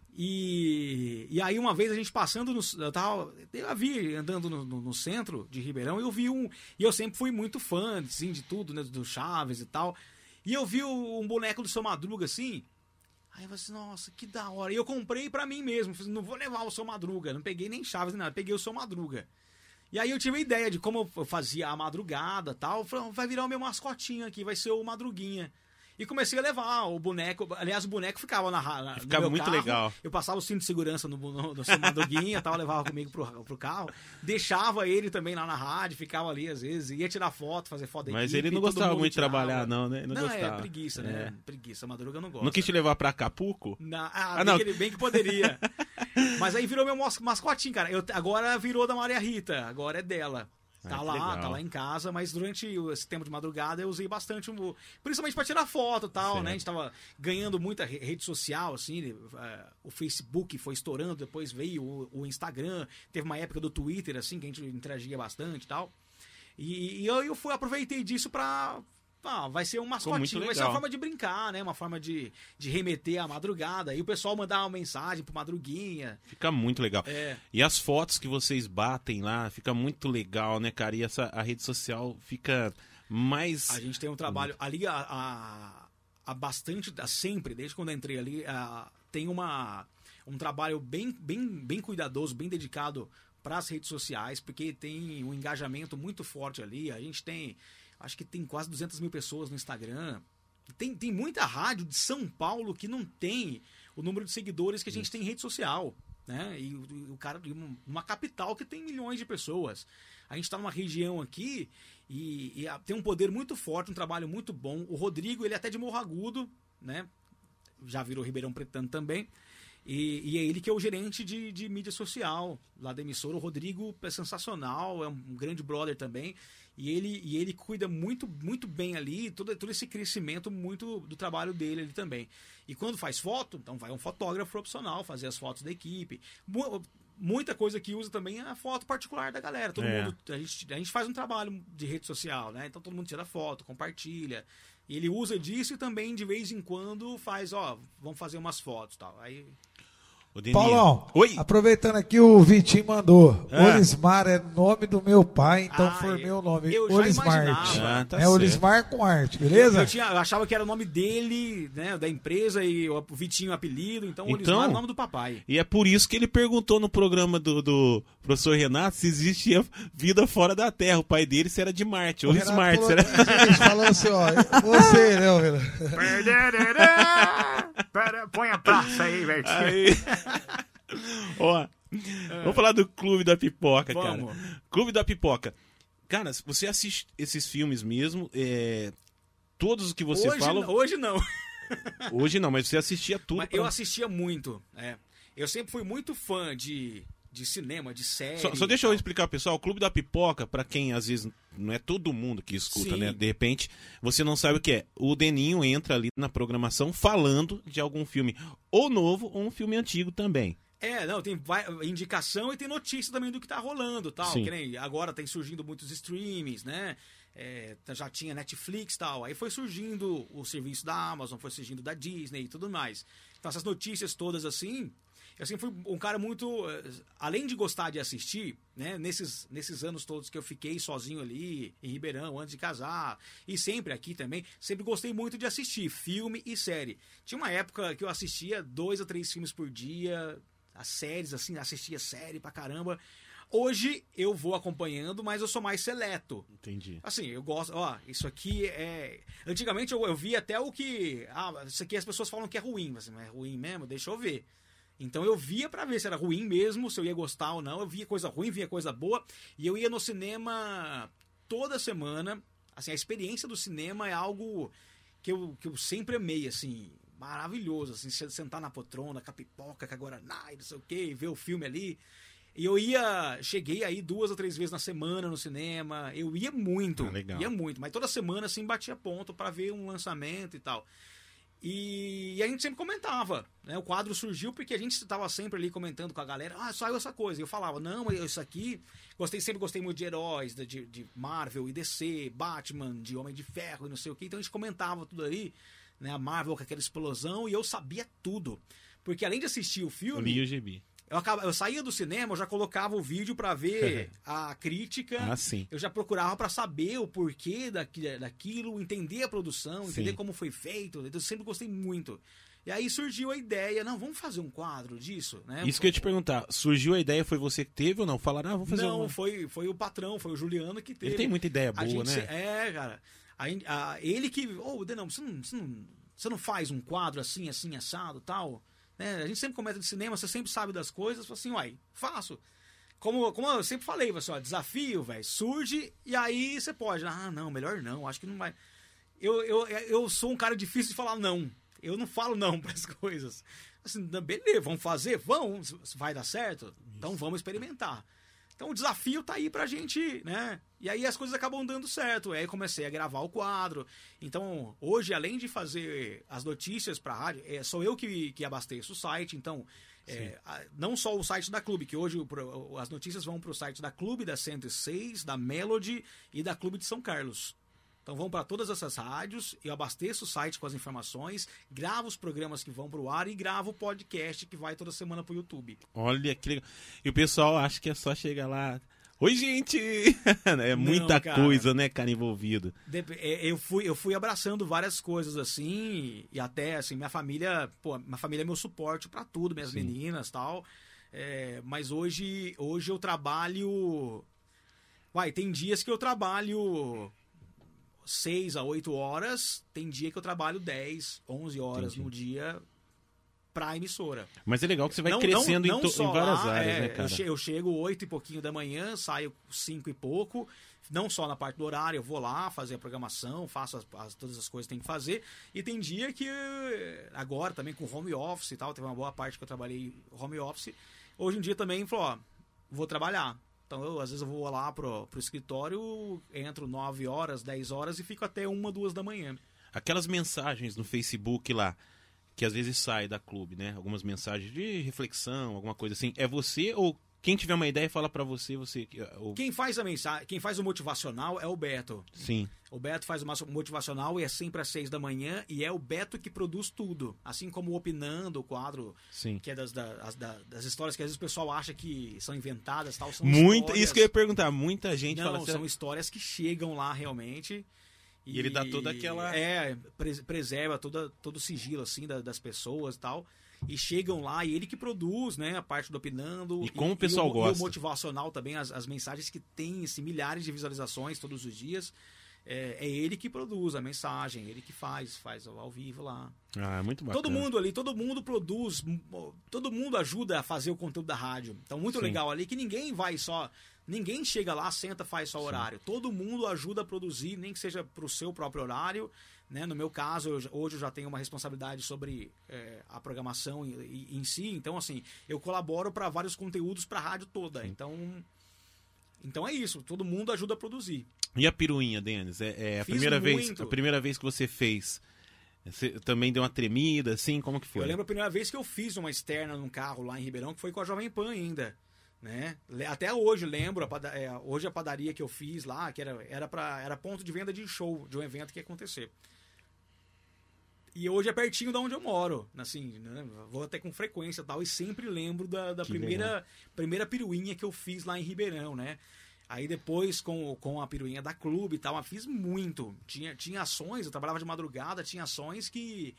e, e aí uma vez a gente passando no. Eu, tava, eu a vi andando no, no- no centro de Ribeirão e eu vi um. E eu sempre fui muito fã assim, de tudo, né? Do Chaves e tal. E eu vi o- um boneco do Seu Madruga assim. Aí eu falei assim, nossa, que da hora. E eu comprei pra mim mesmo. Falei, não vou levar o Seu Madruga. Não peguei nem Chaves nem nada, peguei o Seu Madruga. E aí eu tive a ideia de como eu fazia a madrugada e tal. Eu falei, vai virar o meu mascotinho aqui, vai ser o Madruguinha. E comecei a levar o boneco. Aliás, o boneco ficava na, na no Ficava meu muito carro. legal. Eu passava o cinto de segurança no, no, no seu Madruguinha, tal, levava comigo pro, pro carro. Deixava ele também lá na rádio, ficava ali às vezes, ia tirar foto, fazer foto da Mas equipe, ele não todo gostava mundo muito de tirava. trabalhar, não, né? Não, Não, gostava. é preguiça, né? Preguiça, Madruga não gosta. Não quis te levar pra Acapulco? Na, ah, Ah, bem, não. Que ele, bem que poderia. Mas aí virou meu mos- mascotinho, cara. Eu, agora virou da Maria Rita, agora é dela. Tá Ah, que lá, legal. tá lá em casa, mas durante esse tempo de madrugada eu usei bastante, um, principalmente pra tirar foto e tal, Certo. né? A gente tava ganhando muita re- rede social, assim, eh, o Facebook foi estourando, depois veio o, o Instagram, teve uma época do Twitter, assim, que a gente interagia bastante e tal. E, e eu, eu fui, aproveitei disso pra... Ah, vai ser um muito mascotinho, vai ser legal. uma forma de brincar, né? Uma forma de, de remeter à madrugada. E o pessoal mandar uma mensagem pro Madruguinha. Fica muito legal. É. E as fotos que vocês batem lá, fica muito legal, né, cara? E essa, a rede social fica mais... A gente tem um trabalho ali há, há, há bastante, há sempre, desde quando eu entrei ali, há, tem uma, um trabalho bem, bem, bem cuidadoso, bem dedicado para as redes sociais, porque tem um engajamento muito forte ali. A gente tem, acho que tem quase duzentas mil pessoas no Instagram. Tem, tem muita rádio de São Paulo que não tem o número de seguidores que a gente tem em rede social. né? E o, o cara, uma capital que tem milhões de pessoas. A gente está numa região aqui e, e a, tem um poder muito forte, um trabalho muito bom. O Rodrigo, ele é até de Morro Agudo, né? Já virou Ribeirão Pretano também. E, e é ele que é o gerente de, de mídia social lá da emissora. O Rodrigo é sensacional, é um grande brother também. E ele, e ele cuida muito, muito bem ali, todo, todo esse crescimento muito do trabalho dele ali também. E quando faz foto, então vai um fotógrafo profissional fazer as fotos da equipe. Muita coisa que usa também é a foto particular da galera. Todo É. mundo, a gente, a gente faz um trabalho de rede social, né? Então todo mundo tira foto, compartilha. E ele usa disso e também de vez em quando faz, ó, vamos fazer umas fotos e tal. Aí... Ô, Deninho. Paulão, Oi. aproveitando aqui, o Vitinho mandou. Ah. Olismar é nome do meu pai, então Ah, formei eu- o nome. eu já Olismar. imaginava. Ah, tá é certo. Olismar com arte, beleza? Eu, tinha, eu achava que era o nome dele, né, da empresa, e o Vitinho o apelido, então o Então- Olismar é o nome do papai. E é por isso que ele perguntou no programa do, do professor Renato se existia vida fora da Terra. O pai dele se era de Marte, ou O Renato Smart. falou, Será? gente, falou assim, ó, você, né, Vila? Põe a praça aí, Bertinho. Aí... Ó, vamos falar do Clube da Pipoca, Vamos. cara. Clube da Pipoca. Cara, você assiste esses filmes mesmo, é, todos os que você hoje, fala... hoje não. Hoje não, mas você assistia tudo. Mas pra- eu assistia muito, é. Eu sempre fui muito fã de, de cinema, de série. Só, só deixa eu explicar, pessoal. O Clube da Pipoca, pra quem às vezes não é todo mundo que escuta, Sim. né? De repente, você não sabe o que é. O Deninho entra ali na programação falando de algum filme ou novo ou um filme antigo também. É, não, tem vai- indicação e tem notícia também do que tá rolando, tal. Sim. Que nem agora tem surgindo muitos streamings, né? É, já tinha Netflix e tal. Aí foi surgindo o serviço da Amazon, foi surgindo da Disney e tudo mais. Então essas notícias todas assim, eu sempre fui um cara muito, eh, além de gostar de assistir, né? Nesses, nesses anos todos que eu fiquei sozinho ali em Ribeirão antes de casar e sempre aqui também, sempre gostei muito de assistir filme e série. Tinha uma época que eu assistia dois a três filmes por dia. As séries, assim, assistia série pra caramba. Hoje eu vou acompanhando, mas eu sou mais seleto. Entendi. Assim, eu gosto, ó, isso aqui é... Antigamente eu, eu via até o que... Ah, isso aqui as pessoas falam que é ruim, mas assim, é ruim mesmo? Deixa eu ver. Então eu via pra ver se era ruim mesmo, se eu ia gostar ou não. Eu via coisa ruim, via coisa boa. E eu ia no cinema toda semana. Assim, a experiência do cinema é algo que eu, que eu sempre amei, assim... Maravilhoso, assim, sentar na poltrona com a pipoca, com a guaraná e não sei o que, ver o filme ali. E eu ia, cheguei aí duas ou três vezes na semana no cinema, eu ia muito, Ah, legal. ia muito, mas toda semana assim batia ponto pra ver um lançamento e tal. E, e a gente sempre comentava, né? O quadro surgiu porque a gente estava sempre ali comentando com a galera, ah, saiu essa coisa. E eu falava, não, mas isso aqui, gostei, sempre gostei muito de heróis, de, de Marvel e D C, Batman, de Homem de Ferro e não sei o que, então a gente comentava tudo ali. Né, a Marvel com aquela explosão, e eu sabia tudo. Porque além de assistir o Eu filme, li o G B. eu, acaba, eu saía do cinema, eu já colocava o vídeo pra ver a crítica, Ah, sim. eu já procurava pra saber o porquê daqui, daquilo, entender a produção, entender Sim. como como foi feito. Eu sempre gostei muito. E aí surgiu a ideia, não, vamos fazer um quadro disso, né? Isso que eu ia te perguntar. Surgiu a ideia, foi você que teve ou não? Falaram, ah, vamos fazer Não, uma... foi, foi o patrão, foi o Juliano que teve. Ele tem muita ideia A boa, gente né? se- É, cara. A, a- ele que. Ô, Denão, você não, você, não, você não faz um quadro assim, assim, assado tal? Né? A gente sempre comenta de cinema, você sempre sabe das coisas. Fala assim, uai, faço. Como, como eu sempre falei, assim, ó, desafio, velho, surge e aí você pode. Ah, não, melhor não, acho que não vai. Eu, eu, eu sou um cara difícil de falar não. Eu não falo não para as coisas. Assim, beleza, vamos fazer? Vamos, vai dar certo? Então vamos experimentar. Então o desafio tá aí pra gente, né? E aí as coisas acabam dando certo. Aí comecei a gravar o quadro. Então, hoje, além de fazer as notícias pra rádio, é, sou eu que, que abasteço o site. Então, é, a- não só o site da Clube, que hoje o pro- as notícias vão pro site da Clube, da cento e seis, da Melody e da Clube de São Carlos. Então vão para todas essas rádios, eu abasteço o site com as informações, gravo os programas que vão pro ar e gravo o podcast que vai toda semana pro YouTube. Olha que legal. E o pessoal acha que é só chegar lá. Oi, gente! É muita cara. coisa, né, cara, envolvido. Dep- é, Eu fui, eu fui abraçando várias coisas assim, e até assim, minha família, pô, minha família é meu suporte pra tudo, minhas Sim. meninas e tal. É, mas hoje, hoje eu trabalho. Vai, tem dias que eu trabalho seis a oito horas, tem dia que eu trabalho dez, onze horas Entendi. no dia pra emissora. Mas é legal que você vai Não- crescendo não- em, não to- só em várias lá, áreas, é, né, cara? Eu, che- eu chego oito e pouquinho da manhã, saio cinco e pouco, não só na parte do horário, eu vou lá fazer a programação, faço as- as- todas as coisas que tem que fazer, e tem dia que, agora também com home office e tal, teve uma boa parte que eu trabalhei home office, hoje em dia também, falou, ó, vou trabalhar. Então, eu, às vezes eu vou lá pro, pro escritório, entro nove horas, dez horas e fico até uma, duas da manhã. Aquelas mensagens no Facebook lá, que às vezes sai da clube, né? Algumas mensagens de reflexão, alguma coisa assim. É você ou quem tiver uma ideia fala pra você, você... Ou... Quem faz a mensagem, quem faz o motivacional é o Beto. Sim. O Beto faz o motivacional e é sempre às seis da manhã e é o Beto que produz tudo. Assim como o Opinando, o quadro Sim. que é das, das, das, das histórias que às vezes o pessoal acha que são inventadas, tal, são Muita, histórias... isso que eu ia perguntar, muita gente Não, fala assim... são histórias que chegam lá realmente. E ele dá toda aquela- É, pres- preserva toda, todo o sigilo assim da- das pessoas e tal. E chegam lá e ele que produz, né, a parte do Opinando. E como o pessoal e o, gosta. E o motivacional também, as, as mensagens que tem esse, milhares de visualizações todos os dias. É, é ele que produz a mensagem, ele que faz, faz ao, ao vivo lá. Ah, muito bacana. Todo mundo ali, todo mundo produz, m- todo mundo ajuda a fazer o conteúdo da rádio. Então, muito Sim. legal ali que ninguém vai só. Ninguém chega lá, senta, faz só horário. Todo mundo ajuda a produzir, nem que seja pro seu próprio horário. Né? No meu caso, eu já- hoje eu já tenho uma responsabilidade sobre é, a programação em, em- em si. Então, assim, eu colaboro para vários conteúdos para a rádio toda. Então, então é isso. Todo mundo ajuda a produzir. E a piruinha, Denis? É, é a Fiz primeira vez, muito. a primeira vez que você fez, você também deu uma tremida, assim? Como que foi? Eu lembro a primeira vez que eu fiz uma externa num carro lá em Ribeirão, que foi com a Jovem Pan ainda. Né? Le- Até hoje lembro, a pada- é, hoje a padaria que eu fiz lá, que era, era, pra, era ponto de venda de show, de um evento que ia acontecer. E hoje é pertinho de onde eu moro, assim, né? Vou até com frequência e tal, e sempre lembro da, da Que primeira, primeira piruinha que eu fiz lá em Ribeirão, né? Aí depois, com, com a piruinha da clube e tal, eu fiz muito. Tinha, tinha ações, eu trabalhava de madrugada, tinha ações que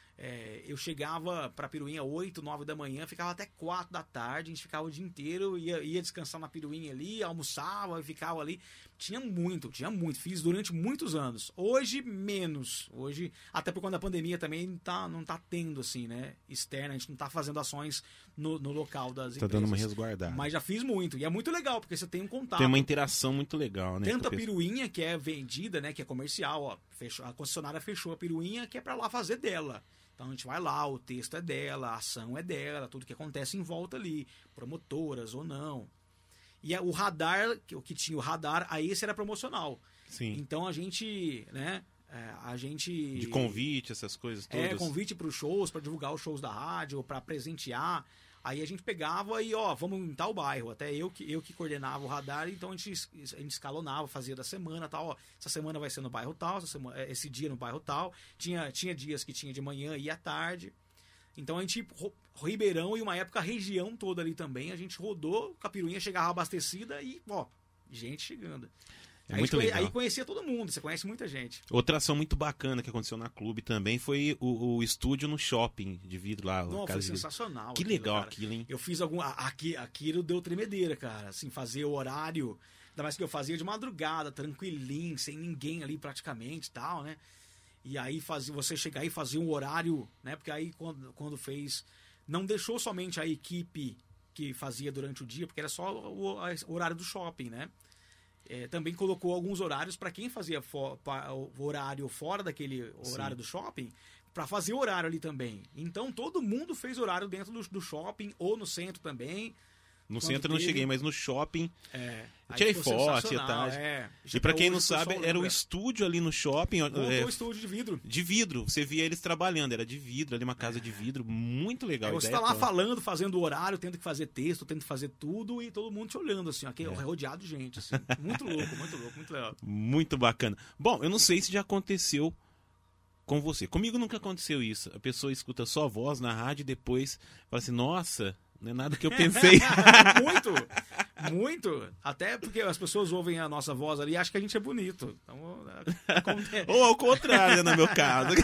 é, eu chegava pra piruinha oito, nove da manhã, ficava até quatro da tarde, a gente ficava o dia inteiro, ia, ia descansar na piruinha ali, almoçava e ficava ali. Tinha muito, tinha muito. Fiz durante muitos anos. Hoje, menos. Hoje, até por conta da pandemia também, não tá, não tá tendo, assim, né? Externa, a gente não tá fazendo ações no, no local das Tá empresas. dando uma resguardada. Mas já fiz muito. E é muito legal, porque você tem um contato. Tem uma interação muito legal, né? Tanto com a o pessoal. piruinha, que é vendida, né? Que é comercial, ó. Fechou, a concessionária fechou a piruinha, que é pra lá fazer dela. Então a gente vai lá, o texto é dela, a ação é dela, tudo que acontece em volta ali. Promotoras ou não. E a- o radar, que- o que tinha o radar, aí esse era promocional. Sim. Então a gente, né? é, a gente. De convite, essas coisas todas. É, convite para os shows, para divulgar os shows da rádio, para presentear. Aí a gente pegava e, ó, vamos em tal bairro. Até eu que, eu que coordenava o radar, então a gente, es- a gente escalonava, fazia da semana tal. Ó, essa semana vai ser no bairro tal, essa semana, esse dia no bairro tal. Tinha, tinha dias que tinha de manhã e à tarde. Então a gente, ro- Ribeirão e uma época a região toda ali também, a gente rodou, a piruinha chegava abastecida e, ó, gente chegando. É aí, muito a gente conhe- legal. aí conhecia todo mundo, você conhece muita gente. Outra ação muito bacana que aconteceu na clube também foi o, o estúdio no shopping de vidro lá. a Não, casa foi de vidro. sensacional. Que aquilo, legal cara. aquilo, hein? Eu fiz algum. a- Aqui, aquilo deu tremedeira, cara. Assim, fazer o horário. Ainda mais que eu fazia de madrugada, tranquilinho, sem ninguém ali praticamente e tal, né? E aí fazia, você chegar e fazer um horário, né? Porque aí quando, quando fez. Não deixou somente a equipe que fazia durante o dia, porque era só o, a- o horário do shopping, né? É, também colocou alguns horários para quem fazia fo- pa- o horário fora daquele horário do shopping, para fazer horário ali também. Então todo mundo fez horário dentro do, do shopping ou no centro também. No Quando centro eu não teve- cheguei, mas no shopping. É, Eu aí tirei ficou foto e sensacional, tal. é. E pra quem Hoje não o pessoal sabe, era o lembra. estúdio ali no shopping. Montou é, o estúdio de vidro. de vidro. Você via eles trabalhando, era de vidro, ali uma casa de vidro. Muito legal. Aí a você ideia tá lá toda. falando, fazendo o horário, tendo que fazer texto, tendo que fazer tudo e todo mundo te olhando, assim, aqui, É. rodeado de gente. Assim. Muito louco, muito louco, muito legal. Muito bacana. Bom, eu não sei se já aconteceu com você. Comigo nunca aconteceu isso. A pessoa escuta só a voz na rádio e depois fala assim, nossa, não é nada que eu pensei. muito, muito. Até porque as pessoas ouvem a nossa voz ali e acham que a gente é bonito. Então, é, acontece. Ou ao contrário, né, no meu caso.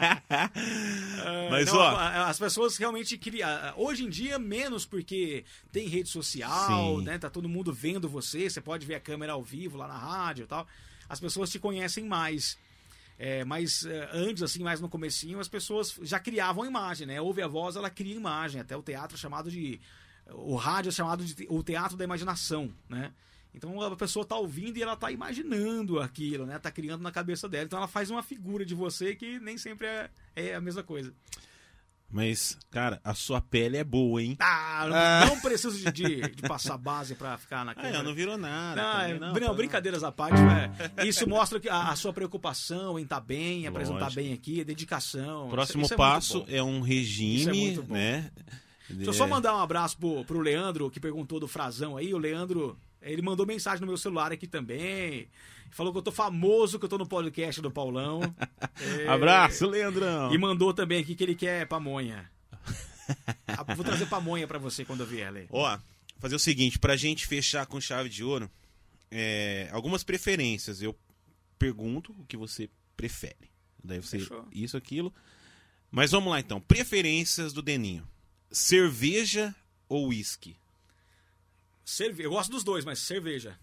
Mas, Não, ó... a- as pessoas realmente criam. Hoje em dia, menos porque tem rede social, Sim. né? Tá todo mundo vendo você, você pode ver a câmera ao vivo lá na rádio e tal. As pessoas te conhecem mais. É, mas é, antes, assim, mais no comecinho, as pessoas já criavam imagem, né? Ouve a voz, ela cria imagem. Até o teatro é chamado de... O rádio é chamado de o teatro da imaginação, né? Então a pessoa tá ouvindo e ela tá imaginando aquilo, né? Tá criando na cabeça dela. Então ela faz uma figura de você que nem sempre é, é a mesma coisa. Mas, cara, a sua pele é boa, hein? Ah, não, Ah. não preciso de, de, de passar base pra ficar na Ah, câmera. não virou nada. Não, também, é- não, não, pô, brincadeiras à parte, é, isso mostra que a, a sua preocupação em estar bem, apresentar Lógico. bem aqui, dedicação. Próximo isso, isso é muito passo bom. é um regime, Isso é muito bom. né? Deixa eu só mandar um abraço pro, pro Leandro, que perguntou do Frazão aí. O Leandro, ele mandou mensagem no meu celular aqui também. Falou que eu tô famoso, que eu tô no podcast do Paulão. É, Abraço, Leandrão. E mandou também aqui que ele quer pamonha. Ah, vou trazer pamonha pra você quando eu vier, Lê. Ó, fazer o seguinte, pra gente fechar com chave de ouro, é, algumas preferências. Eu pergunto o que você prefere. Daí você, Fechou. isso, aquilo. Mas vamos lá então. Preferências do Deninho. Cerveja ou uísque? Cerve... Eu gosto dos dois, mas cerveja.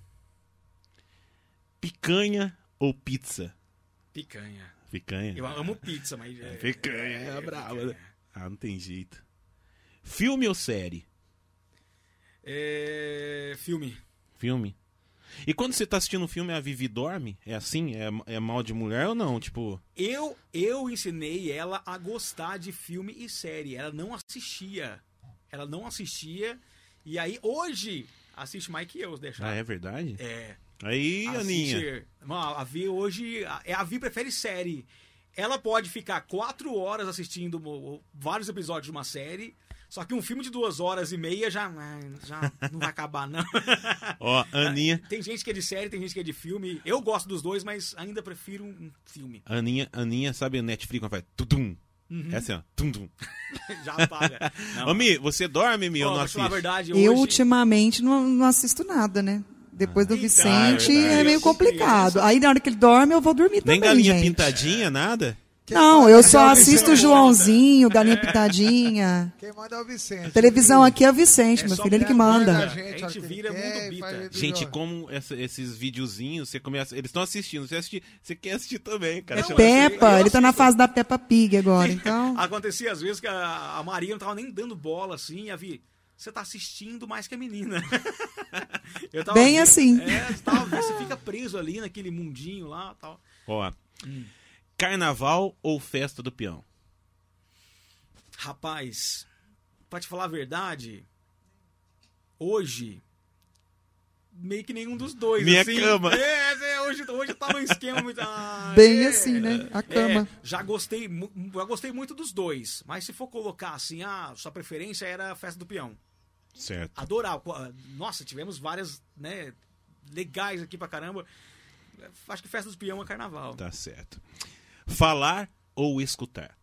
Picanha ou pizza? Picanha. Picanha? Eu amo pizza, mas... É, Picanha, é, é brava, picanha. né? Ah, não tem jeito. Filme ou série? É... Filme. Filme. E quando você tá assistindo um filme, a Vivi dorme? É assim? É, é mal de mulher ou não? Tipo... Eu, eu ensinei ela a gostar de filme e série. Ela não assistia. Ela não assistia. E aí, hoje, assiste mais que eu, deixa. Ah, é verdade? É. Aí, Aninha. Assiste. Mano, a Vi hoje... A, a Vi prefere série. Ela pode ficar quatro horas assistindo mo- vários episódios de uma série... Só que um filme de duas horas e meia já, já não vai acabar, não. Ó, Aninha... Tem gente que é de série, tem gente que é de filme. Eu gosto dos dois, mas ainda prefiro um filme. Aninha, Aninha, sabe o Netflix quando faz tudum? É assim, ó, tum, tum. Já apaga. Não. Ô, Mi, você dorme, Mi, Ó, ou não pra te falar a assiste? verdade, Eu hoje... ultimamente não, não assisto nada, né? Depois do Então, Vicente é verdade. é meio complicado. Aí na hora que ele dorme eu vou dormir Nem também, galinha gente. pintadinha, nada? Quem Não, manda- eu só é o assisto o Vicente. Joãozinho, Galinha Pitadinha. Quem manda é o Vicente. Televisão aqui é o Vicente, É meu só filho, ele que mulher, manda. mulher. A gente, A gente a hora que ele vira quer mundo e bita. faz ele Gente, joga. como essa- esses videozinhos, você começa. Eles estão assistindo. Você, assiste, você quer assistir também, cara. Não, Chama- Peppa, eu ele tá na assisto. fase da Peppa Pig agora, então... Acontecia às vezes que a, a Maria não tava nem dando bola assim, e a Vi, você tá assistindo mais que a menina. Eu tava Bem vendo- assim. É, você, tava, você fica preso ali naquele mundinho lá tal. Ó, carnaval ou festa do peão? Rapaz, pra te falar a verdade, hoje, meio que nenhum dos dois. Minha assim. cama. É, é, hoje, hoje tá num esquema muito. Ah, Bem é. assim, né? A É, cama. já gostei, mu- já gostei muito dos dois, mas se for colocar assim, ah, sua preferência era a festa do peão. Certo. Adorar. Nossa, tivemos várias, né, legais aqui pra caramba. Acho que festa do peão é carnaval. Tá certo. Falar ou escutar?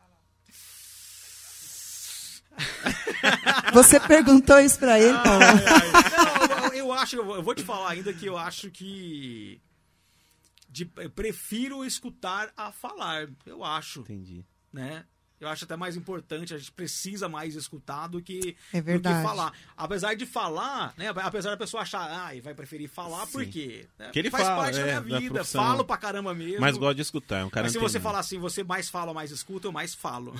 Você perguntou isso pra ele, Paulo? Ai, ai. Não, eu, eu acho, eu vou te falar ainda que eu acho que de- eu prefiro escutar a falar. Eu acho, Entendi. né? Eu acho até mais importante, a gente precisa mais escutar do que, É do verdade. que falar. Apesar de falar, né? Apesar da pessoa achar, ah, e vai preferir falar, por Sim. quê? Né, Que ele faz fala, parte é, da da minha vida, profissão. falo pra caramba mesmo. Mas gosto de escutar. É um cara Mas se você antenado. falar assim, você mais fala ou mais escuta, eu mais falo.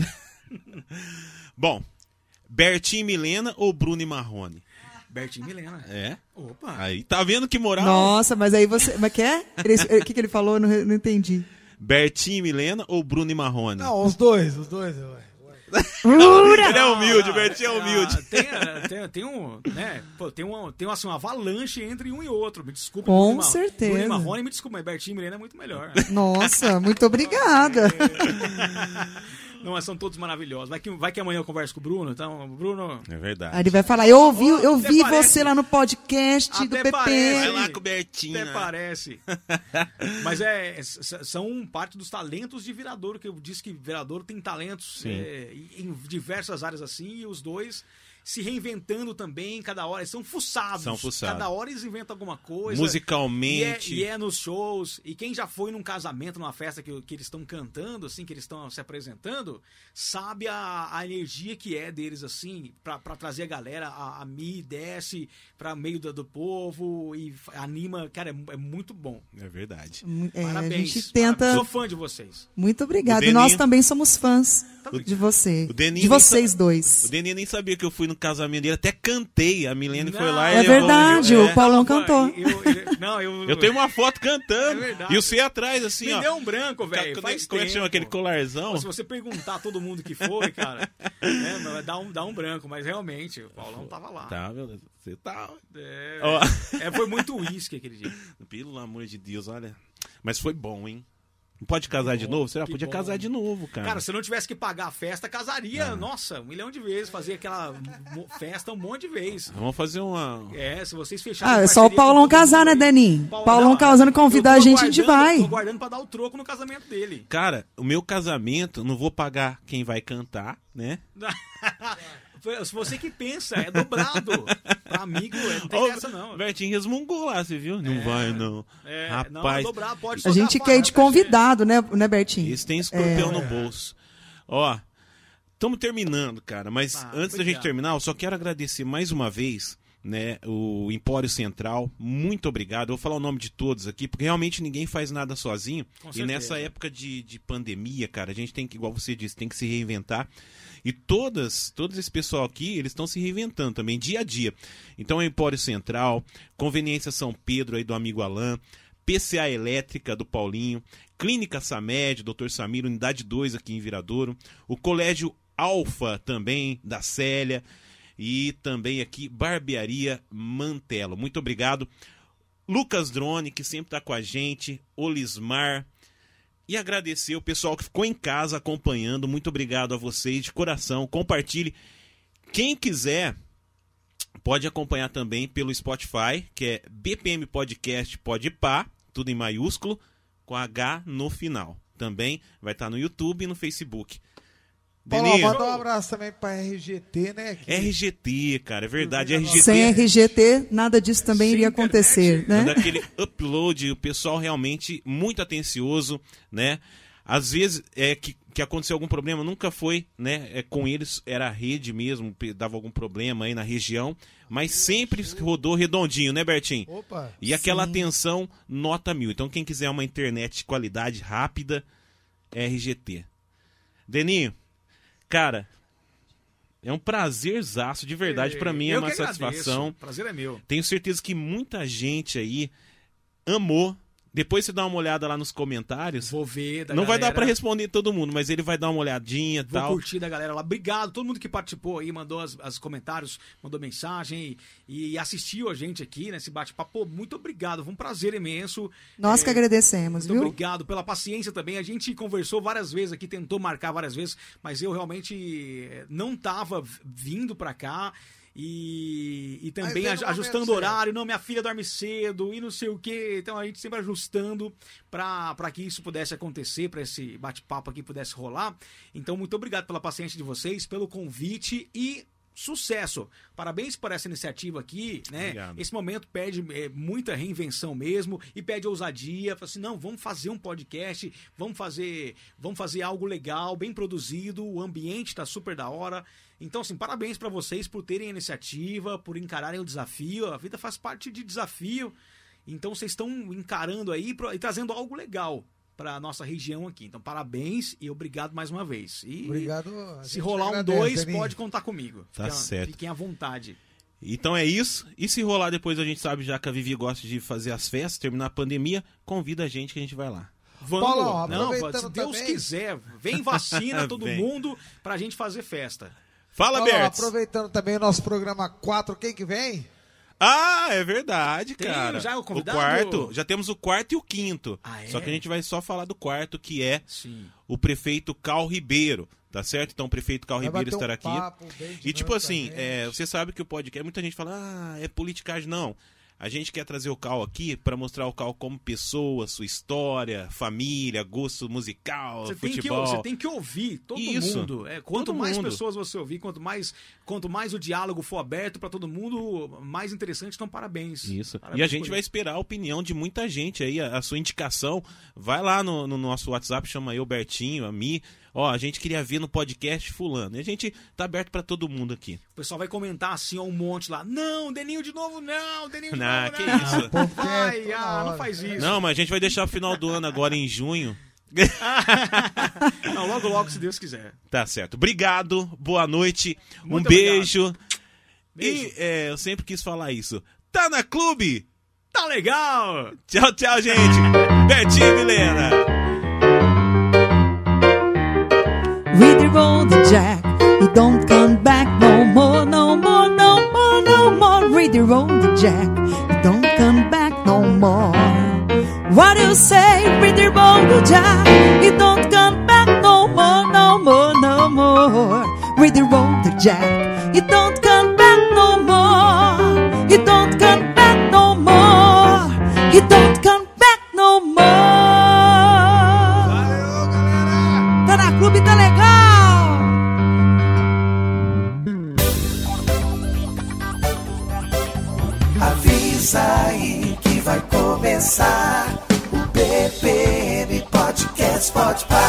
Bom, Bertinho e Milena ou Bruno e Marrone? Bertinho e Milena. É? Opa. Aí, tá vendo que moral? Nossa, mas aí você... Mas quer? Ele- O que, que ele falou? Eu Não, não entendi. Bertinho e Milena ou Bruno e Marrone? Não, os dois, os dois. ué. Ele é humilde, o Bertinho é humilde. Ah, tem, ah, tem, tem um, né? Pô, tem um, tem assim, uma avalanche entre um e outro. Me desculpa. Com Bruno e Mar- certeza. Bruno e Marrone, me desculpa, mas Bertinho e Milena é muito melhor. Nossa, muito obrigada. Não, mas são todos maravilhosos. Vai que, vai que amanhã eu converso com o Bruno, então, Bruno... É verdade. Aí ele vai falar, eu ouvi, Oh, eu até vi parece. você lá no podcast do Até P P. parece. Vai lá com o Bertinho. Até né? parece. Mas é, s- são parte dos talentos de Viradouro, que eu disse que Viradouro tem talentos Sim. é, em diversas áreas assim, e os dois... se reinventando também, cada hora. Eles são fuçados. São fuçados. Cada hora eles inventam alguma coisa. Musicalmente. E é, e é nos shows. E quem já foi num casamento, numa festa que, que eles estão cantando, assim, que eles estão se apresentando, sabe a, a energia que é deles, assim, pra, pra trazer a galera. A, a Mi desce pra meio do, do povo e anima. Cara, é, é muito bom. É verdade. É, Parabéns. a gente tenta... Parabéns. Sou fã de vocês. Muito obrigada. Deninho... Nós também somos fãs O... de você. O Deninho de vocês sa... dois. O Deninho nem sabia que eu fui no casamento dele, até cantei. A Milene Não, foi lá e É levou- verdade, É. o Paulão Não, cantou. Eu, eu, não, eu, Eu tenho uma foto cantando. É verdade. E você atrás, assim, Me ó. deu um branco, Ca- velho. como Faz é- como é que chama tempo. aquele colarzão? Pô, se você perguntar a todo mundo que foi, cara, né, mas dá, um, dá um branco. Mas realmente, o Paulão tava lá. Tá, meu Deus. Você tá. É, Ó. é, foi muito uísque aquele dia. Pelo amor de Deus, olha. Mas foi bom, hein? Não pode casar de novo? Será? que Podia bom. casar de novo, cara. Cara, se eu não tivesse que pagar a festa, casaria, Ah. nossa, um milhão de vezes. Fazer aquela mo- festa um monte de vezes. Vamos fazer uma. É, se vocês fecharem. Ah, é só o parceria com Paulão todo mundo casar, né, aí- Deninho? Paulão- Paulão não, casando, eu convidar tô a gente, a gente aguardando- vai. Tô guardando pra dar o troco no casamento dele. Cara, o meu casamento, não vou pagar quem vai cantar, né? Se você que pensa, é dobrado. Pra amigo, é, não tem Ó, essa não. O Bertinho resmungou lá, você viu? Não vai, não. É, não, é Rapaz, dobrar, pode A tocar gente a quer ir de parada, convidado, né, né Bertinho? esse tem escorpião É. no bolso. Ó, estamos terminando, cara. Mas Ah, antes da gente obrigado. terminar, eu só quero agradecer mais uma vez, né, o Empório Central. Muito obrigado. Eu vou falar o nome de todos aqui, porque realmente ninguém faz nada sozinho. Com E certeza. nessa época de, de pandemia, cara, a gente tem que, igual você disse, tem que se reinventar. E todas, todo esse pessoal aqui, eles estão se reinventando também, dia a dia. Então, é Empório Central, Conveniência São Pedro, aí do amigo Alain, P C A Elétrica, do Paulinho, Clínica Samed, doutor Samir, Unidade dois aqui em Viradouro, o Colégio Alfa também, da Célia, e também aqui Barbearia Mantelo. Muito obrigado. Lucas Drone, que sempre está com a gente, Olismar. E agradecer o pessoal que ficou em casa acompanhando. Muito obrigado a vocês, de coração. Compartilhe. Quem quiser, pode acompanhar também pelo Spotify, que é B P M Podcast Podpah, tudo em maiúsculo, com H no final. Também vai estar no YouTube e no Facebook. Paulão, Deninho, manda um abraço também pra R G T, né? que- R G T, cara, é verdade. R G T Sem R G T, nada disso também Sem iria internet, acontecer, né? daquele upload, o pessoal realmente muito atencioso, né? Às vezes é que, que aconteceu algum problema, nunca foi, né? É, com eles era a rede mesmo, pe- dava algum problema aí na região, mas sempre rodou redondinho, né, Bertinho? Opa. E aquela Sim. atenção nota mil. Então quem quiser uma internet de qualidade rápida, é R G T. Deninho, cara, é um prazerzaço, de verdade, pra mim é Eu uma que agradeço. satisfação. O prazer é meu. Tenho certeza que muita gente aí amou. Depois você dá uma olhada lá nos comentários. Vou ver da Não vai dar galera. pra responder todo mundo, mas ele vai dar uma olhadinha e Vou tal. curtir da galera lá. Obrigado todo mundo que participou aí, mandou as, as comentários, mandou mensagem e, e assistiu a gente aqui nesse bate-papo. Pô, muito obrigado, foi um prazer imenso. Nós É, que agradecemos, Muito viu? obrigado pela paciência também. A gente conversou várias vezes aqui, tentou marcar várias vezes, mas eu realmente eh, não tava vindo pra cá. E, e também Mas veio no aj- ajustando momento o horário, não, minha filha dorme cedo e não sei o que. Então a gente sempre ajustando pra pra que isso pudesse acontecer, pra esse bate-papo aqui pudesse rolar. Então, muito obrigado pela paciência de vocês, pelo convite e sucesso. Parabéns por essa iniciativa aqui, né? Obrigado. Esse momento pede é, muita reinvenção mesmo e pede ousadia. Fala assim, não, vamos fazer um podcast, vamos fazer, vamos fazer algo legal, bem produzido, o ambiente tá super da hora. Então, assim, parabéns pra vocês por terem a iniciativa, por encararem o desafio. A vida faz parte de desafio. Então, vocês estão encarando aí pra- e trazendo algo legal pra nossa região aqui. Então, parabéns e obrigado mais uma vez. E Obrigado. a se gente rolar um agradece, dois, Deninho. pode contar comigo. Tá Fica- certo. Fiquem à vontade. Então é isso. E se rolar depois, a gente sabe já que a Vivi gosta de fazer as festas, terminar a pandemia, convida a gente que a gente vai lá. Vamos. Paulão, Não, aproveitando se Deus também- quiser, vem vacina todo Vem. mundo pra gente fazer festa. Fala, Paulão, Bertz! aproveitando também o nosso programa quatro, quem que vem? Ah, é verdade, Tem cara. já o convidado? quarto, já temos o quarto e o quinto. Ah, é? Só que a gente vai só falar do quarto, que é Sim. o prefeito Cal Ribeiro, tá certo? Então o prefeito Cal Vai Ribeiro bater um estará aqui. papo bem E dinâmico tipo assim, também. é, você sabe que o podcast, muita gente fala, ah, é politicagem. Não. A gente quer trazer o Cal aqui para mostrar o Cal como pessoa, sua história, família, gosto musical, você futebol. Tem que, você tem que ouvir todo Isso. mundo. É, quanto Todo mais mundo. pessoas você ouvir, quanto mais, quanto mais o diálogo for aberto para todo mundo, mais interessante. Então, parabéns. Isso. Parabéns E a gente por vai isso. esperar a opinião de muita gente aí, a, a sua indicação. Vai lá no, no nosso WhatsApp, chama eu, Bertinho, a Mi. Ó, a gente queria ver no podcast fulano. E a gente tá aberto pra todo mundo aqui. O pessoal vai comentar assim, ó, um monte lá. Não, Deninho de novo não, Deninho de Não, novo que não. isso. O povo quer Ai, toda ah, não hora. faz isso. Não, mas a gente vai deixar o final do ano agora em junho. Não, logo, logo, se Deus quiser. Tá certo. Obrigado, boa noite, Muito um beijo. Beijo. E é, eu sempre quis falar isso. Tá na clube? Tá legal! Tchau, tchau, gente. Bertinho e Milena. With the road, Jack, you don't come back no more, no more, no more, no more. With the road, Jack, you don't come back no more. What you say, with the road, Jack, you don't come back no more, no more, no more. With the road, Jack, you don't come back no more. You don't come back no more. You don't come back no more. Valeu, galera! Tá na clube, tá legal! Avisa aí que vai começar o B P M Podcast, pode parar.